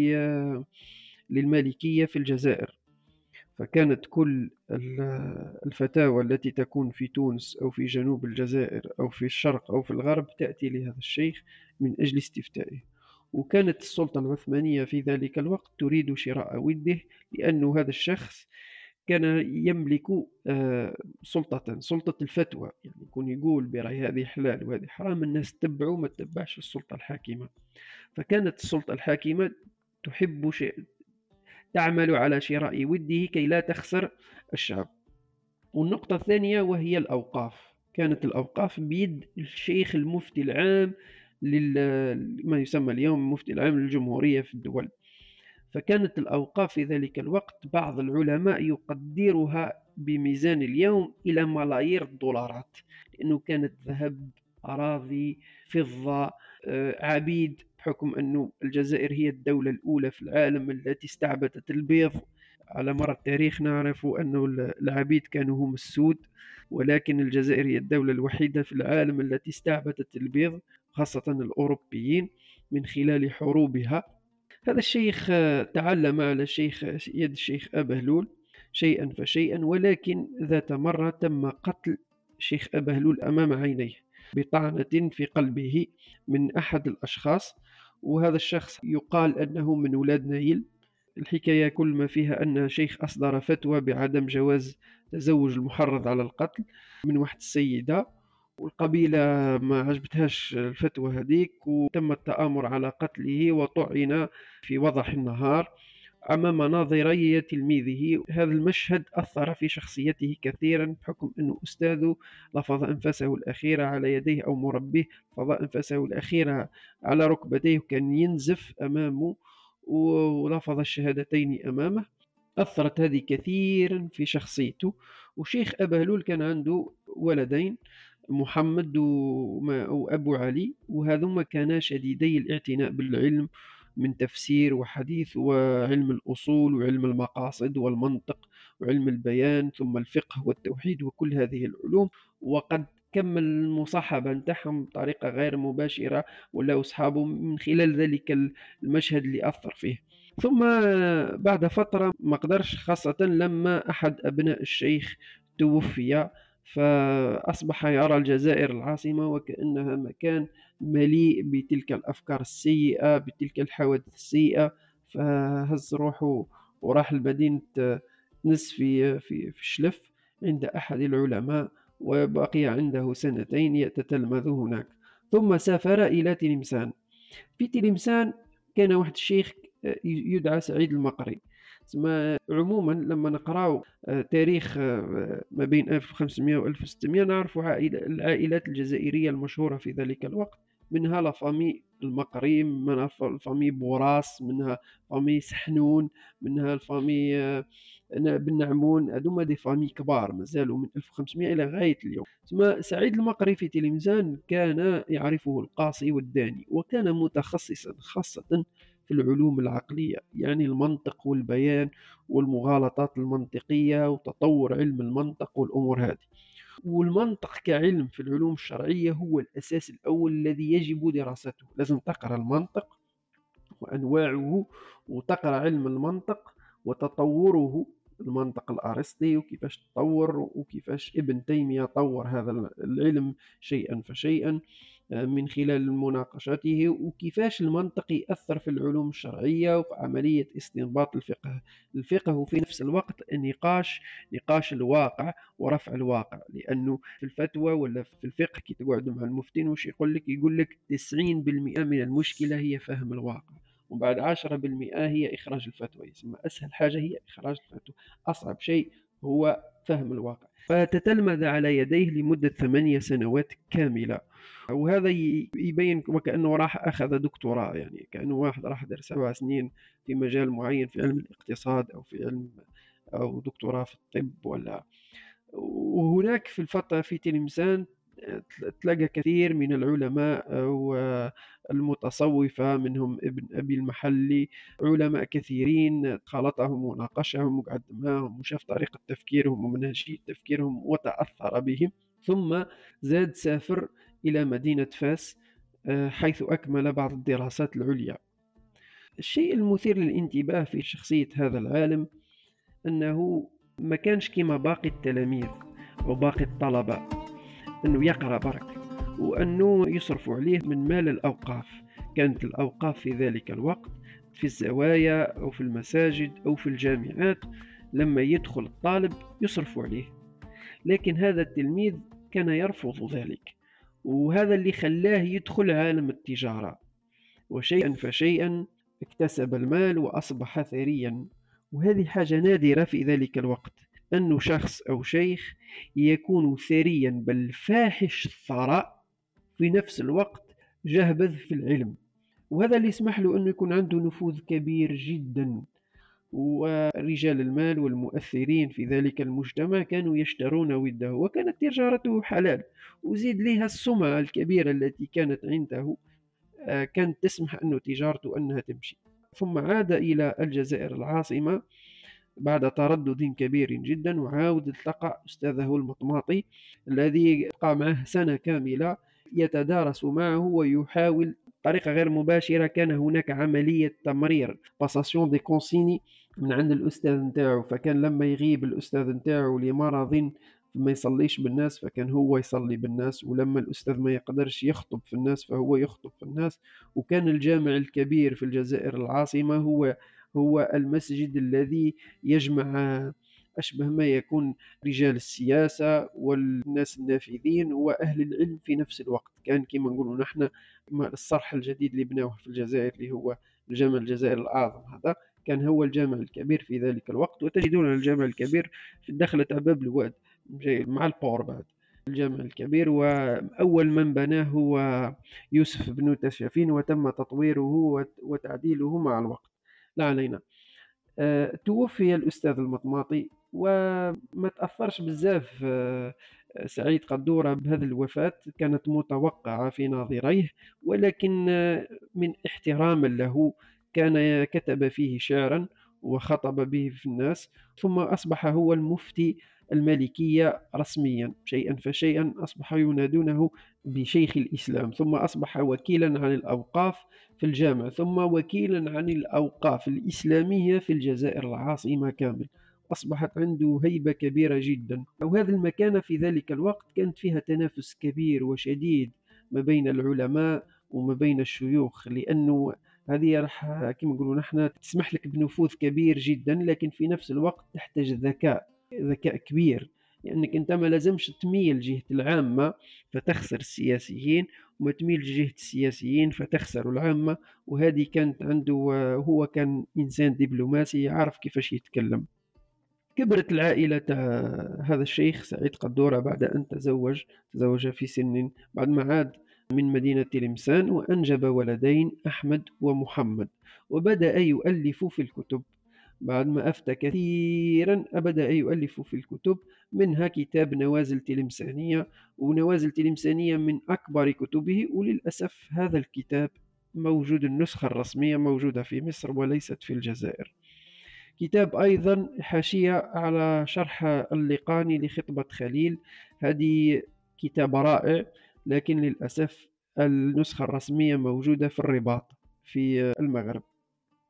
للمالكية في الجزائر، فكانت كل الفتاوى التي تكون في تونس أو في جنوب الجزائر أو في الشرق أو في الغرب تأتي لهذا الشيخ من أجل استفتائه. وكانت السلطة العثمانية في ذلك الوقت تريد شراء وده، لأن هذا الشخص كان يملك سلطة سلطة الفتوى، يعني يكون يقول برأي هذه حلال وهذه حرام، الناس تتبعه ما تتبعش السلطة الحاكمة. فكانت السلطة الحاكمة تحب شيء تعمل على شراء وده كي لا تخسر الشعب. والنقطة الثانية وهي الأوقاف. كانت الأوقاف بيد الشيخ المفتي العام لما يسمى اليوم المفتي العام للجمهورية في الدول. فكانت الأوقاف في ذلك الوقت بعض العلماء يقدرها بميزان اليوم إلى ملايير الدولارات، لأنه كانت ذهب، أراضي، فضة، عبيد، بحكم أن الجزائر هي الدولة الأولى في العالم التي استعبدت البيض. على مر التاريخ نعرف أن العبيد كانوا هم السود، ولكن الجزائر هي الدولة الوحيدة في العالم التي استعبدت البيض، خاصة الأوروبيين، من خلال حروبها. هذا الشيخ تعلم على الشيخ يد الشيخ أبهلول شيئا فشيئا، ولكن ذات مرة تم قتل الشيخ أبهلول أمام عينيه بطعنة في قلبه من أحد الأشخاص، وهذا الشخص يقال أنه من ولاد نايل. الحكاية كل ما فيها أن شيخ أصدر فتوى بعدم جواز تزوج المحرض على القتل من واحد السيدة، والقبيلة ما عجبتهاش الفتوى هذيك، وتم التآمر على قتله وطعن في وضح النهار أمام ناظري تلميذه. هذا المشهد أثر في شخصيته كثيرا، بحكم أنه أستاذه لفظ أنفاسه الأخيرة على يديه، أو مربيه لفظ أنفاسه الأخيرة على ركبتيه، وكان ينزف أمامه ولفظ الشهادتين أمامه. أثرت هذه كثيرا في شخصيته. وشيخ أبهلول كان عنده ولدين، محمد وأبو علي، وهذوما كانا شديدي الاعتناء بالعلم من تفسير وحديث وعلم الأصول وعلم المقاصد والمنطق وعلم البيان، ثم الفقه والتوحيد وكل هذه العلوم. وقد كمل المصاحبة نتاعهم بطريقة غير مباشرة، ولا أصحابه من خلال ذلك المشهد اللي أثر فيه. ثم بعد فترة ما قدرش، خاصة لما أحد أبناء الشيخ توفي، فأصبح يرى الجزائر العاصمة وكأنها مكان مليء بتلك الأفكار السيئة، بتلك الحوادث السيئة، فهز روحه وراح لمدينة تنس في في في الشلف عند أحد العلماء، وبقي عنده سنتين يتتلمذ هناك. ثم سافر إلى تلمسان. في تلمسان كان واحد الشيخ يدعى سعيد المقري. عموما لما نقرأ تاريخ ما بين ألف وخمسمائة و ألف وستمائة نعرف العائلات الجزائرية المشهورة في ذلك الوقت، منها لفامي المقري، منها الفامي بوراس، منها فامي سحنون، منها الفامي بن نعمون. هذوما دي فامي كبار مازالوا من ألف وخمسمائة إلى غاية اليوم. ثم سعيد المقري في تلمسان كان يعرفه القاصي والداني، وكان متخصصا خاصة في العلوم العقلية، يعني المنطق والبيان والمغالطات المنطقية وتطور علم المنطق والأمور هذه. والمنطق كعلم في العلوم الشرعية هو الأساس الأول الذي يجب دراسته. لازم تقرأ المنطق وأنواعه، وتقرأ علم المنطق وتطوره المنطق الأرسطي وكيفاش تطور، وكيفاش ابن تيمية طور هذا العلم شيئا فشيئا من خلال مناقشته، وكيفاش المنطق يأثر في العلوم الشرعية وفي عملية استنباط الفقه. الفقه في نفس الوقت نقاش نقاش الواقع ورفع الواقع، لأنه في الفتوى ولا في الفقه كي تقعد مع المفتين وش يقول لك؟ يقول لك تسعين بالمئة من المشكلة هي فهم الواقع، وبعد عشرة بالمئة هي إخراج الفتوى. يسمى أسهل حاجة هي إخراج الفتوى، أصعب شيء هو فهم الواقع. فتتلمذ على يديه لمدة ثمانية سنوات كاملة، وهذا يبين وكأنه راح أخذ دكتوراه، يعني كأنه واحد راح درس سبع سنين في مجال معين في علم الاقتصاد أو في علم أو دكتوراه في الطب ولا. وهناك في الفترة في تلمسان تلقى كثير من العلماء والمتصوفة، منهم ابن أبي المحلي، علماء كثيرين خلطهم وناقشهم وقعد معهم وشاف طريقة تفكيرهم ومنهجية تفكيرهم وتأثر بهم. ثم زاد سافر إلى مدينة فاس حيث أكمل بعض الدراسات العليا. الشيء المثير للانتباه في شخصية هذا العالم أنه ما كانش كما باقي التلاميذ أو باقي الطلبة أنه يقرأ برك وأنه يصرف عليه من مال الأوقاف. كانت الأوقاف في ذلك الوقت في الزوايا أو في المساجد أو في الجامعات، لما يدخل الطالب يصرف عليه، لكن هذا التلميذ كان يرفض ذلك، وهذا اللي خلاه يدخل عالم التجارة، وشيئا فشيئا اكتسب المال وأصبح ثريا. وهذه حاجة نادرة في ذلك الوقت، أن شخص أو شيخ يكون ثريا بل فاحش الثراء في نفس الوقت جهبذ في العلم، وهذا اللي يسمح له أنه يكون عنده نفوذ كبير جدا. ورجال المال والمؤثرين في ذلك المجتمع كانوا يشترون وده، وكانت تجارته حلال، وزيد لها السمعة الكبيرة التي كانت عنده كانت تسمح أنه تجارته أنها تمشي. ثم عاد إلى الجزائر العاصمة بعد تردد كبير جدا، وعاود التقى أستاذه المطماطي الذي بقى معه سنة كاملة يتدارس معه ويحاول بطريقة غير مباشرة. كان هناك عملية تمرير باساسيون دي كونسيني من عند الأستاذ نتاعو، فكان لما يغيب الأستاذ نتاعو لمرض ما يصليش بالناس فكان هو يصلي بالناس، ولما الأستاذ ما يقدرش يخطب في الناس فهو يخطب في الناس. وكان الجامع الكبير في الجزائر العاصمة هو هو المسجد الذي يجمع أشبه ما يكون رجال السياسة والناس النافذين وأهل العلم في نفس الوقت. كان كما نقولوا نحن الصرح الجديد اللي بناوه في الجزائر اللي هو الجامع الجزائر الأعظم، هذا كان هو الجامع الكبير في ذلك الوقت. وتجدون الجامع الكبير في دخلة باب الواد مع البور بعد الجامع الكبير، وأول من بناه هو يوسف بن تشافين، وتم تطويره وتعديله مع الوقت. لا علينا. أه توفي الأستاذ المطماطي وما تأثرش بزاف أه سعيد قدورة بهذه الوفاة، كانت متوقعة في ناظريه، ولكن أه من احتراما له كان كتب فيه شعرا وخطب به في الناس، ثم أصبح هو المفتي المالكية رسميا. شيئا فشيئا أصبح ينادونه بشيخ الإسلام، ثم أصبح وكيلا عن الأوقاف في الجامع، ثم وكيلا عن الأوقاف الإسلامية في الجزائر العاصمة كامل. أصبحت عنده هيبة كبيرة جدا. وهذه المكانة في ذلك الوقت كانت فيها تنافس كبير وشديد ما بين العلماء وما بين الشيوخ، لأنه هذه راح كما نقولوا نحن تسمح لك بنفوذ كبير جدا، لكن في نفس الوقت تحتاج ذكاء ذكاء كبير، لأنك يعني أنت ما لازمش تميل جهة العامة فتخسر السياسيين، وما تميل جهة السياسيين فتخسر العامة. وهذه كانت عنده، هو كان إنسان دبلوماسي يعرف كيفاش يتكلم. كبرت العائلة هذا الشيخ سعيد قدورة بعد أن تزوج تزوج في سن، بعد ما عاد من مدينة تلمسان، وأنجب ولدين أحمد ومحمد، وبدأ يؤلف في الكتب. بعد ما أفتى كثيرا بدأ يؤلف في الكتب، منها كتاب نوازل تلمسانية، ونوازل تلمسانية من أكبر كتبه. وللأسف هذا الكتاب موجود، النسخة الرسمية موجودة في مصر وليست في الجزائر. كتاب أيضا حاشية على شرح اللقاني لخطبة خليل، هذه كتاب رائع، لكن للأسف النسخة الرسمية موجودة في الرباط في المغرب.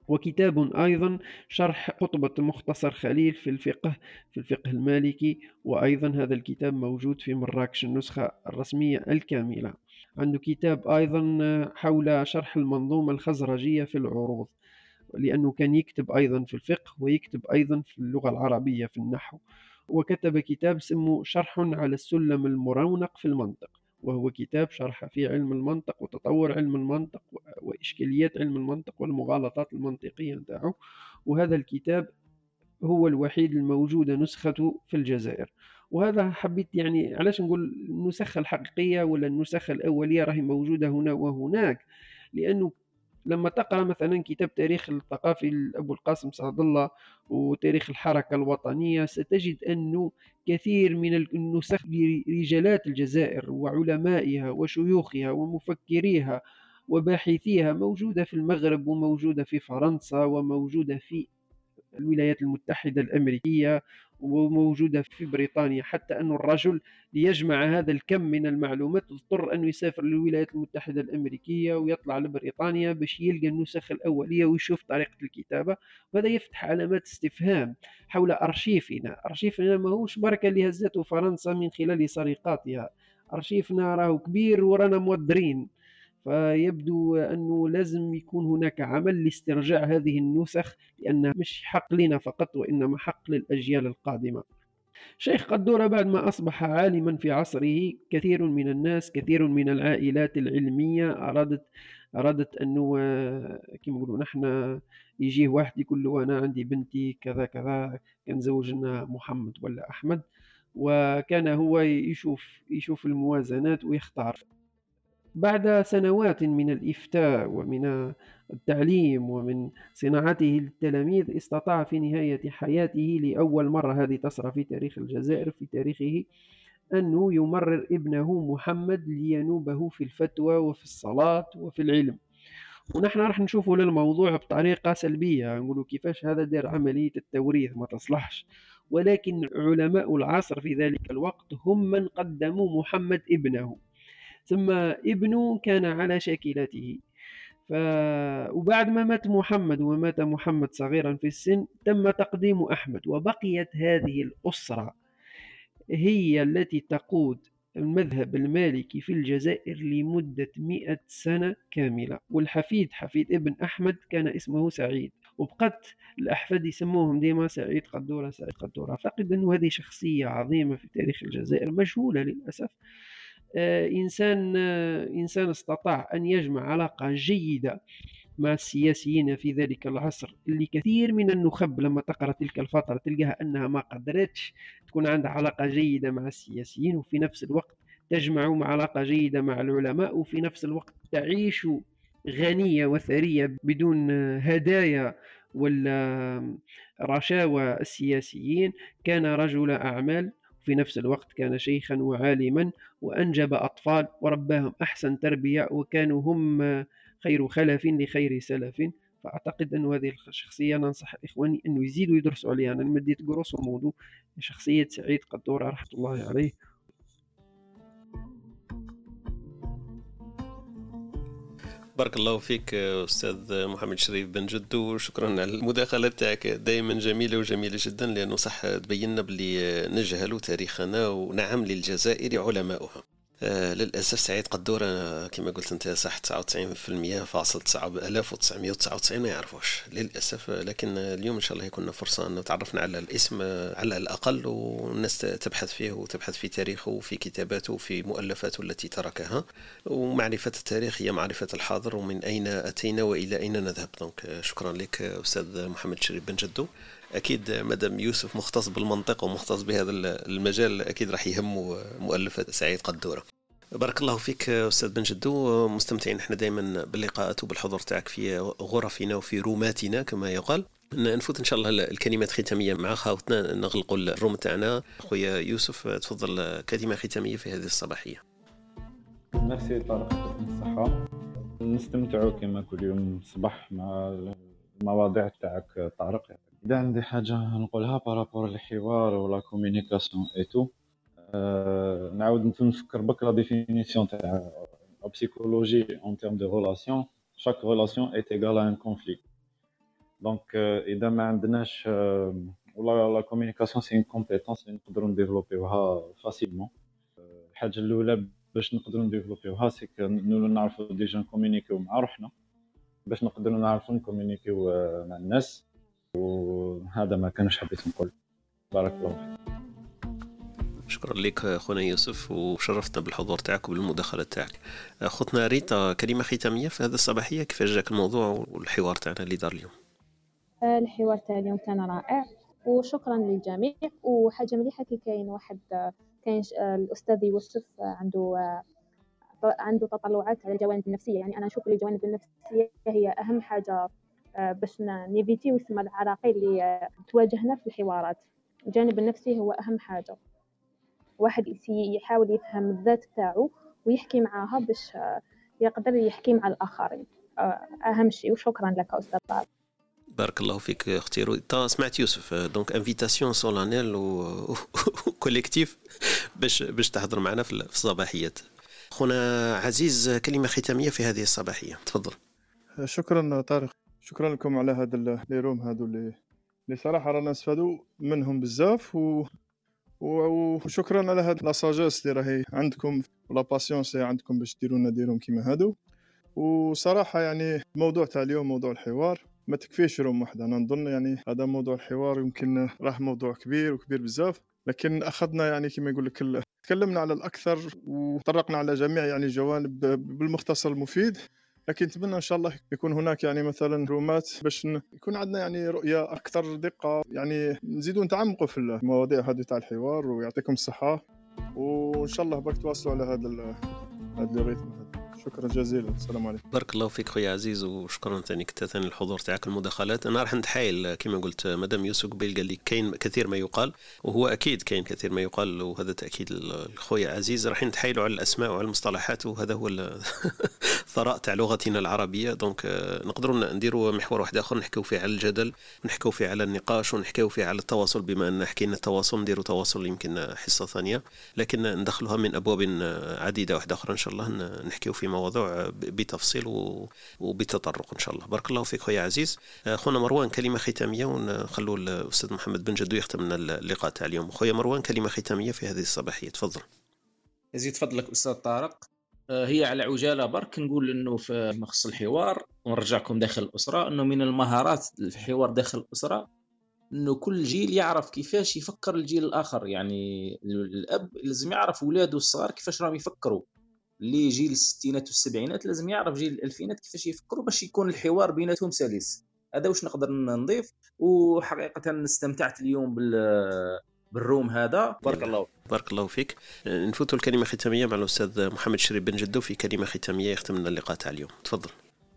وكتاب أيضا شرح خطبة مختصر خليل في الفقه في الفقه المالكي، وأيضا هذا الكتاب موجود في مراكش النسخة الرسمية الكاملة. عنده كتاب أيضا حول شرح المنظومة الخزرجية في العروض، لأنه كان يكتب أيضا في الفقه ويكتب أيضا في اللغة العربية في النحو. وكتب كتاب اسمه شرح على السلم المرونق في المنطق، وهو كتاب شرح في علم المنطق وتطور علم المنطق وإشكاليات علم المنطق والمغالطات المنطقية نتاعو. وهذا الكتاب هو الوحيد الموجودة نسخته في الجزائر. وهذا حبيت يعني علاش نقول النسخة الحقيقية ولا النسخة الأولية راهي موجودة هنا وهناك، لأنه لما تقرأ مثلا كتاب تاريخ الثقافي لأبو القاسم سعد الله وتاريخ الحركة الوطنية، ستجد أنه كثير من النسخ لرجالات الجزائر وعلمائها وشيوخها ومفكريها وباحثيها موجودة في المغرب وموجودة في فرنسا وموجودة في الولايات المتحدة الأمريكية وموجودة في بريطانيا، حتى أن الرجل ليجمع هذا الكم من المعلومات اضطر أن يسافر للولايات المتحدة الأمريكية ويطلع لبريطانيا باش يلقى النسخ الأولية ويشوف طريقة الكتابة. وهذا يفتح علامات استفهام حول أرشيفنا. أرشيفنا ما هوش بركة اللي هزته فرنسا من خلال سرقاتها، أرشيفنا راهو كبير ورانا مودرين، فيبدو أنه لازم يكون هناك عمل لاسترجاع هذه النسخ، لأنها مش حق لنا فقط وإنما حق للأجيال القادمة. شيخ قدورة بعد ما أصبح عالما في عصره، كثير من الناس كثير من العائلات العلمية أرادت أرادت أنه كما نقولوا نحن يجيه واحد يقول له أنا عندي بنتي كذا كذا كان زوجنا محمد ولا أحمد، وكان هو يشوف يشوف الموازنات ويختار. بعد سنوات من الإفتاء ومن التعليم ومن صناعته للتلاميذ، استطاع في نهاية حياته لأول مرة، هذه تصرى في تاريخ الجزائر في تاريخه، أنه يمرر ابنه محمد لينوبه في الفتوى وفي الصلاة وفي العلم. ونحن راح نشوفوا للموضوع بطريقة سلبية، نقولوا كيفاش هذا دير عملية التوريث ما تصلحش، ولكن علماء العصر في ذلك الوقت هم من قدموا محمد ابنه، ثم ابنه كان على شاكلته. ف... وبعد ما مات محمد ومات محمد صغيرا في السن، تم تقديم أحمد، وبقيت هذه الأسرة هي التي تقود المذهب المالكي في الجزائر لمدة مئة سنة كاملة. والحفيد حفيد ابن أحمد كان اسمه سعيد، وبقت الأحفاد يسموهم ديما سعيد قدورة سعيد قدورة. أعتقد أنه هذه شخصية عظيمة في تاريخ الجزائر مجهولة للأسف. آه إنسان آه إنسان استطاع أن يجمع علاقة جيدة مع السياسيين في ذلك العصر، اللي كثير من النخب لما تقرأ تلك الفترة تلقاها أنها ما قدرتش تكون عندها علاقة جيدة مع السياسيين، وفي نفس الوقت تجمع مع علاقة جيدة مع العلماء، وفي نفس الوقت تعيش غنية وثرية بدون هدايا ولا رشاوى السياسيين. كان رجل أعمال، في نفس الوقت كان شيخا وعالما، وأنجب أطفال ورباهم أحسن تربية، وكانوا هم خير خلف لخير سلف. فأعتقد أن هذه الشخصية ننصح إخواني أنه يزيدوا يدرسوا عليها. أنا مديت قروس وموضوع شخصية سعيد قدورة رحمة الله عليه. بارك الله فيك أستاذ محمد شريف بن جدو، شكرا على المداخلة تاعك دائما جميلة وجميلة جدا، لأنه صح تبين بلي نجهل تاريخنا، ونعم للجزائر علماؤها. آه للأسف سعيد قدورة كما قلت أنت صح تسعة وتسعين بالمئة فاصل تسعة آلاف وتسعمئة وتسعة وتسعين ما يعرفوش للأسف. لكن اليوم إن شاء الله يكون فرصة أن تعرفنا على الاسم على الأقل، والناس تبحث فيه وتبحث في تاريخه وفي كتاباته وفي مؤلفاته التي تركها. ومعرفة التاريخ هي معرفة الحاضر ومن أين أتينا وإلى أين نذهب. دونك شكرا لك أستاذ محمد شريف بن جدو. أكيد مدام يوسف مختص بالمنطق ومختص بهذا المجال، أكيد راح يهم مؤلفة سعيد قدورة. بارك الله فيك أستاذ بن جدو، مستمتعين احنا دائما باللقاءات وبالحضور تاعك في غرفنا وفي روماتنا كما يقال. نفوت إن شاء الله الكلمات ختامية مع خاوتنا، نغلقوا الروم تاعنا. أخويا يوسف تفضل كلمة ختامية في هذه الصباحية. ميرسي طارق، يعطيك الصحة. نستمتعوا كما كل يوم صباح مع المواضيع تاعك طارق. إذا عندي حاجة نقولها بارابور الحوار ولا كوميونيكاسيون إيتو، أه نعاود نفكر بك لا ديفينيسيون تاع لا بسيكولوجي اون تيرم دو ريلاسيون. chaque relation est égale à un conflit. دونك اذا ما عندناش ولا لا كومونيكاسيون سي اون كومبيتونس اللي نقدروا نديفلوبيوها فاسيلمون. الحاجه الاولى باش نقدروا نديفلوبيوها سي نو نعرفوا ديجا نكومونيكيو مع روحنا باش نقدروا نعرفوا نكومونيكيو مع الناس. وهذا ما كانش حبيت نقول. بارك الله فيك. شكرا لك خونا يوسف وشرفتنا بالحضور تاعك وبالمداخله تاعك. اخوتنا ريتا، كلمه ختاميه في هذه الصباحيه، كيفاش جاك الموضوع والحوار تاعنا اللي دار اليوم؟ الحوار تاع اليوم كان رائع وشكرا للجميع. وحاجه مليحه كي كاين واحد كاين الاستاذ يوسف عنده عنده تطلعات على الجوانب النفسيه. يعني انا نشوف الجوانب النفسيه هي اهم حاجه باش نيفيتي ويسمى العراقيل اللي تواجهنا في الحوارات. الجانب النفسي هو اهم حاجه، واحد يحاول يفهم الذات تاعو ويحكي معاها باش يقدر يحكي مع الاخرين، اهم شيء. وشكرا لك استاذ طارق. بارك الله فيك اختي رويتا. سمعت يوسف، دونك انفيتاسيون سولانيل وكوليكتيف باش باش تحضر معنا في الصباحيات. خونا عزيز، كلمه ختاميه في هذه الصباحيه، تفضل. شكرا طارق، شكرا لكم على هذا لي روم هذو اللي اللي صراحه رانا نستفادوا منهم بزاف. و وشكرا على هاد لاساجاس اللي راهي عندكم ولا باسيونس اللي عندكم باش ديروا لنا ديرهم كيما هادو. وصراحه يعني الموضوع تاع اليوم موضوع الحوار ما تكفيش روم واحده. انا نظن يعني هذا موضوع الحوار يمكن راه موضوع كبير وكبير بزاف، لكن اخذنا يعني كما يقول لك تكلمنا على الاكثر وطرقنا على جميع يعني الجوانب بالمختصر المفيد. لكن نتمنى ان شاء الله يكون هناك يعني مثلا رومات باش يكون عندنا يعني رؤيه اكثر دقه، يعني نزيدوا نتعمقوا في المواضيع هذه تاع الحوار. ويعطيكم الصحه وان شاء الله برك تواصلوا على هذا هذا الريتم هذا. شكرا جزيلا، السلام عليكم. بارك الله فيك خويا عزيز وشكرا ثاني كتا ثاني الحضور تاعك المداخلات. انا راح نتحايل كما قلت مدام يوسف قبيل قال لي كاين كثير ما يقال، وهو اكيد كاين كثير ما يقال، وهذا تاكيد الخويا عزيز. راح نتحايلوا على الاسماء وعلى المصطلحات، وهذا هو الثراء تاع لغتنا العربيه. دونك نقدروا نديروا محور واحد اخر نحكيو فيه على الجدل، نحكيو فيه على النقاش، ونحكيو فيه على التواصل. بما ان حكينا التواصل نديروا تواصل يمكن حصه ثانيه، لكن ندخلوها من ابواب عديده واحده اخرى ان شاء الله، نحكيو في مواضيع بتفصيل وبتطرق ان شاء الله. بارك الله فيك خويا عزيز. خونا مروان، كلمه ختاميه ونخلوا الاستاذ محمد بن جدو يختم لنا اللقاء تاع اليوم. خويا مروان، كلمه ختاميه في هذه الصباحيه، تفضل. يزيد فضلك استاذ طارق. هي على عجاله برك نقول انه في مخص الحوار ونرجعكم داخل الاسره، انه من المهارات الحوار داخل الاسره انه كل جيل يعرف كيفاش يفكر الجيل الاخر. يعني الاب لازم يعرف اولاده الصغار كيفاش راهم يفكروا، اللي جيل الستينات والسبعينات لازم يعرف جيل الالفينات كيفاش يفكروا باش يكون الحوار بيناتهم سلس. هذا واش نقدر نضيف. وحقيقه استمتعت اليوم بال بالروم هذا. بارك الله بارك الله فيك. نفوتوا الكلمه ختاميه مع الاستاذ محمد شريف بن جدو في كلمه ختاميه يختم لنا اللقاء تاع اليوم، تفضل.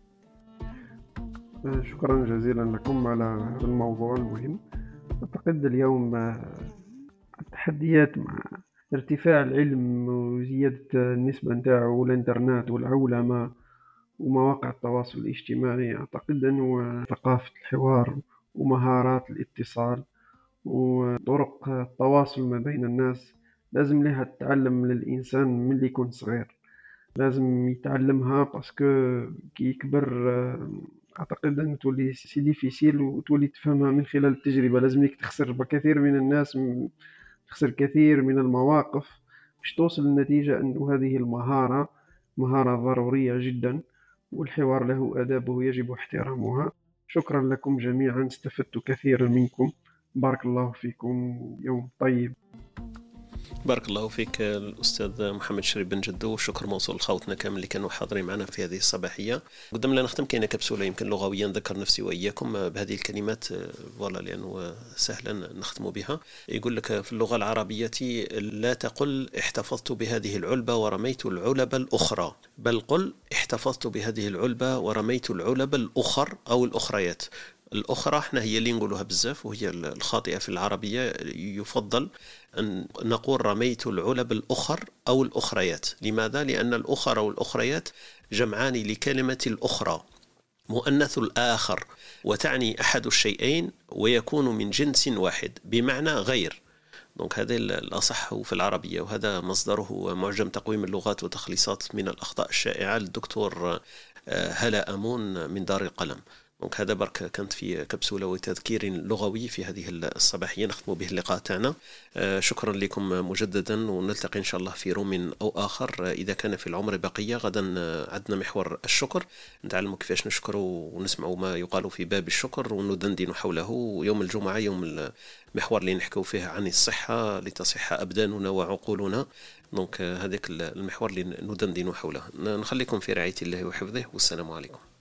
شكرا جزيلا لكم على الموضوع المهم. اعتقد اليوم التحديات مع ارتفاع العلم وزيادة النسبة نتاعو والإنترنت والعولمة ومواقع التواصل الاجتماعي، أعتقد أنه ثقافة الحوار ومهارات الاتصال وطرق التواصل ما بين الناس لازم لها تتعلم للإنسان من اللي يكون صغير. لازم يتعلمها باسكو كي يكبر أعتقد أن تولي سي ديفيسيل وتولي تفهمها من خلال التجربة. لازم لك تخسر كثير من الناس، تخسر كثير من المواقف باش توصل للنتيجة أنه هذه المهارة مهارة ضرورية جدا، والحوار له آدابه يجب احترامها. شكرا لكم جميعا، استفدت كثيرا منكم. بارك الله فيكم، يوم طيب. بارك الله فيك الأستاذ محمد شريف بن جدو. شكر موصول لخوتنا كامل اللي كانوا حاضرين معنا في هذه الصباحية. قدام لنا نختم كاينة كبسولة يمكن لغويا نذكر نفسي وإياكم بهذه الكلمات فوالا لأنه سهلا نختم بها. يقول لك في اللغة العربية لا تقل احتفظت بهذه العلبة ورميت العلبة الأخرى، بل قل احتفظت بهذه العلبة ورميت العلب الأخر أو الأخريات. الأخرى احنا هي اللي نقولها بزاف وهي الخاطئة في العربية. يفضل أن نقول رميت العلب الأخر أو الأخريات. لماذا؟ لأن الأخر أو الأخريات جمعان لكلمة الأخرى، مؤنث الآخر، وتعني أحد الشيئين ويكون من جنس واحد بمعنى غير. دونك هذا الأصح في العربية، وهذا مصدره معجم تقويم اللغات وتخليصات من الأخطاء الشائعة للدكتور هلا أمون من دار القلم. دونك هذا برك كانت في كبسولة وتذكير لغوي في هذه الصباحية نختم به اللقاء تاعنا. شكرا لكم مجددا، ونلتقي إن شاء الله في روم أو آخر إذا كان في العمر بقية. غدا عندنا محور الشكر، نتعلموا كيفاش نشكروا ونسمعوا ما يقال في باب الشكر وندندن حوله. يوم الجمعة يوم المحور اللي نحكوا فيه عن الصحة لتصح أبداننا وعقولنا. دونك هذاك المحور اللي ندندن حوله. نخليكم في رعاية الله وحفظه، والسلام عليكم.